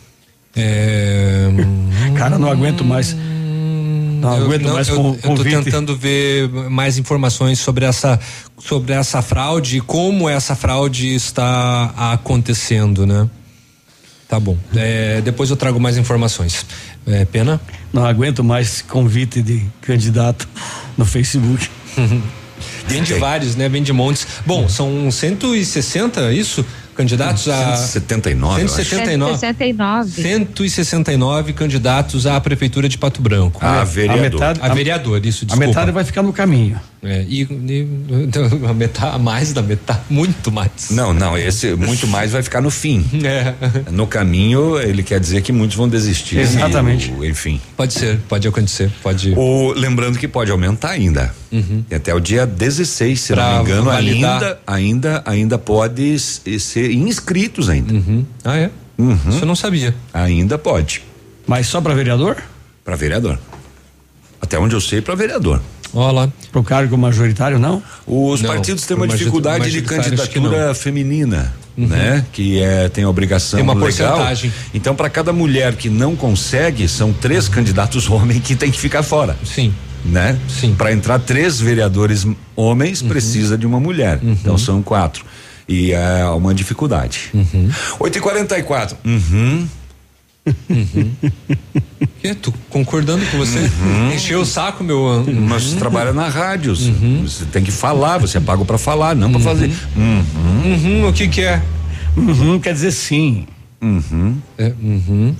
É... Cara, não aguento mais. Não eu, aguento não, mais eu, com, eu tô tentando ver mais informações sobre essa sobre essa fraude e como essa fraude está acontecendo, né? Tá bom. É, depois eu trago mais informações. É, Pena? Não aguento mais convite de candidato no Facebook. Vem de vários, né? Vem de montes. Bom, são cento e sessenta, isso? Candidatos a. cento e setenta e nove. cento e sessenta e nove. cento e sessenta e nove. cento e sessenta e nove candidatos à Prefeitura de Pato Branco. A vereador. A, metade, a, a vereador, isso, desculpa. A metade vai ficar no caminho. É, e, e a metade, mais da metade, muito mais. Não, não, esse muito mais vai ficar no fim. É. No caminho, ele quer dizer que muitos vão desistir. Exatamente. E, enfim. Pode ser, pode acontecer, pode. O, lembrando que pode aumentar ainda. Uhum. E até o dia dezesseis, se Pra não me engano, validar. ainda, ainda, ainda pode ser inscritos ainda. Uhum. Ah, é? Uhum. Isso eu não sabia. Ainda pode. Mas só para vereador? Para vereador. Até onde eu sei, para vereador. Olha lá. Pro cargo majoritário, não? Os Não, partidos têm pro uma dificuldade de majoritário, acho que candidatura feminina, Uhum. né? Que é, tem a obrigação Tem uma legal. porcentagem. Então, para cada mulher que não consegue, são três candidatos homens que tem que ficar fora. Sim. Né? Sim. Para entrar três vereadores homens, precisa de uma mulher. Então, são quatro. E é uma dificuldade. oito e quarenta e quatro. Uhum. Uhum. Que? Tô concordando com você. Uhum. Encheu o saco, meu. Uhum. Mas você trabalha na rádio, você tem que falar, você é pago para falar, não para fazer. Uhum. Uhum, o que que é? Uhum, quer dizer sim. Uhum. É, uhum.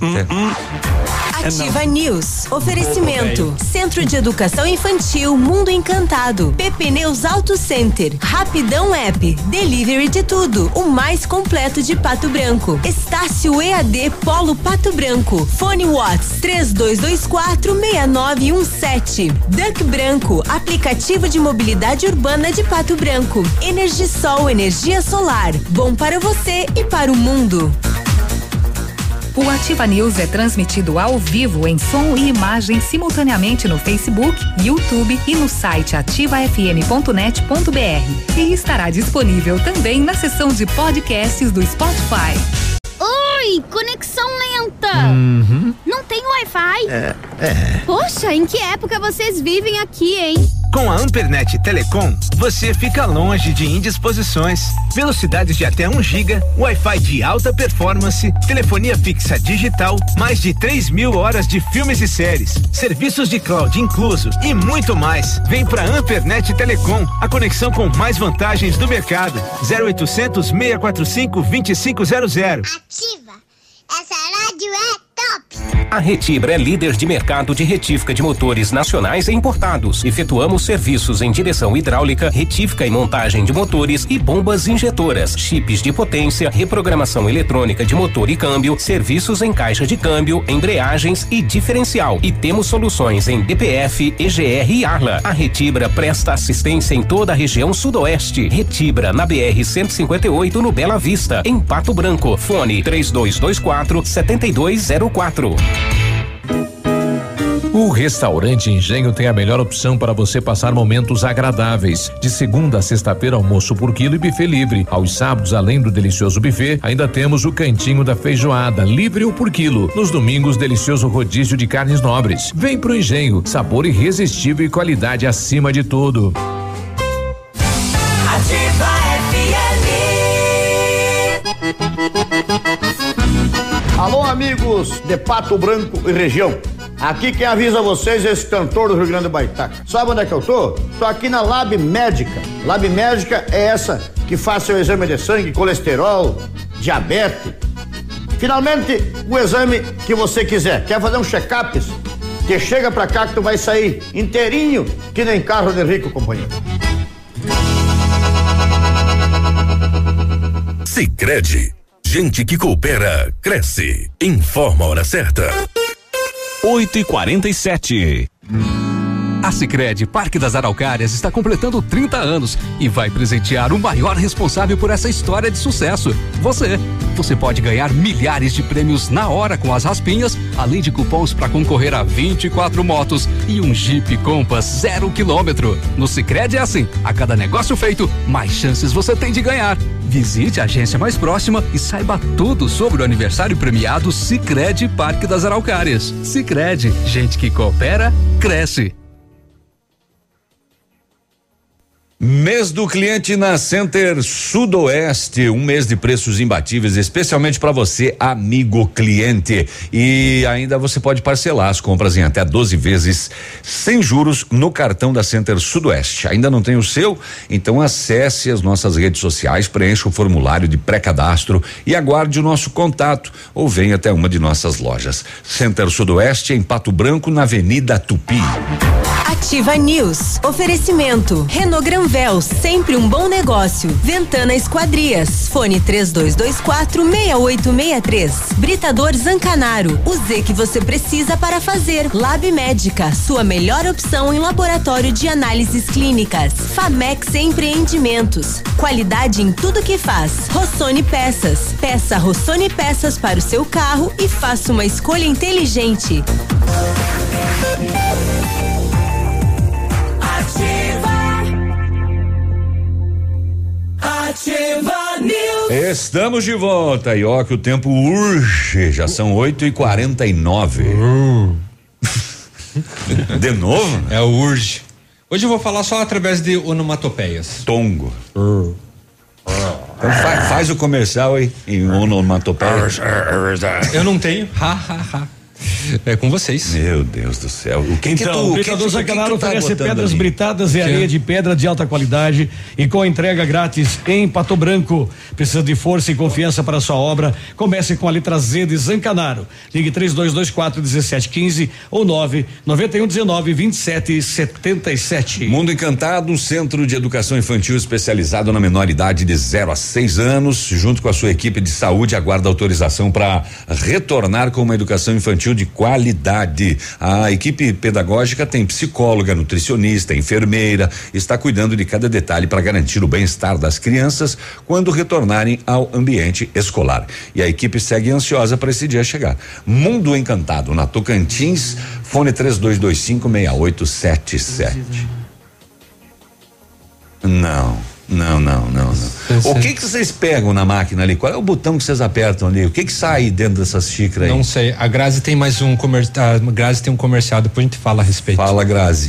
É. Ativa News. Oferecimento. Centro de Educação Infantil Mundo Encantado. Pepe Neus Auto Center. Rapidão App. Delivery de tudo. O mais completo de Pato Branco. Estácio E A D Polo Pato Branco. Fone Watts três dois dois quatro seis nove um sete. Duck Branco. Aplicativo de mobilidade urbana de Pato Branco. Energisol, energia solar. Bom para você e para o mundo. O Ativa News é transmitido ao vivo em som e imagem simultaneamente no Facebook, YouTube e no site ativa f m ponto net ponto b r. E estará disponível também na seção de podcasts do Spotify. Oi, conexão lenta. Uhum. Não tem Wi-Fi? É, é. Poxa, em que época vocês vivem aqui, hein? Com a Ampernet Telecom, você fica longe de indisposições. Velocidades de até um giga, Wi-Fi de alta performance, telefonia fixa digital, mais de três mil horas de filmes e séries, serviços de cloud inclusos e muito mais. Vem pra Ampernet Telecom, a conexão com mais vantagens do mercado. zero oitocentos, seis quatro cinco, dois cinco zero zero. Ativa. Essa rádio é top. A Retibra é líder de mercado de retífica de motores nacionais e importados. Efetuamos serviços em direção hidráulica, retífica e montagem de motores e bombas injetoras, chips de potência, reprogramação eletrônica de motor e câmbio, serviços em caixa de câmbio, embreagens e diferencial. E temos soluções em D P F, E G R e Arla. A Retibra presta assistência em toda a região sudoeste. Retibra na B R cento e cinquenta e oito no Bela Vista, em Pato Branco. Fone três dois dois quatro, sete dois zero quatro. O Restaurante Engenho tem a melhor opção para você passar momentos agradáveis. De segunda a sexta-feira, almoço por quilo e buffet livre. Aos sábados, além do delicioso buffet, ainda temos o cantinho da feijoada, livre ou por quilo. Nos domingos, delicioso rodízio de carnes nobres. Vem pro Engenho, sabor irresistível e qualidade acima de tudo. Ativa F M. Alô, amigos de Pato Branco e região. Aqui quem avisa vocês é esse cantor do Rio Grande do Baitaca. Sabe onde é que eu tô? Tô aqui na Lab Médica. Lab Médica é essa que faz seu exame de sangue, colesterol, diabetes. Finalmente, o exame que você quiser. Quer fazer um check-up? Que chega pra cá que tu vai sair inteirinho, que nem carro de rico, companheiro. Sicredi. Gente que coopera, cresce. Informa a hora certa. oito e quarenta e sete. A Sicredi Parque das Araucárias está completando trinta anos e vai presentear o maior responsável por essa história de sucesso, você. Você pode ganhar milhares de prêmios na hora com as raspinhas, além de cupons para concorrer a vinte e quatro motos e um Jeep Compass zero quilômetro. No Sicredi é assim, a cada negócio feito, mais chances você tem de ganhar. Visite a agência mais próxima e saiba tudo sobre o aniversário premiado Sicredi Parque das Araucárias. Sicredi, gente que coopera, cresce. Mês do cliente na Center Sudoeste, um mês de preços imbatíveis, especialmente para você, amigo cliente. E ainda você pode parcelar as compras em até doze vezes sem juros no cartão da Center Sudoeste. Ainda não tem o seu? Então acesse as nossas redes sociais, preencha o formulário de pré-cadastro e aguarde o nosso contato ou venha até uma de nossas lojas. Center Sudoeste em Pato Branco, na Avenida Tupi. Ativa News. Oferecimento. Renault Granvel, sempre um bom negócio. Ventana Esquadrias. Fone três dois dois quatro, seis oito seis três. Britador Zancanaro. O Z que você precisa para fazer. Lab Médica, sua melhor opção em laboratório de análises clínicas. Famex Empreendimentos. Qualidade em tudo que faz. Rossoni Peças. Peça Rossoni Peças para o seu carro e faça uma escolha inteligente. Ativa News. Estamos de volta e ó que o tempo urge, já são oito e quarenta e nove. De novo? É o urge. Hoje eu vou falar só através de onomatopeias. Tongo. Uh. Então faz, faz o comercial aí em onomatopeia. Eu não tenho. Ha, ha, ha. É com vocês. Meu Deus do céu. O que então, que tu, o Britador Zancanaro tá oferece pedras ali? britadas e areia de pedra de alta qualidade e com entrega grátis em Pato Branco. Precisa de força e confiança para sua obra? Comece com a letra Z de Zancanaro. Ligue três dois dois quatro, um sete um cinco ou nove nove um um nove, dois sete sete sete. Mundo Encantado, centro de educação infantil especializado na menor idade de zero a seis anos, junto com a sua equipe de saúde, aguarda autorização para retornar com uma educação infantil de qualidade. A equipe pedagógica tem psicóloga, nutricionista, enfermeira, está cuidando de cada detalhe para garantir o bem-estar das crianças quando retornarem ao ambiente escolar. E a equipe segue ansiosa para esse dia chegar. Mundo Encantado, na Tocantins, fone três dois dois cinco, seis oito sete sete. Não. Não, não, não, não. O que que vocês pegam na máquina ali? Qual é o botão que vocês apertam ali? O que que sai dentro dessas xícaras aí? Não sei. A Grazi tem mais um comercial. A Grazi tem um comercial, depois a gente fala a respeito. Fala, Grazi.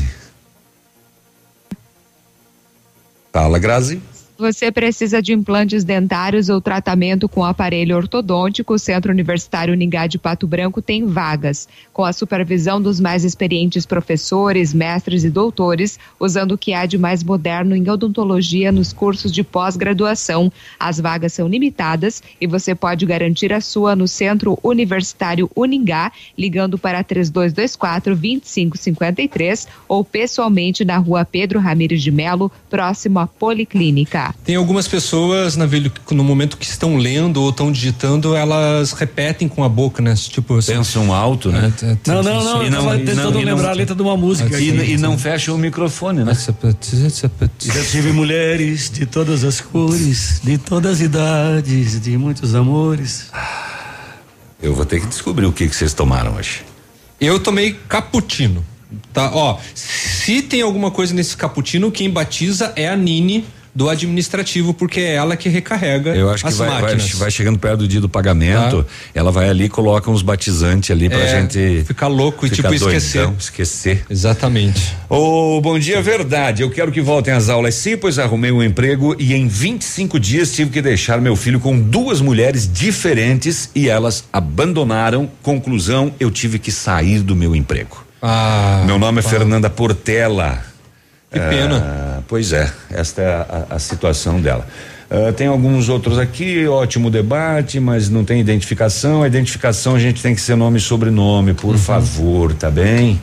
Fala, Grazi. Você precisa de implantes dentários ou tratamento com aparelho ortodôntico? O Centro Universitário Uningá de Pato Branco tem vagas. Com a supervisão dos mais experientes professores, mestres e doutores, usando o que há de mais moderno em odontologia nos cursos de pós-graduação. As vagas são limitadas e você pode garantir a sua no Centro Universitário Uningá, ligando para três dois dois quatro, dois cinco cinco três ou pessoalmente na Rua Pedro Ramires de Melo, próximo à Policlínica. Tem algumas pessoas, Navilho, que no momento que estão lendo ou estão digitando, elas repetem com a boca, né? Tipo assim, pensam alto, né? É, é, não, não, não, e não, tava tentando não, lembrar não, a letra de uma música. E, aqui. e não fecha o microfone, né? Já tive mulheres de todas as cores, de todas as idades, de muitos amores. Eu vou ter que descobrir o que que vocês tomaram hoje. Eu tomei cappuccino, tá? Ó, se tem alguma coisa nesse cappuccino, quem batiza é a Nini do administrativo, porque é ela que recarrega Eu acho que as vai, vai, máquinas. vai chegando perto do dia do pagamento, tá. Ela vai ali e coloca uns batizantes ali pra é, gente ficar louco e tipo doidão, esquecer. Esquecer. Exatamente. Ô, oh, bom dia, verdade. Eu quero que voltem às aulas sim, pois arrumei um emprego e em vinte e cinco dias tive que deixar meu filho com duas mulheres diferentes e elas abandonaram. Conclusão, eu tive que sair do meu emprego. Ah, meu nome pá. é Fernanda Portela. Que pena. Ah, pois é, esta é a, a, a situação dela. Uh, tem alguns outros aqui, ótimo debate, mas não tem identificação. A identificação a gente tem que ser nome e sobrenome, por uhum. favor, tá bem?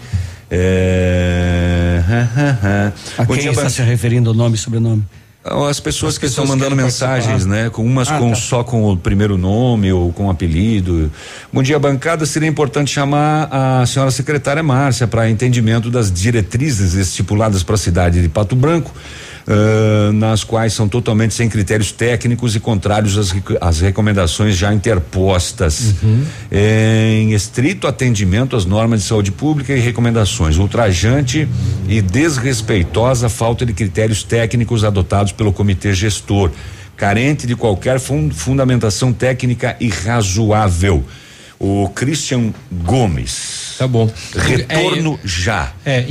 É... A quem está se referindo ao nome e sobrenome? As pessoas As que pessoas estão mandando mensagens, participar. né? Com umas Ah, com tá. só com o primeiro nome ou com o apelido. Bom dia, bancada. Seria importante chamar a senhora secretária Márcia para entendimento das diretrizes estipuladas para a cidade de Pato Branco, uh, nas quais são totalmente sem critérios técnicos e contrários às, às recomendações já interpostas. Uhum. Em estrito atendimento às normas de saúde pública e recomendações, ultrajante e desrespeitosa falta de critérios técnicos adotados pelo comitê gestor, carente de qualquer fun- fundamentação técnica e razoável. o Christian Gomes. Tá bom. Retorno é, já. É,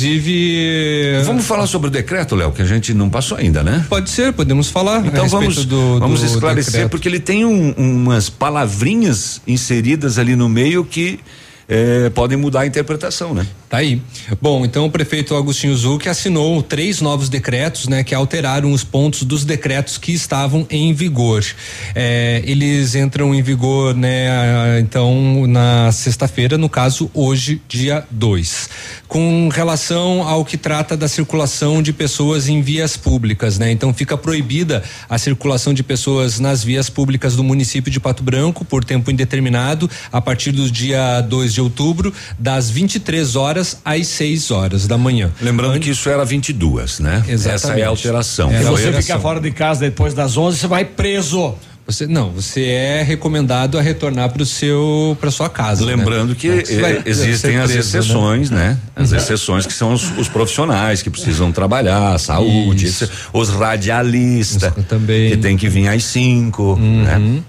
inclusive. Vamos falar sobre o decreto, Léo, que a gente não passou ainda, né? Pode ser, podemos falar. Então vamos, do, vamos do esclarecer, decreto. porque ele tem um, umas palavrinhas inseridas ali no meio que é, podem mudar a interpretação, né? Tá aí. Bom, então o prefeito Agostinho Zucchi assinou três novos decretos, né, que alteraram os pontos dos decretos que estavam em vigor. É, eles entram em vigor, né, então na sexta-feira, no caso hoje, dia dois. Com relação ao que trata da circulação de pessoas em vias públicas, né? Então fica proibida a circulação de pessoas nas vias públicas do município de Pato Branco por tempo indeterminado a partir do dia dois de outubro, das vinte e três horas às seis horas da manhã. Lembrando Antes, que isso era vinte e duas, né? Exatamente. Essa é a alteração. Se é você alteração. ficar fora de casa depois das onze, você vai preso. Você não, você é recomendado a retornar para o seu, para sua casa. Lembrando né? que é, existem preso, as exceções, né? né? As exceções que são os, os profissionais que precisam trabalhar, saúde, esse, os radialistas também que tem que vir às cinco, uhum. né?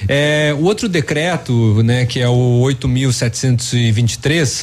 É, o outro decreto, né, que é o oito mil setecentos e vinte e três,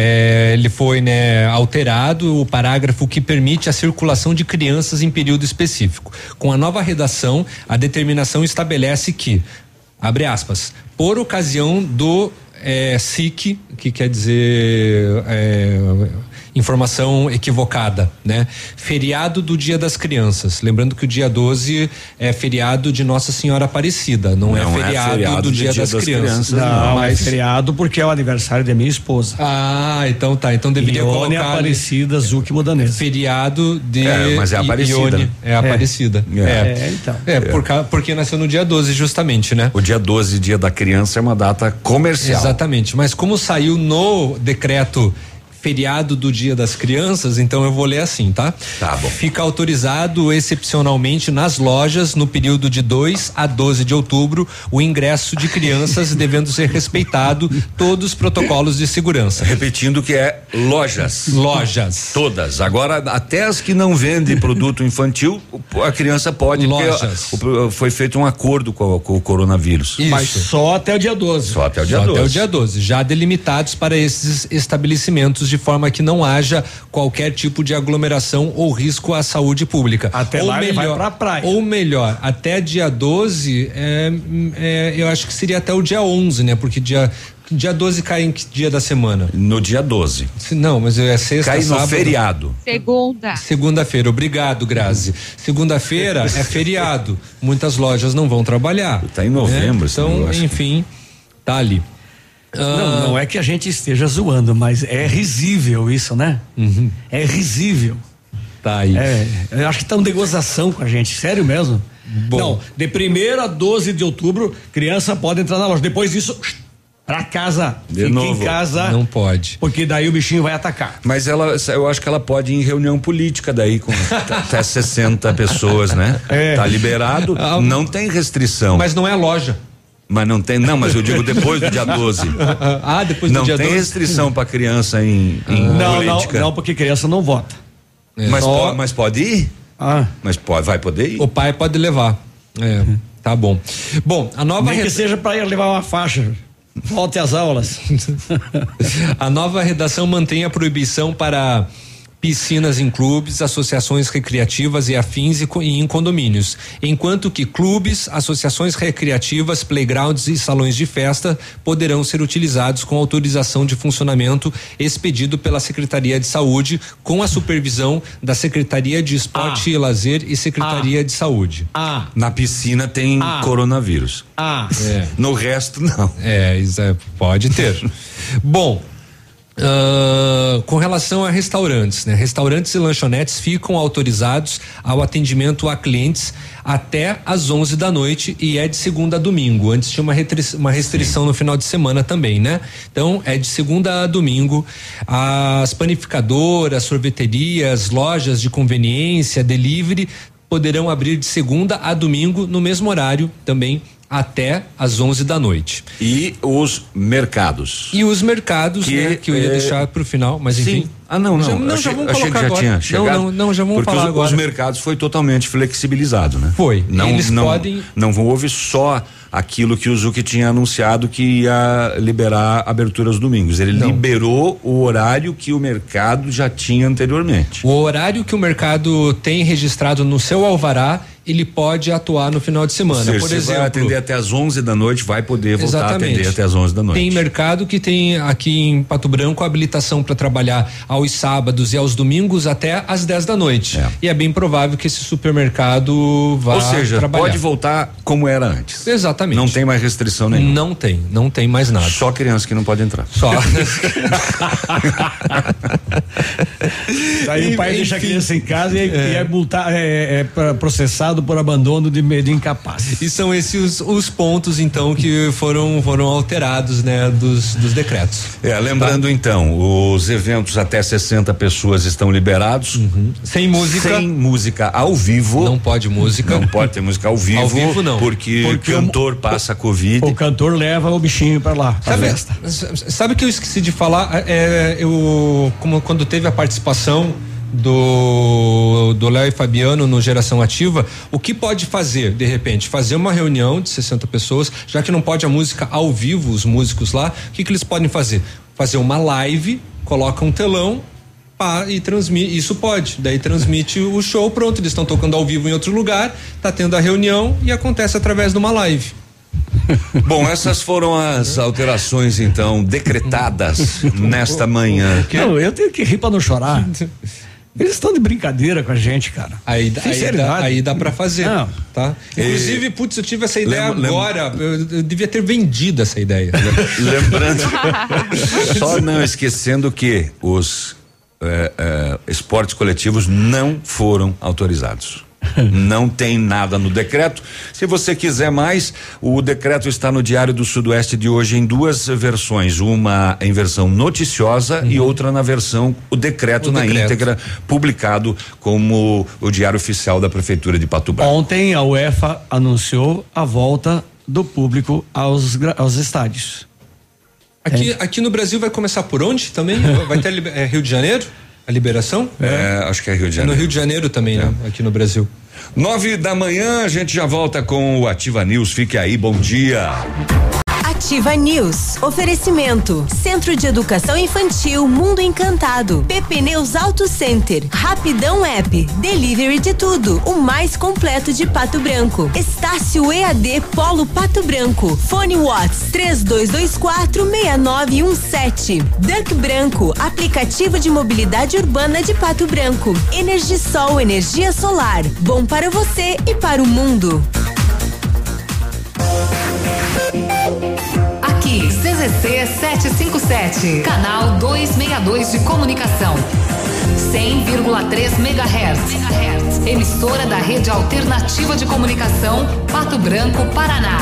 é, ele foi, né, alterado o parágrafo que permite a circulação de crianças em período específico. Com a nova redação, a determinação estabelece que, abre aspas, por ocasião do é, S I C, que quer dizer é, informação equivocada, né? Feriado do Dia das Crianças. Lembrando que o dia doze é feriado de Nossa Senhora Aparecida, não, não é, feriado é feriado do Dia, dia das, das Crianças. crianças não, mas é feriado porque é o aniversário da minha esposa. Ah, então tá. Então deveria Ione colocar Aparecida Zucchi Modanese. Feriado de é, mas é Aparecida. Ione, é Aparecida. É, é. é então. É, por, porque nasceu no dia doze, justamente, né? O dia doze, Dia da Criança, é uma data comercial. Exatamente. Mas como saiu no decreto feriado do Dia das Crianças, então eu vou ler assim, tá? Tá bom. Fica autorizado excepcionalmente nas lojas no período de dois a doze de outubro o ingresso de crianças, devendo ser respeitado todos os protocolos de segurança. Repetindo que é lojas. Lojas. Todas. Agora até as que não vendem produto infantil, a criança pode. Lojas. Porque foi feito um acordo com, com o coronavírus. Isso. Mas só até o dia doze. Só até o dia só doze. Até o dia doze, já delimitados para esses estabelecimentos de forma que não haja qualquer tipo de aglomeração ou risco à saúde pública. Até ou lá melhor, ele vai pra praia. Ou melhor, até dia doze, é, é, eu acho que seria até o dia onze, né? Porque dia dia doze cai em que dia da semana? No dia doze. Não, mas é sexta, cai sábado. no feriado. Segunda. Segunda-feira, obrão, Grazi. Segunda-feira é feriado. Muitas lojas não vão trabalhar. Tá em novembro, né? Então, enfim, tá ali. Não, não é que a gente esteja zoando, mas é risível isso, né? Uhum. É risível. Tá aí. É, eu acho que estão de gozação com a gente, sério mesmo. Bom. Não, de primeiro a doze de outubro, criança pode entrar na loja. Depois disso, pra casa. De Fica novo. em casa. Não pode. Porque daí o bichinho vai atacar. Mas ela, eu acho que ela pode ir em reunião política daí com até sessenta pessoas, né? É. Tá liberado, Ah, não tem restrição. Mas não é loja. Mas não tem, não, mas eu digo depois do dia doze. Ah, depois do não dia tem doze. restrição para criança em, em Não, política. não, não, porque criança não vota. É. Mas, Só- po- mas pode ir? Ah. Mas pode, vai poder ir? O pai pode levar. É, tá bom. Bom, a nova Nem que red- seja para ir levar uma faixa. Volte às aulas. a nova redação mantém a proibição para piscinas em clubes, associações recreativas e afins e, co- e em condomínios, enquanto que clubes, associações recreativas, playgrounds e salões de festa poderão ser utilizados com autorização de funcionamento expedido pela Secretaria de Saúde, com a supervisão da Secretaria de Esporte Ah. e Lazer e Secretaria Ah. de Saúde. Ah, Na piscina tem Ah. coronavírus. ah. É. No resto, não. É, isso é, pode ter. Bom, ah, com relação a restaurantes, né? Restaurantes e lanchonetes ficam autorizados ao atendimento a clientes até às onze da noite e é de segunda a domingo. Antes tinha uma, retri- uma restrição no final de semana também, né? Então é de segunda a domingo. As panificadoras, sorveterias, lojas de conveniência, delivery poderão abrir de segunda a domingo no mesmo horário também até às onze da noite. E os mercados. E os mercados, Que, né, que eu ia é, deixar pro final, mas Sim. enfim. Ah, não, não. Já, não, achei, já vamos achei que colocar já agora. tinha chegado. Não, não, não, já vamos porque falar os, agora. os mercados foi totalmente flexibilizado, né? Foi. Não, Eles não, podem. Não houve só aquilo que o Zuc tinha anunciado que ia liberar abertura aos domingos. Ele Não. liberou o horário que o mercado já tinha anteriormente. O horário que o mercado tem registrado no seu alvará, ele pode atuar no final de semana. Seja, por exemplo, vai atender até às onze da noite, vai poder voltar exatamente. a atender até às onze da noite. Tem mercado que tem aqui em Pato Branco a habilitação para trabalhar aos sábados e aos domingos até às dez da noite. É. E é bem provável que esse supermercado vá Ou seja, trabalhar. pode voltar como era antes. Exatamente. Não tem mais restrição nenhuma. Não tem, não tem mais nada. Só criança que não pode entrar. Só. Aí o pai deixa a criança em casa e é, é, multar, é, é processado por abandono de, de incapaz. E são esses os, os pontos então que foram foram alterados, né, dos, dos decretos. É, lembrando tá. então, os eventos até sessenta pessoas estão liberados. Uhum. Sem música. Sem música ao vivo. Não pode música. Não pode ter música ao vivo. Ao vivo não. Porque, porque o cantor o, passa Covid. O cantor leva o bichinho pra lá, pra sabe, festa. Sabe que eu esqueci de falar? É, eu, como quando teve a participação do do Léo e Fabiano no Geração Ativa, o que pode fazer, de repente, fazer uma reunião de sessenta pessoas, já que não pode a música ao vivo, os músicos lá, o que que eles podem fazer? Fazer uma live, coloca um telão pá, e transmite, isso pode, daí transmite o show, pronto, eles estão tocando ao vivo em outro lugar, tá tendo a reunião e acontece através de uma live. Bom, essas foram as alterações então decretadas nesta manhã. Não, eu tenho que rir pra não chorar. Eles estão de brincadeira com a gente, cara. Aí, aí, dá, aí dá pra fazer, não. Tá? Inclusive, e, putz, eu tive essa ideia lembra, agora, lembra, eu, eu devia ter vendido essa ideia. Lembrando, só não esquecendo que os é, é, esportes coletivos não foram autorizados. Não tem nada no decreto. Se você quiser mais, o decreto está no Diário do Sudoeste de hoje em duas versões, uma em versão noticiosa uhum. e outra na versão o decreto o na decreto. íntegra, publicado como o Diário Oficial da Prefeitura de Pato Branco. Ontem a UEFA anunciou a volta do público aos, aos estádios. Aqui, é. aqui no Brasil vai começar por onde também? Vai ter é, Rio de Janeiro? A liberação? É, acho que é Rio de Janeiro. No Rio de Janeiro também, é. né? Aqui no Brasil. Nove da manhã, a gente já volta com o Ativa News. Fique aí, bom dia. Ativa News. Oferecimento. Centro de Educação Infantil Mundo Encantado. Pepe Neus Auto Center. Rapidão App. Delivery de tudo. O mais completo de Pato Branco. Estácio E A D Polo Pato Branco. Fone Watts três dois dois quatro seis nove um sete. Duck Branco. Aplicativo de mobilidade urbana de Pato Branco. Energisol, energia solar. Bom para você e para o mundo. Aqui, C Z C setecentos e cinquenta e sete, canal duzentos e sessenta e dois de comunicação. cem vírgula três megahertz. Emissora da Rede Alternativa de Comunicação, Pato Branco, Paraná.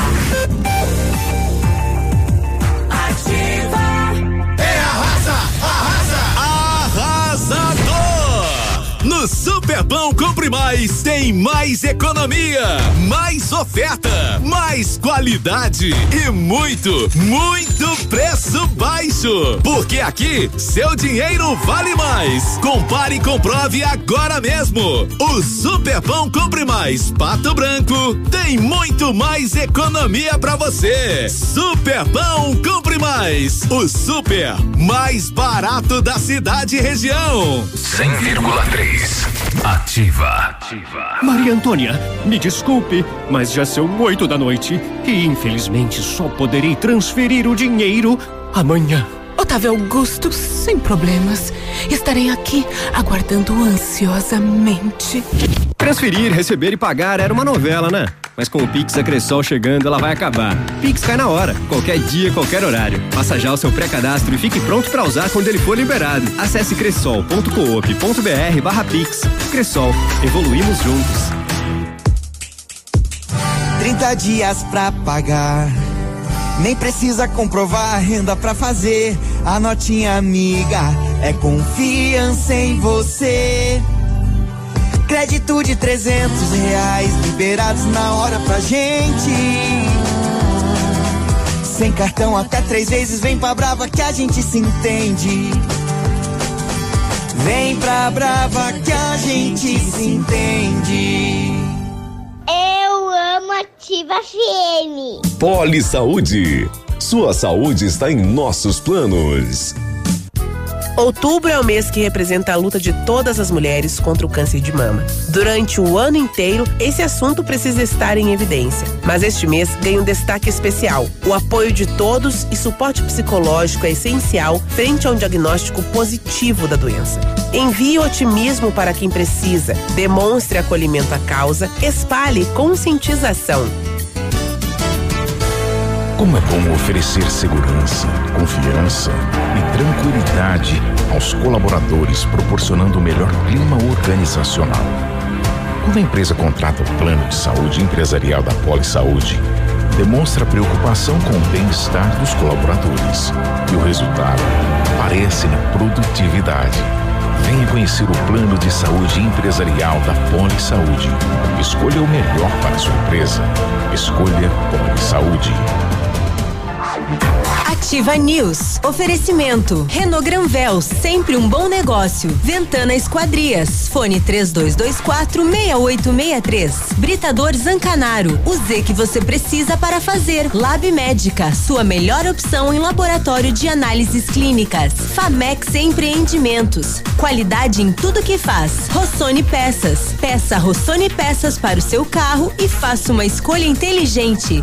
Ativa! É arrasa, arrasa, arrasador! No Superbão Compre Mais tem mais economia, mais oferta, mais qualidade e muito, muito preço baixo. Porque aqui seu dinheiro vale mais. Compare e comprove agora mesmo. O Superbão Compre Mais Pato Branco tem muito mais economia pra você. Superbão Compre Mais, o super mais barato da cidade e região. cem vírgula três Ativa. Ativa. Maria Antônia, me desculpe, mas já são oito da noite e infelizmente só poderei transferir o dinheiro amanhã. Otávio Augusto, sem problemas. Estarei aqui aguardando ansiosamente. Transferir, receber e pagar era uma novela, né? Mas com o Pix a Cressol chegando, ela vai acabar. Pix cai na hora, qualquer dia, qualquer horário. Faça já o seu pré-cadastro e fique pronto para usar quando ele for liberado. Acesse cressol ponto coop ponto br barra Pix. Cressol, evoluímos juntos. trinta dias pra pagar. Nem precisa comprovar a renda pra fazer. A notinha amiga é confiança em você. Crédito de trezentos reais liberados na hora pra gente. Sem cartão até três vezes, vem pra Brava que a gente se entende. Vem pra Brava que a gente se entende. Eu amo Ativa Ativa F M. Poli Saúde. Sua saúde está em nossos planos. Outubro é o mês que representa a luta de todas as mulheres contra o câncer de mama. Durante o ano inteiro, esse assunto precisa estar em evidência. Mas este mês ganha um destaque especial. O apoio de todos e suporte psicológico é essencial frente a um diagnóstico positivo da doença. Envie otimismo para quem precisa, demonstre acolhimento à causa, espalhe conscientização. Como é bom oferecer segurança, confiança e tranquilidade aos colaboradores, proporcionando o melhor clima organizacional. Quando a empresa contrata o plano de saúde empresarial da Poli Saúde, demonstra preocupação com o bem-estar dos colaboradores. E o resultado aparece na produtividade. Venha conhecer o plano de saúde empresarial da Poli Saúde. Escolha o melhor para a sua empresa. Escolha Poli Saúde. Ativa News. Oferecimento. Renault Granvel, sempre um bom negócio. Ventana Esquadrias. Fone três dois dois quatro, seis oito seis três. Britador Zancanaro. O Z que você precisa para fazer. Lab Médica, sua melhor opção em laboratório de análises clínicas. Famex Empreendimentos. Qualidade em tudo que faz. Rossoni Peças. Peça Rossoni Peças para o seu carro e faça uma escolha inteligente.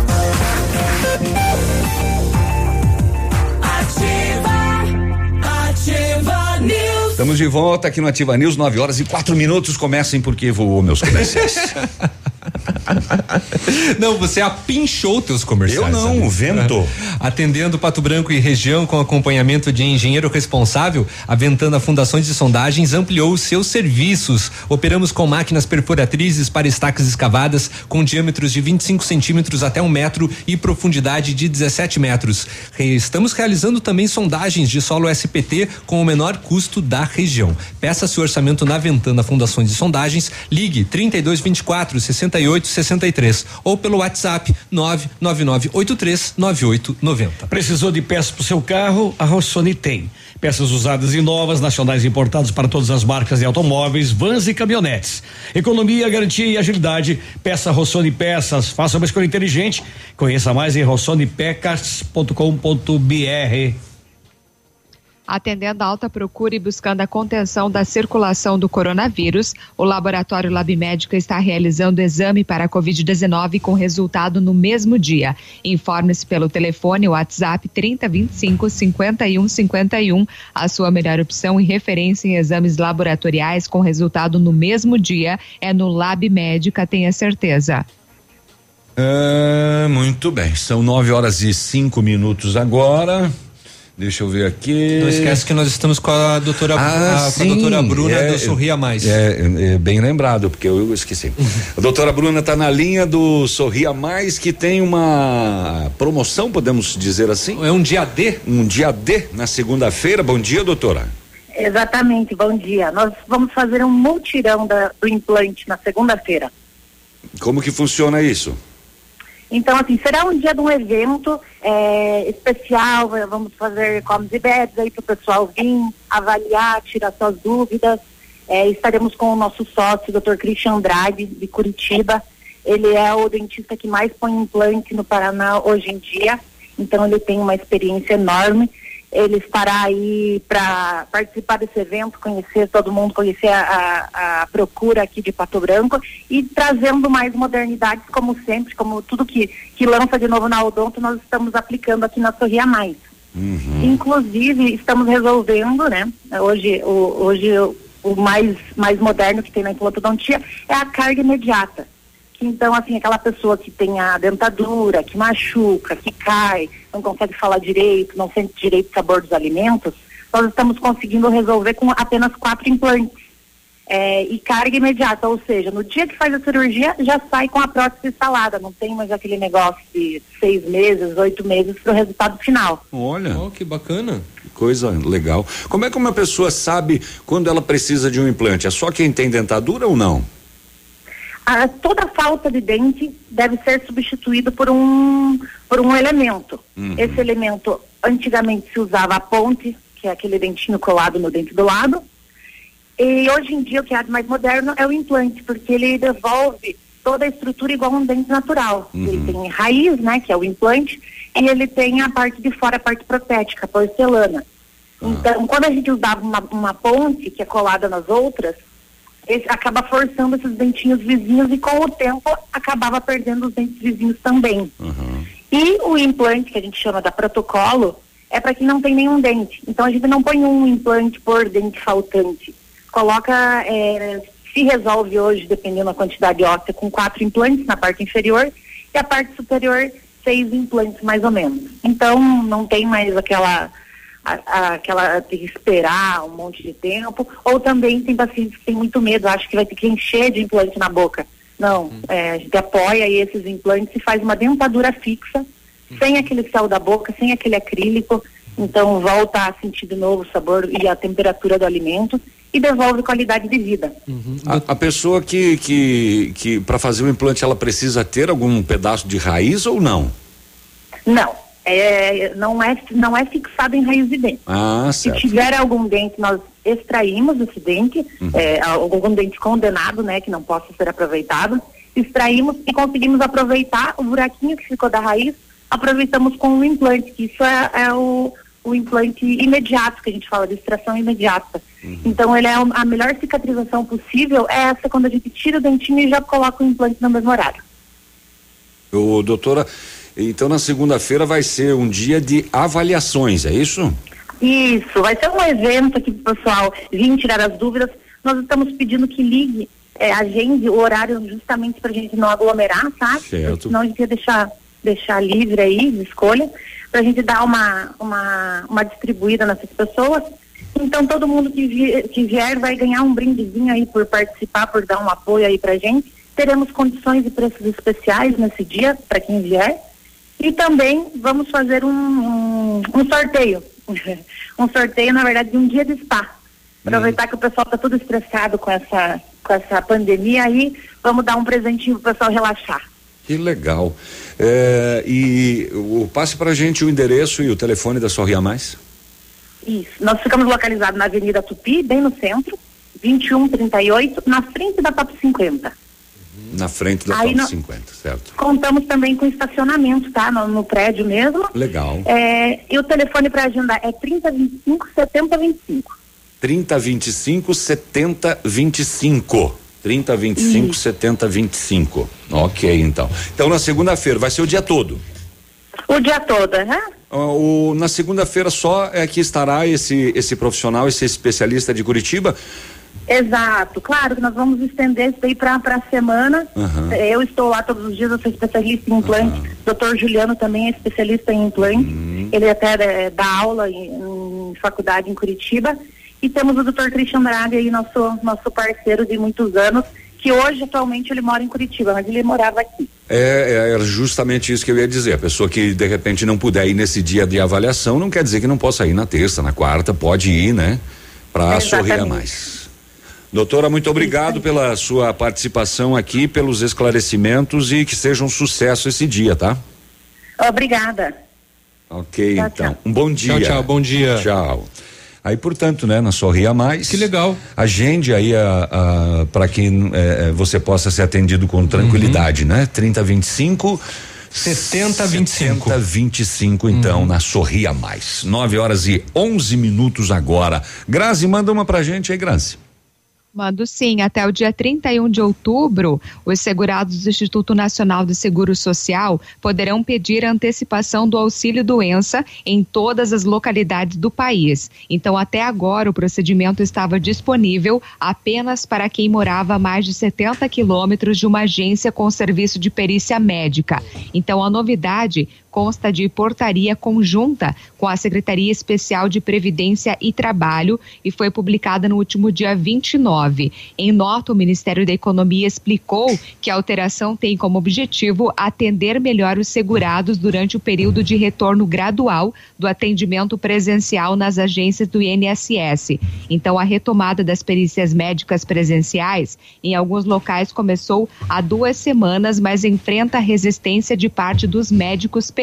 Ativa News. Estamos de volta aqui no Ativa News, nove horas e quatro minutos. Comecem porque voou meus comerciais. Não, você apinchou teus comerciais. Eu não, o vento. Atendendo Pato Branco e região com acompanhamento de engenheiro responsável, a Ventana Fundações e Sondagens ampliou os seus serviços. Operamos com máquinas perfuratrizes para estacas escavadas com diâmetros de vinte e cinco centímetros até um metro e profundidade de dezessete metros. Estamos realizando também sondagens de solo S P T com o menor custo da região. Peça seu orçamento na Ventana Fundações e Sondagens. Ligue trinta e dois, vinte e quatro, sessenta e oito, sessenta e três ou pelo WhatsApp nove nove nove oito três nove oito nove zero. Precisou de peças para o seu carro? A Rossoni tem. Peças usadas e novas, nacionais e importadas para todas as marcas de automóveis, vans e caminhonetes. Economia, garantia e agilidade. Peça Rossoni Peças. Faça uma escolha inteligente. Conheça mais em rossoni pecas ponto com ponto b r. Atendendo a alta procura e buscando a contenção da circulação do coronavírus, o Laboratório Lab Médica está realizando exame para a covid dezenove com resultado no mesmo dia. Informe-se pelo telefone WhatsApp trinta, vinte e cinco, cinquenta e um, cinquenta e um. A sua melhor opção e referência em exames laboratoriais com resultado no mesmo dia é no Lab Médica, tenha certeza. Ah, muito bem, são nove horas e cinco minutos agora. Deixa eu ver aqui. Não esquece que nós estamos com a doutora, ah, a, sim, com a doutora Bruna é, do Sorria Mais. É, é bem lembrado, porque eu esqueci. A doutora Bruna está na linha do Sorria Mais, que tem uma promoção, podemos dizer assim? É um dia D? Um dia D na segunda-feira. Bom dia, doutora. Exatamente, bom dia. Nós vamos fazer um multirão da, do implante na segunda-feira. Como que funciona isso? Então, assim, será um dia de um evento é, especial, vamos fazer comes e bebes aí para o pessoal vir, avaliar, tirar suas dúvidas. É, estaremos com o nosso sócio, doutor Christian Andrade, de Curitiba. Ele é o dentista que mais põe implante no Paraná hoje em dia, então ele tem uma experiência enorme. Ele estará aí para participar desse evento, conhecer todo mundo, conhecer a, a, a procura aqui de Pato Branco e trazendo mais modernidades, como sempre, como tudo que, que lança de novo na Odonto, nós estamos aplicando aqui na Sorria Mais. Uhum. Inclusive, estamos resolvendo, né? Hoje, o, hoje o, o mais, mais moderno que tem na implantodontia é a carga imediata. Então, assim, aquela pessoa que tem a dentadura, que machuca, que cai, não consegue falar direito, não sente direito o sabor dos alimentos, nós estamos conseguindo resolver com apenas quatro implantes. É, e carga imediata, ou seja, no dia que faz a cirurgia, já sai com a prótese instalada, não tem mais aquele negócio de seis meses, oito meses para o resultado final. Olha. Oh, que bacana. Que coisa legal. Como é que uma pessoa sabe quando ela precisa de um implante? É só quem tem dentadura ou não? A, toda falta de dente deve ser substituído por um, por um elemento. Uhum. Esse elemento, antigamente se usava a ponte, que é aquele dentinho colado no dente do lado, e hoje em dia o que é mais moderno é o implante, porque ele devolve toda a estrutura igual um dente natural. Uhum. Ele tem raiz, né, que é o implante, e ele tem a parte de fora, a parte protética, a porcelana. Uhum. Então, quando a gente usava uma, uma ponte que é colada nas outras, esse acaba forçando esses dentinhos vizinhos e com o tempo acabava perdendo os dentes vizinhos também. Uhum. E o implante, que a gente chama da protocolo, é para quem não tem nenhum dente. Então a gente não põe um implante por dente faltante. Coloca, é, se resolve hoje, dependendo da quantidade óssea, com quatro implantes na parte inferior e a parte superior, seis implantes mais ou menos. Então não tem mais aquela... A, a, aquela ter que esperar um monte de tempo, ou também tem pacientes que têm muito medo, acho que vai ter que encher de implante na boca. Não, hum. é, a gente apoia aí esses implantes e faz uma dentadura fixa, hum. sem aquele céu da boca, sem aquele acrílico, então volta a sentir de novo o sabor e a temperatura do alimento e devolve qualidade de vida. Uhum. A, a pessoa que, que, que para fazer o implante, ela precisa ter algum pedaço de raiz ou não? Não. É, não, é, não é fixado em raiz de dente. Ah, certo. Se tiver algum dente, nós extraímos esse dente, uhum. é, algum dente condenado, né, que não possa ser aproveitado, extraímos e conseguimos aproveitar o buraquinho que ficou da raiz, aproveitamos com o implante, que isso é, é o, o implante imediato, que a gente fala de extração imediata. Uhum. Então, ele é a melhor cicatrização possível, é essa quando a gente tira o dentinho e já coloca o implante no mesmo horário. Ô, doutora, então na segunda-feira vai ser um dia de avaliações, é isso? Isso, vai ser um evento aqui pro pessoal vir tirar as dúvidas. Nós estamos pedindo que ligue, é, agende o horário justamente pra gente não aglomerar, tá? Certo. Senão a gente ia deixar, deixar livre aí de escolha, pra gente dar uma, uma, uma distribuída nessas pessoas. Então todo mundo que, vi, que vier vai ganhar um brindezinho aí por participar, por dar um apoio aí pra gente. Teremos condições e preços especiais nesse dia para quem vier. E também vamos fazer um, um, um sorteio. um sorteio, na verdade, de um dia de spa. Aproveitar hum. que o pessoal está todo estressado com essa, com essa pandemia aí, vamos dar um presentinho para o pessoal relaxar. Que legal. É, e o, passe para a gente o endereço e o telefone da Sorria Mais. Isso. Nós ficamos localizados na Avenida Tupi, bem no centro, vinte e um trinta e oito, na frente da Top cinquenta. Na frente da Aí Top nós cinquenta, certo? Contamos também com estacionamento, tá? No, no prédio mesmo. Legal. É, e o telefone para agendar é trinta, vinte e cinco, setenta, vinte e cinco. trinta, vinte e cinco, setenta, vinte e cinco. trinta, vinte e cinco, setenta, vinte e cinco. Ok, então. Então na segunda-feira vai ser o dia todo? O dia todo, né? O, na segunda-feira só é que estará esse, esse profissional, esse especialista de Curitiba? Exato, claro que nós vamos estender isso aí para a semana. Uhum. Eu estou lá todos os dias, eu sou especialista em implante. Uhum. doutor Juliano também é especialista em implante. Uhum. Ele até é, dá aula em, em faculdade em Curitiba. E temos o doutor Christian Braga aí, nosso, nosso parceiro de muitos anos, que hoje atualmente ele mora em Curitiba, mas ele morava aqui. É, é justamente isso que eu ia dizer. A pessoa que de repente não puder ir nesse dia de avaliação, não quer dizer que não possa ir na terça, na quarta, pode ir, né? Para sorrir mais. Doutora, muito obrigado pela sua participação aqui, pelos esclarecimentos e que seja um sucesso esse dia, tá? Obrigada. Ok, tchau, então. Tchau. Um bom dia. Tchau, tchau, bom dia. Tchau. Aí, portanto, né, na Sorria Mais. Que legal. Agende aí a, a para que é, você possa ser atendido com tranquilidade, uhum. né? trinta, vinte e cinco. setenta, vinte e cinco. setenta, vinte e cinco, então, uhum. na Sorria Mais. nove horas e onze minutos agora. Grazi, manda uma pra gente aí, Grazi. Mando sim, até o dia trinta e um de outubro, os segurados do Instituto Nacional de Seguro Social poderão pedir a antecipação do auxílio doença em todas as localidades do país. Então, até agora, o procedimento estava disponível apenas para quem morava a mais de setenta quilômetros de uma agência com serviço de perícia médica. Então, a novidade consta de portaria conjunta com a Secretaria Especial de Previdência e Trabalho e foi publicada no último dia vinte e nove. Em nota, o Ministério da Economia explicou que a alteração tem como objetivo atender melhor os segurados durante o período de retorno gradual do atendimento presencial nas agências do I N S S. Então, a retomada das perícias médicas presenciais em alguns locais começou há duas semanas, mas enfrenta a resistência de parte dos médicos peristas.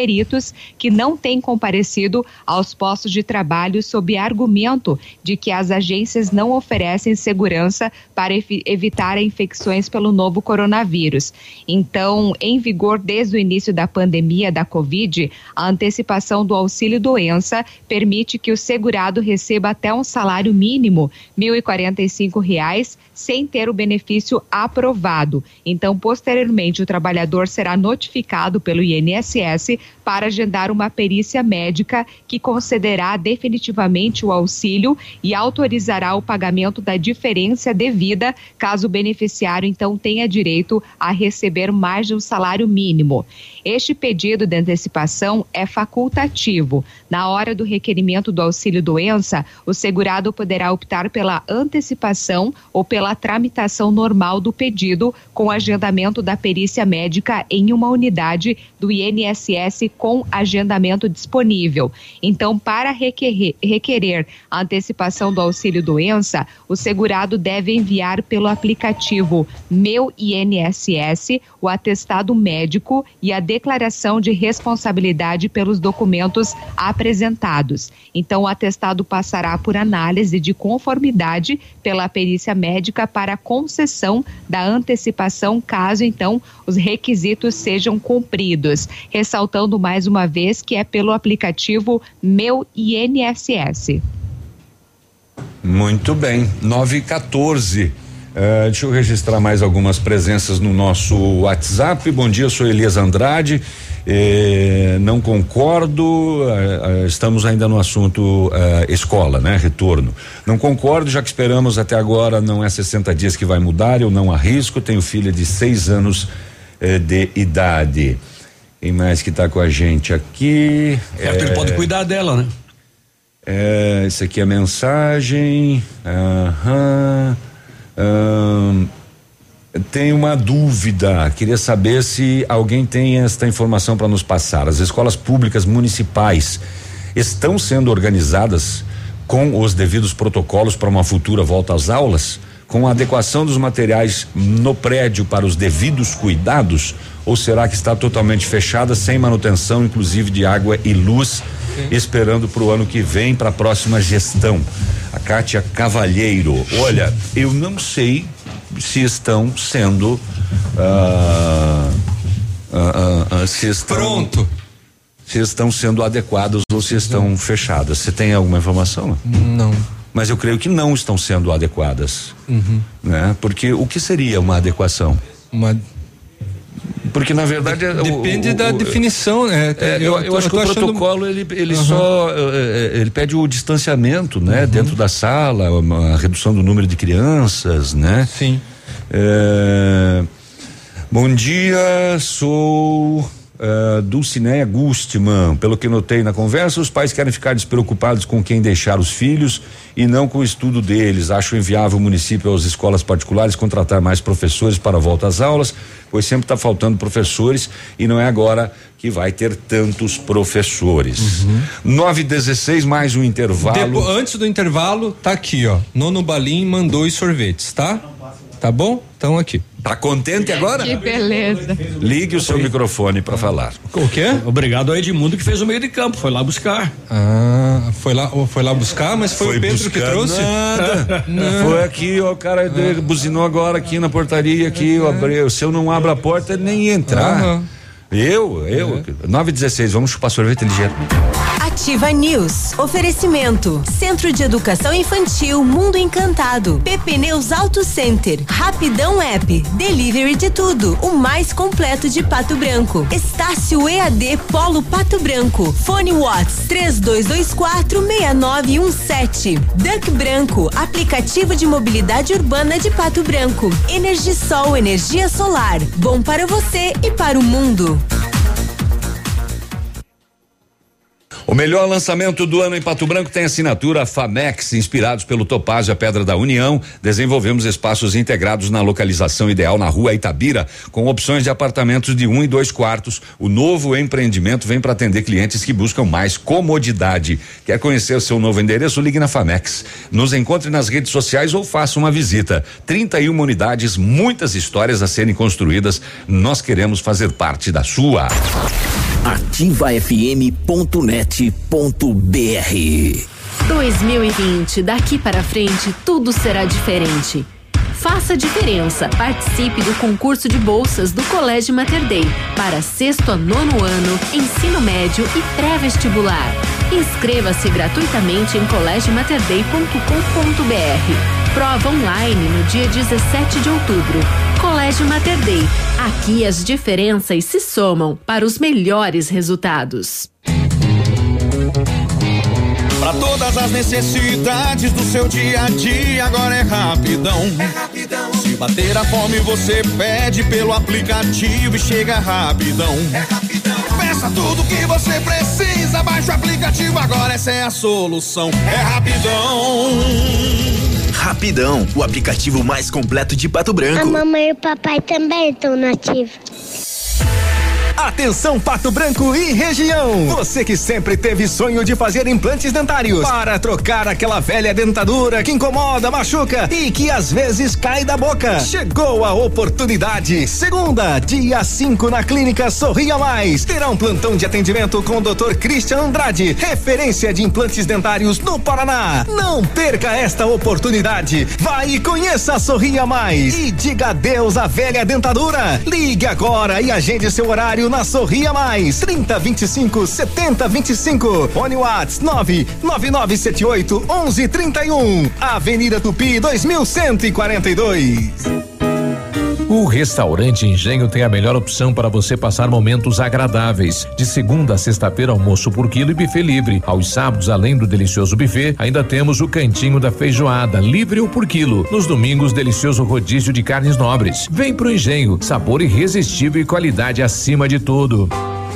peritos que não têm comparecido aos postos de trabalho sob argumento de que as agências não oferecem segurança para evitar infecções pelo novo coronavírus. Então, em vigor desde o início da pandemia da Covid, a antecipação do auxílio doença permite que o segurado receba até um salário mínimo, mil e quarenta e cinco reais, sem ter o benefício aprovado. Então, posteriormente, o trabalhador será notificado pelo I N S S para agendar uma perícia médica que concederá definitivamente o auxílio e autorizará o pagamento da diferença devida, caso o beneficiário então tenha direito a receber mais de um salário mínimo. Este pedido de antecipação é facultativo. Na hora do requerimento do auxílio doença, o segurado poderá optar pela antecipação ou pela tramitação normal do pedido com agendamento da perícia médica em uma unidade do I N S S com agendamento disponível. Então, para requerer, requerer a antecipação do auxílio doença, o segurado deve enviar pelo aplicativo Meu I N S S o atestado médico e a declaração de responsabilidade pelos documentos apresentados. Então, o atestado passará por análise de conformidade pela perícia médica para concessão da antecipação, caso então os requisitos sejam cumpridos. Ressaltando mais uma vez que é pelo aplicativo Meu I N S S. Muito bem, nove e quatorze. Uh, deixa eu registrar mais algumas presenças no nosso WhatsApp. Bom dia, eu sou Elias Andrade. Eh, não concordo, uh, uh, estamos ainda no assunto uh, escola, né? Retorno. Não concordo, já que esperamos até agora, não é sessenta dias que vai mudar, eu não arrisco, tenho filha de seis anos uh, de idade. Quem mais que está com a gente aqui? É, é, ele pode cuidar dela, né? É, isso aqui é a mensagem. Aham. Hum, tem uma dúvida, queria saber se alguém tem esta informação para nos passar. As escolas públicas municipais estão sendo organizadas com os devidos protocolos para uma futura volta às aulas, com a adequação dos materiais no prédio para os devidos cuidados, ou será que está totalmente fechada, sem manutenção, inclusive de água e luz, Sim. esperando para o ano que vem, para a próxima gestão? A Kátia Cavalheiro, olha, eu não sei se estão sendo ah, ah, ah, se estão pronto se estão sendo adequadas ou se estão Sim. fechadas. Você tem alguma informação? Não. Mas eu creio que não estão sendo adequadas, uhum. né? Porque o que seria uma adequação? Uma Porque na verdade depende o, o, da o, definição, né? É, eu, eu, eu acho eu que o achando... protocolo ele ele uhum. só ele pede o distanciamento, né? Uhum. Dentro da sala, a redução do número de crianças, né? Sim. É, bom dia, sou Uh, Dulcinéia Gustman. Pelo que notei na conversa, os pais querem ficar despreocupados com quem deixar os filhos e não com o estudo deles. Acho inviável o município, as escolas particulares, contratar mais professores para a volta às aulas, pois sempre está faltando professores e não é agora que vai ter tantos professores. Uhum. nove e dezesseis, mais um intervalo. Depo, antes do intervalo, tá aqui, ó. Nono Balim mandou os sorvetes, tá? Tá bom? Então aqui. Tá contente agora? Que beleza. Ligue o seu Oi. microfone para falar. O quê? Obrigado ao Edmundo que fez o meio de campo, foi lá buscar. Ah, foi lá, foi lá buscar, mas foi, foi o Pedro que trouxe? Nada. Não. Foi aqui, ó, o cara ah. buzinou agora aqui na portaria aqui, ah. abriu. Se eu não abro a porta, ele nem ia entrar. Ah. Eu, eu. É. nove e dezesseis, vamos chupar sorvete ligeiro. Ativa News. Oferecimento. Centro de Educação Infantil Mundo Encantado. Pepneus Auto Center. Rapidão App. Delivery de tudo. O mais completo de Pato Branco. Estácio E A D Polo Pato Branco. Fone Watts três dois dois quatro seis nove um sete. Duck Branco. Aplicativo de mobilidade urbana de Pato Branco. Energisol, energia solar. Bom para você e para o mundo. O melhor lançamento do ano em Pato Branco tem assinatura Famex. Inspirados pelo Topázio, a Pedra da União, desenvolvemos espaços integrados na localização ideal na rua Itabira, com opções de apartamentos de um e dois quartos. O novo empreendimento vem para atender clientes que buscam mais comodidade. Quer conhecer o seu novo endereço? Ligue na Famex. Nos encontre nas redes sociais ou faça uma visita. trinta e uma unidades, muitas histórias a serem construídas. Nós queremos fazer parte da sua. ativa f m ponto net ponto b r. dois mil e vinte, daqui para frente tudo será diferente. Faça a diferença. Participe do concurso de bolsas do Colégio Mater Dei para sexto a nono ano, ensino médio e pré-vestibular. Inscreva-se gratuitamente em colégio mater dei ponto com ponto b r. Prova online no dia dezessete de outubro. Colégio Mater Dei. Aqui as diferenças se somam para os melhores resultados. Para todas as necessidades do seu dia a dia, agora é rapidão. É rapidão. Se bater a fome, você pede pelo aplicativo e chega rapidão. É rapidão. Peça tudo que você precisa, baixa o aplicativo, agora essa é a solução. É rapidão. Rapidão, o aplicativo mais completo de Pato Branco. A mamãe e o papai também estão no ativo. Atenção Pato Branco e região, você que sempre teve sonho de fazer implantes dentários para trocar aquela velha dentadura que incomoda, machuca e que às vezes cai da boca. Chegou a oportunidade. Segunda, dia cinco na clínica Sorria Mais, terá um plantão de atendimento com o doutor Christian Andrade, referência de implantes dentários no Paraná. Não perca esta oportunidade. Vai e conheça a Sorria Mais e diga adeus à velha dentadura. Ligue agora e agende seu horário na Sorria Mais, trinta, vinte e cinco, setenta, vinte e cinco. Fone WhatsApp nove nove nove sete oito, onze, trinta e um. Avenida Tupi, dois mil cento e quarenta e dois. O Restaurante Engenho tem a melhor opção para você passar momentos agradáveis. De segunda a sexta-feira, almoço por quilo e buffet livre. Aos sábados, além do delicioso buffet, ainda temos o cantinho da feijoada, livre ou por quilo. Nos domingos, delicioso rodízio de carnes nobres. Vem pro Engenho, sabor irresistível e qualidade acima de tudo.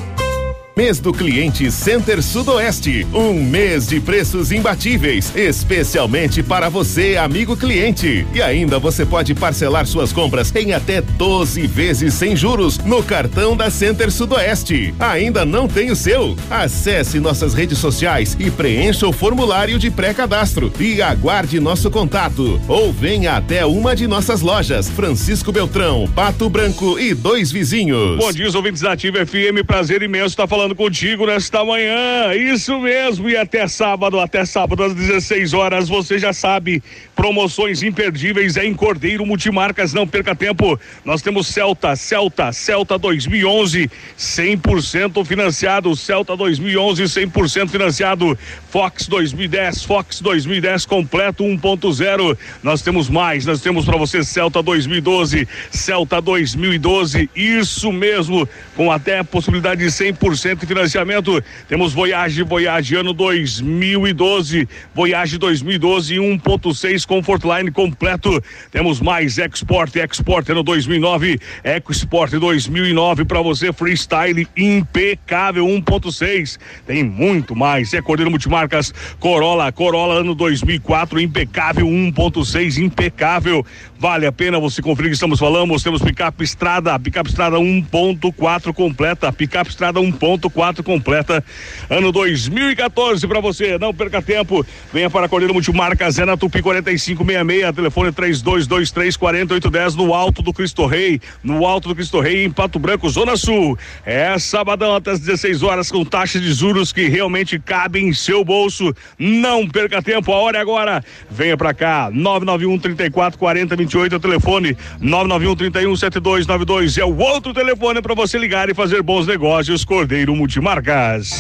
Mês do Cliente Center Sudoeste. Um mês de preços imbatíveis, especialmente para você, amigo cliente. E ainda você pode parcelar suas compras em até doze vezes sem juros no cartão da Center Sudoeste. Ainda não tem o seu? Acesse nossas redes sociais e preencha o formulário de pré-cadastro e aguarde nosso contato. Ou venha até uma de nossas lojas, Francisco Beltrão, Pato Branco e Dois Vizinhos. Bom dia, os ouvintes da Ativa F M, prazer imenso estar falando contigo nesta manhã, isso mesmo, e até sábado, até sábado às dezesseis horas, você já sabe, promoções imperdíveis é em Cordeiro Multimarcas, não perca tempo, nós temos Celta, Celta, Celta dois mil e onze, cem por cento financiado, Celta dois mil e onze, cem por cento financiado, Fox dois mil e dez, Fox dois mil e dez completo um ponto zero, nós temos mais, nós temos para você Celta dois mil e doze, Celta dois mil e doze, isso mesmo, com até possibilidade de cem por cento de financiamento. Temos Voyage, Voyage ano dois mil e doze, Voyage dois mil e doze um ponto seis Comfortline completo. Temos mais Export, Export ano dois mil e nove, EcoSport dois mil e nove para você, Freestyle impecável um ponto seis. Tem muito mais. É Cordeiro Multimarcas, Corolla, Corolla ano dois mil e quatro, impecável um ponto seis, impecável. Vale a pena você conferir o que estamos falando. Temos picape Estrada, picape Estrada um ponto quatro completa, picape Estrada um ponto quatro completa, ano dois mil e quatorze para você, não perca tempo, venha para a Cordeiro Multimarcas, é na Tupi quarenta e cinco sessenta e seis, telefone três dois dois três, quatro oito um zero, no Alto do Cristo Rei, no Alto do Cristo Rei, em Pato Branco, Zona Sul. É sabadão até as dezesseis horas com taxas de juros que realmente cabem em seu bolso, não perca tempo, a hora é agora, venha para cá, nove nove um, trinta e quatro, quarenta, vinte e oito, é o telefone, nove nove um, trinta e um, setenta e dois noventa e dois, é o outro telefone para você ligar e fazer bons negócios, Cordeiro Multimarcas.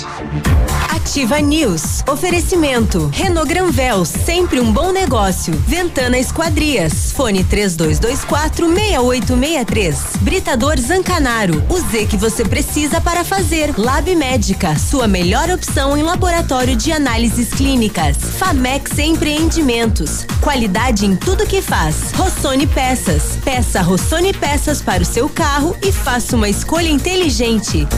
Ativa News. Oferecimento. Renault Granvel, sempre um bom negócio. Ventana Esquadrias. Fone três dois dois quatro, seis oito seis três. Britador Zancanaro. O Z que você precisa para fazer. Lab Médica, sua melhor opção em laboratório de análises clínicas. Famex Empreendimentos. Qualidade em tudo que faz. Rossoni Peças. Peça Rossoni Peças para o seu carro e faça uma escolha inteligente.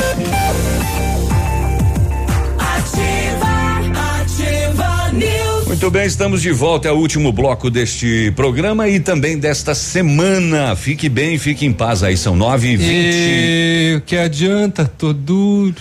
Ativa, Ativa News. Muito Muito bem, estamos de volta ao último bloco deste programa e também desta semana. Fique bem, fique em paz aí, são nove e vinte. O que adianta? Tô duro.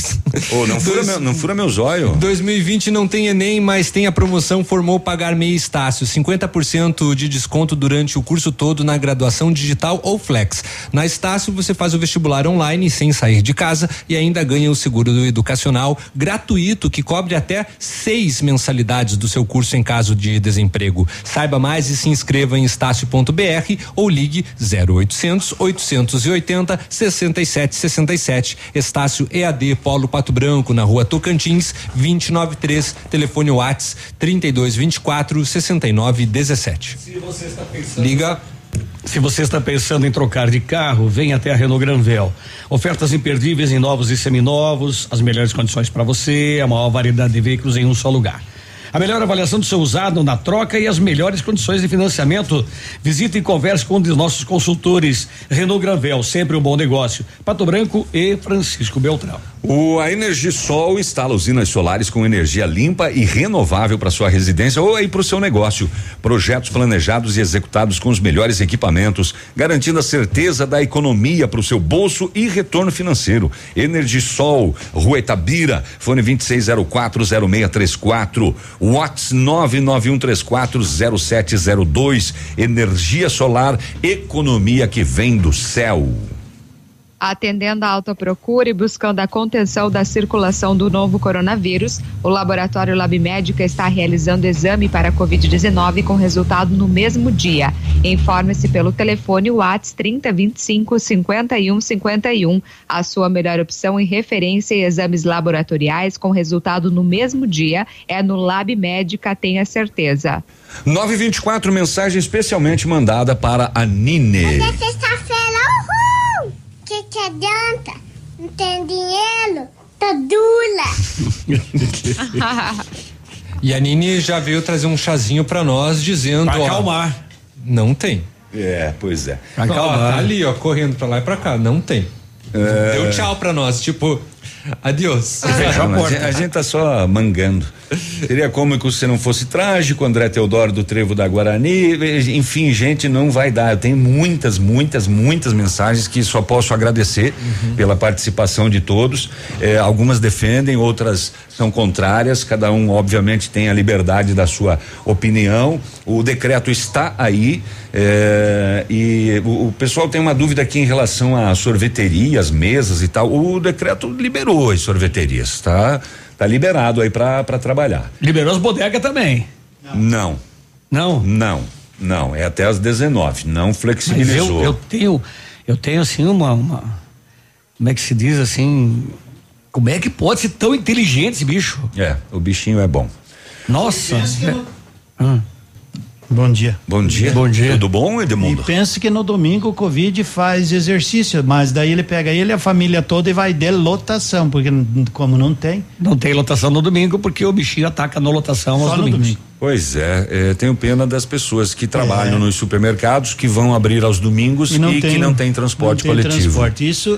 Oh, não, fura Dois, meu, não fura meus olhos. dois mil e vinte não tem Enem, mas tem a promoção Formou Pagar Meia Estácio. cinquenta por cento de desconto durante o curso todo na graduação digital ou flex. Na Estácio você faz o vestibular online sem sair de casa e ainda ganha o seguro do educacional gratuito que cobre até seis mensalidades do seu curso em caso de desemprego. Saiba mais e se inscreva em estácio ponto br ou ligue zero oitocentos, oitocentos e oitenta, sessenta e sete sessenta e sete. Estácio E A D Polo Pato Branco, na rua Tocantins, vinte e nove três, telefone Whats trinta e dois vinte e quatro, sessenta e nove dezessete. Se você está pensando. Liga. Se você está pensando em trocar de carro, venha até a Renault Granvel. Ofertas imperdíveis em novos e seminovos, as melhores condições para você, a maior variedade de veículos em um só lugar. A melhor avaliação do seu usado na troca e as melhores condições de financiamento. Visite e converse com um dos nossos consultores. Renault Granvel, sempre um bom negócio. Pato Branco e Francisco Beltrão. O, a Energisol instala usinas solares com energia limpa e renovável para sua residência ou aí para o seu negócio. Projetos planejados e executados com os melhores equipamentos, garantindo a certeza da economia para o seu bolso e retorno financeiro. Energisol, Rua Itabira, fone vinte e seis zero quatro zero seis três quatro, Whats nove nove um três quatro zero sete zero dois. Energia solar, economia que vem do céu. Atendendo à alta procura e buscando a contenção da circulação do novo coronavírus, o laboratório Lab Médica está realizando exame para a covid dezenove com resultado no mesmo dia. Informe-se pelo telefone Whats trinta, vinte e cinco, cinquenta e um, cinquenta e um. A sua melhor opção em referência e exames laboratoriais com resultado no mesmo dia é no Lab Médica, tenha certeza. nove e vinte e quatro, mensagem especialmente mandada para a Nine. Hoje é sexta-feira, uhul! Que que adianta? Não tem dinheiro? Tá dura. E a Nini já veio trazer um chazinho pra nós dizendo. Pra ó, acalmar. Não tem. É, pois é. Ó, tá ali, ó, correndo pra lá e pra cá. Não tem. É. Deu tchau pra nós, tipo, adiós. Ah, a, gente, a gente tá só mangando. Seria cômico se não fosse trágico, André Teodoro do Trevo da Guarani, enfim, gente, não vai dar. Eu tenho muitas, muitas, muitas mensagens que só posso agradecer uhum. pela participação de todos. Eh, algumas defendem, outras são contrárias, cada um obviamente tem a liberdade da sua opinião. O decreto está aí eh, e o, o pessoal tem uma dúvida aqui em relação à sorveteria, as mesas e tal. O decreto liberou as sorveterias, tá? Tá liberado aí pra, pra trabalhar. Liberou as bodegas também? Não. Não? Não, não, é até às dezenove, não flexibilizou. Eu, eu tenho, eu tenho assim uma, uma, como é que se diz assim, como é que pode ser tão inteligente esse bicho? É, o bichinho é bom. Nossa. É. Hum. Bom dia. Bom dia. Bom dia. Tudo bom, Edmundo? E pensa que no domingo o Covid faz exercício, mas daí ele pega ele, a família toda e vai de lotação, porque como não tem. Não tem lotação no domingo porque o bichinho ataca na lotação Só aos no domingos. domingo. Pois é, é, tenho pena das pessoas que trabalham é. nos supermercados, que vão abrir aos domingos e, não e tem, que não tem transporte não tem coletivo. Transporte. Isso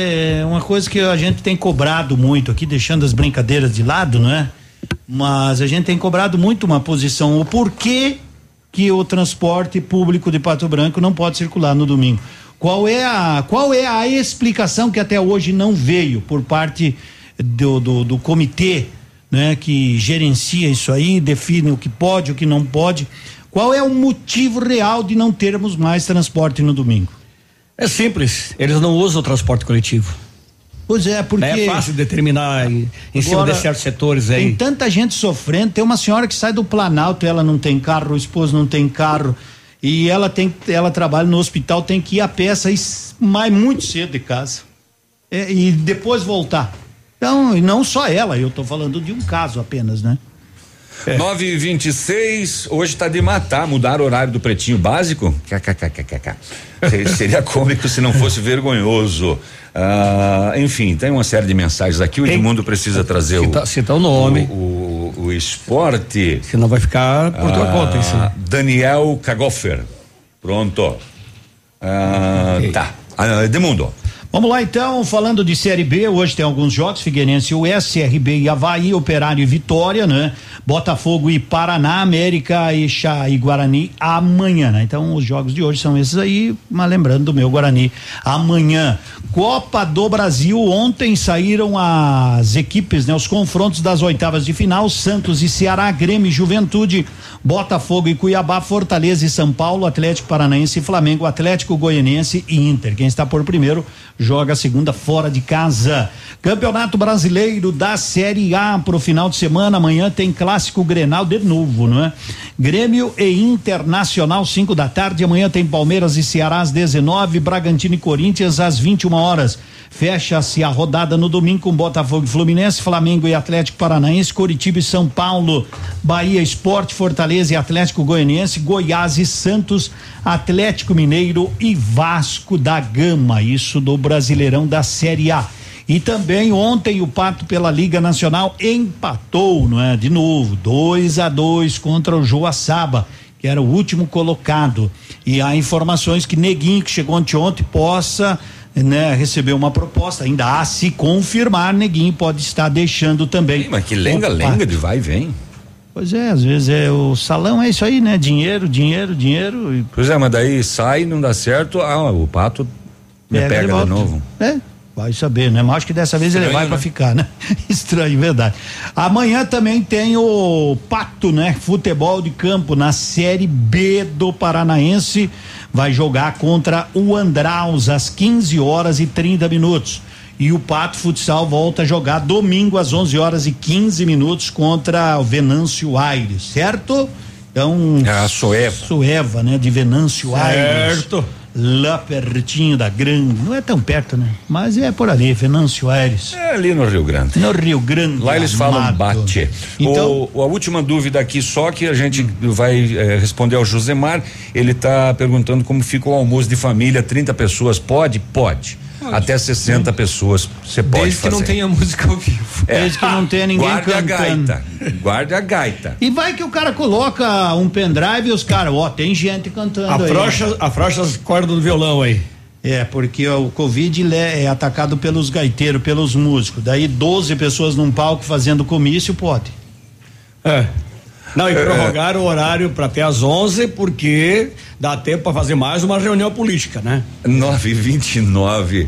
é uma coisa que a gente tem cobrado muito aqui, deixando as brincadeiras de lado, não é? Mas a gente tem cobrado muito uma posição, o porquê que o transporte público de Pato Branco não pode circular no domingo. Qual é a, qual é a explicação que até hoje não veio por parte do, do, do comitê, né, que gerencia isso aí, define o que pode, o que não pode? Qual é o motivo real de não termos mais transporte no domingo? É simples, eles não usam o transporte coletivo. Pois é, porque é fácil determinar em, em cima de certos setores aí. Tem tanta gente sofrendo, tem uma senhora que sai do Planalto, ela não tem carro, o esposo não tem carro e ela tem, ela trabalha no hospital, tem que ir a pé, sair mais muito cedo de casa é, e depois voltar. Então, e não só ela, eu tô falando de um caso apenas, né? É. nove e vinte e seis, hoje tá de matar, mudar o horário do Pretinho Básico? Seria cômico se não fosse vergonhoso. Ah, enfim, tem uma série de mensagens aqui. O Edmundo precisa trazer cita, o, cita o nome. O, o, o esporte. Senão vai ficar por tua ah, conta, isso. Daniel Kagoffer. Pronto. Ah, okay. Tá. Ah, Edmundo. Vamos lá então, falando de Série B, hoje tem alguns jogos, Figueirense U S, C R B e Avaí, Operário e Vitória, né? Botafogo e Paraná, América e Chá e Guarani amanhã, né? Então os jogos de hoje são esses aí, mas lembrando do meu Guarani amanhã. Copa do Brasil, ontem saíram as equipes, né? Os confrontos das oitavas de final, Santos e Ceará, Grêmio e Juventude, Botafogo e Cuiabá, Fortaleza e São Paulo, Atlético Paranaense e Flamengo, Atlético Goianiense e Inter. Quem está por primeiro joga a segunda fora de casa. Campeonato Brasileiro da Série A pro final de semana, amanhã tem clássico Grenal de novo, não é? Grêmio e Internacional, cinco da tarde, amanhã tem Palmeiras e Ceará às dezenove, Bragantino e Corinthians às vinte e uma horas. Fecha-se a rodada no domingo com Botafogo e Fluminense, Flamengo e Atlético Paranaense, Coritiba e São Paulo, Bahia Esporte, Fortaleza e Atlético Goianiense, Goiás e Santos, Atlético Mineiro e Vasco da Gama, isso do Brasileirão da Série A. E também ontem o Pato pela Liga Nacional empatou, não é? De novo, dois a dois contra o Joaçaba, que era o último colocado. E há informações que Neguinho, que chegou anteontem, possa, né, receber uma proposta. Ainda há se confirmar, Neguinho pode estar deixando também. Sim, mas que lenga-lenga de vai e vem. Pois é, às vezes é o salão, é isso aí, né? Dinheiro, dinheiro, dinheiro. E... Pois é, mas daí sai, não dá certo, ah, o Pato me pega, pega de novo. É. Vai saber, né? Mas acho que dessa vez Estranho, ele vai, né? Pra ficar, né? Estranho, verdade. Amanhã também tem o Pato, né? Futebol de campo na Série B do Paranaense. Vai jogar contra o Andraus às quinze horas e trinta minutos. E o Pato Futsal volta a jogar domingo às onze horas e quinze minutos contra o Venâncio Aires, certo? Então. A Soeva. Soeva, né? De Venâncio Aires. Certo. Lá pertinho da Grande, não é tão perto, né? Mas é por ali, Venâncio Aires. É ali no Rio Grande. No Rio Grande. Lá eles amado. falam bate. Então, o, a última dúvida aqui só que a gente hum. vai é, responder ao Josemar, ele está perguntando como fica o almoço de família, trinta pessoas, pode? Pode. Pode. Até sessenta Sim. pessoas você pode Desde fazer. que não tenha música ao vivo. É. Desde que não tenha ninguém Guarde cantando. a gaita. Guarde a gaita. E vai que o cara coloca um pendrive e os caras, ó, tem gente cantando afrouxa, aí. Afrouxa as cordas do violão aí. É, porque ó, o Covid é atacado pelos gaiteiros, pelos músicos. Daí doze pessoas num palco fazendo comício, pode. É. Não, e prorrogaram é. o horário para até às onze, porque dá tempo para fazer mais uma reunião política, né? nove e vinte e nove.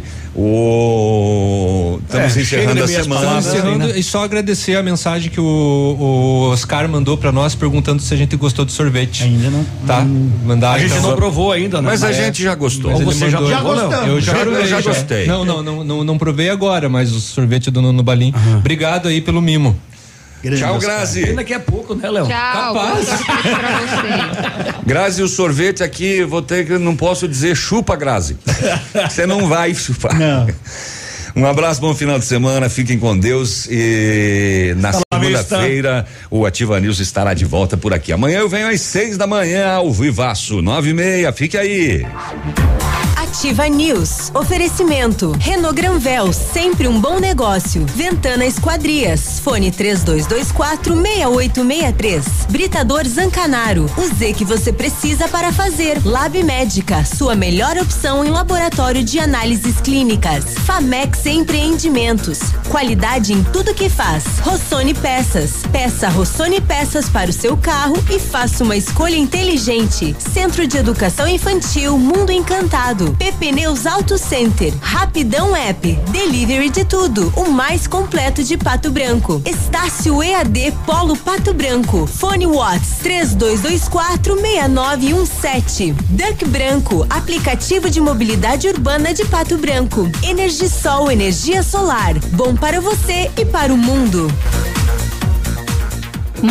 O... Estamos é, encerrando a semana. Encerrando, e só agradecer a mensagem que o, o Oscar mandou para nós perguntando se a gente gostou do sorvete. Ainda não. Tá? Hum. Mandar, a gente então, não provou ainda, né? Mas, mas a é, gente já gostou. Ou você mandou, já, já gostamos. Eu já, já, eu já gostei. Não, não, não, não, não provei agora, mas o sorvete do Nono Balim. Uhum. Obrigado aí pelo mimo. Grande Tchau, Grazi. Ainda daqui a pouco, né, Léo? Tchau. Capaz. Pra você. Grazi, o sorvete aqui, vou ter que, não posso dizer chupa, Grazi. Você não vai chupar. Não. Um abraço, bom final de semana, fiquem com Deus e na segunda-feira o Ativa News estará de volta por aqui. Amanhã eu venho às seis da manhã ao vivaço, nove e meia, fique aí. Ativa News. Oferecimento. Renault Granvel, sempre um bom negócio. Ventana Esquadrias. Fone três dois dois quatro, seis oito seis três. Britador Zancanaro. O Z que você precisa para fazer. Lab Médica, sua melhor opção em laboratório de análises clínicas. Famex Empreendimentos. Qualidade em tudo que faz. Rossoni Peças. Peça Rossoni Peças para o seu carro e faça uma escolha inteligente. Centro de Educação Infantil Mundo Encantado. P Pneus Auto Center, Rapidão App, Delivery de tudo, o mais completo de Pato Branco. Estácio E A D Polo Pato Branco. Fone Watts três dois dois quatro, seis nove um sete. Duck Branco, aplicativo de mobilidade urbana de Pato Branco. Energisol, energia solar, bom para você e para o mundo.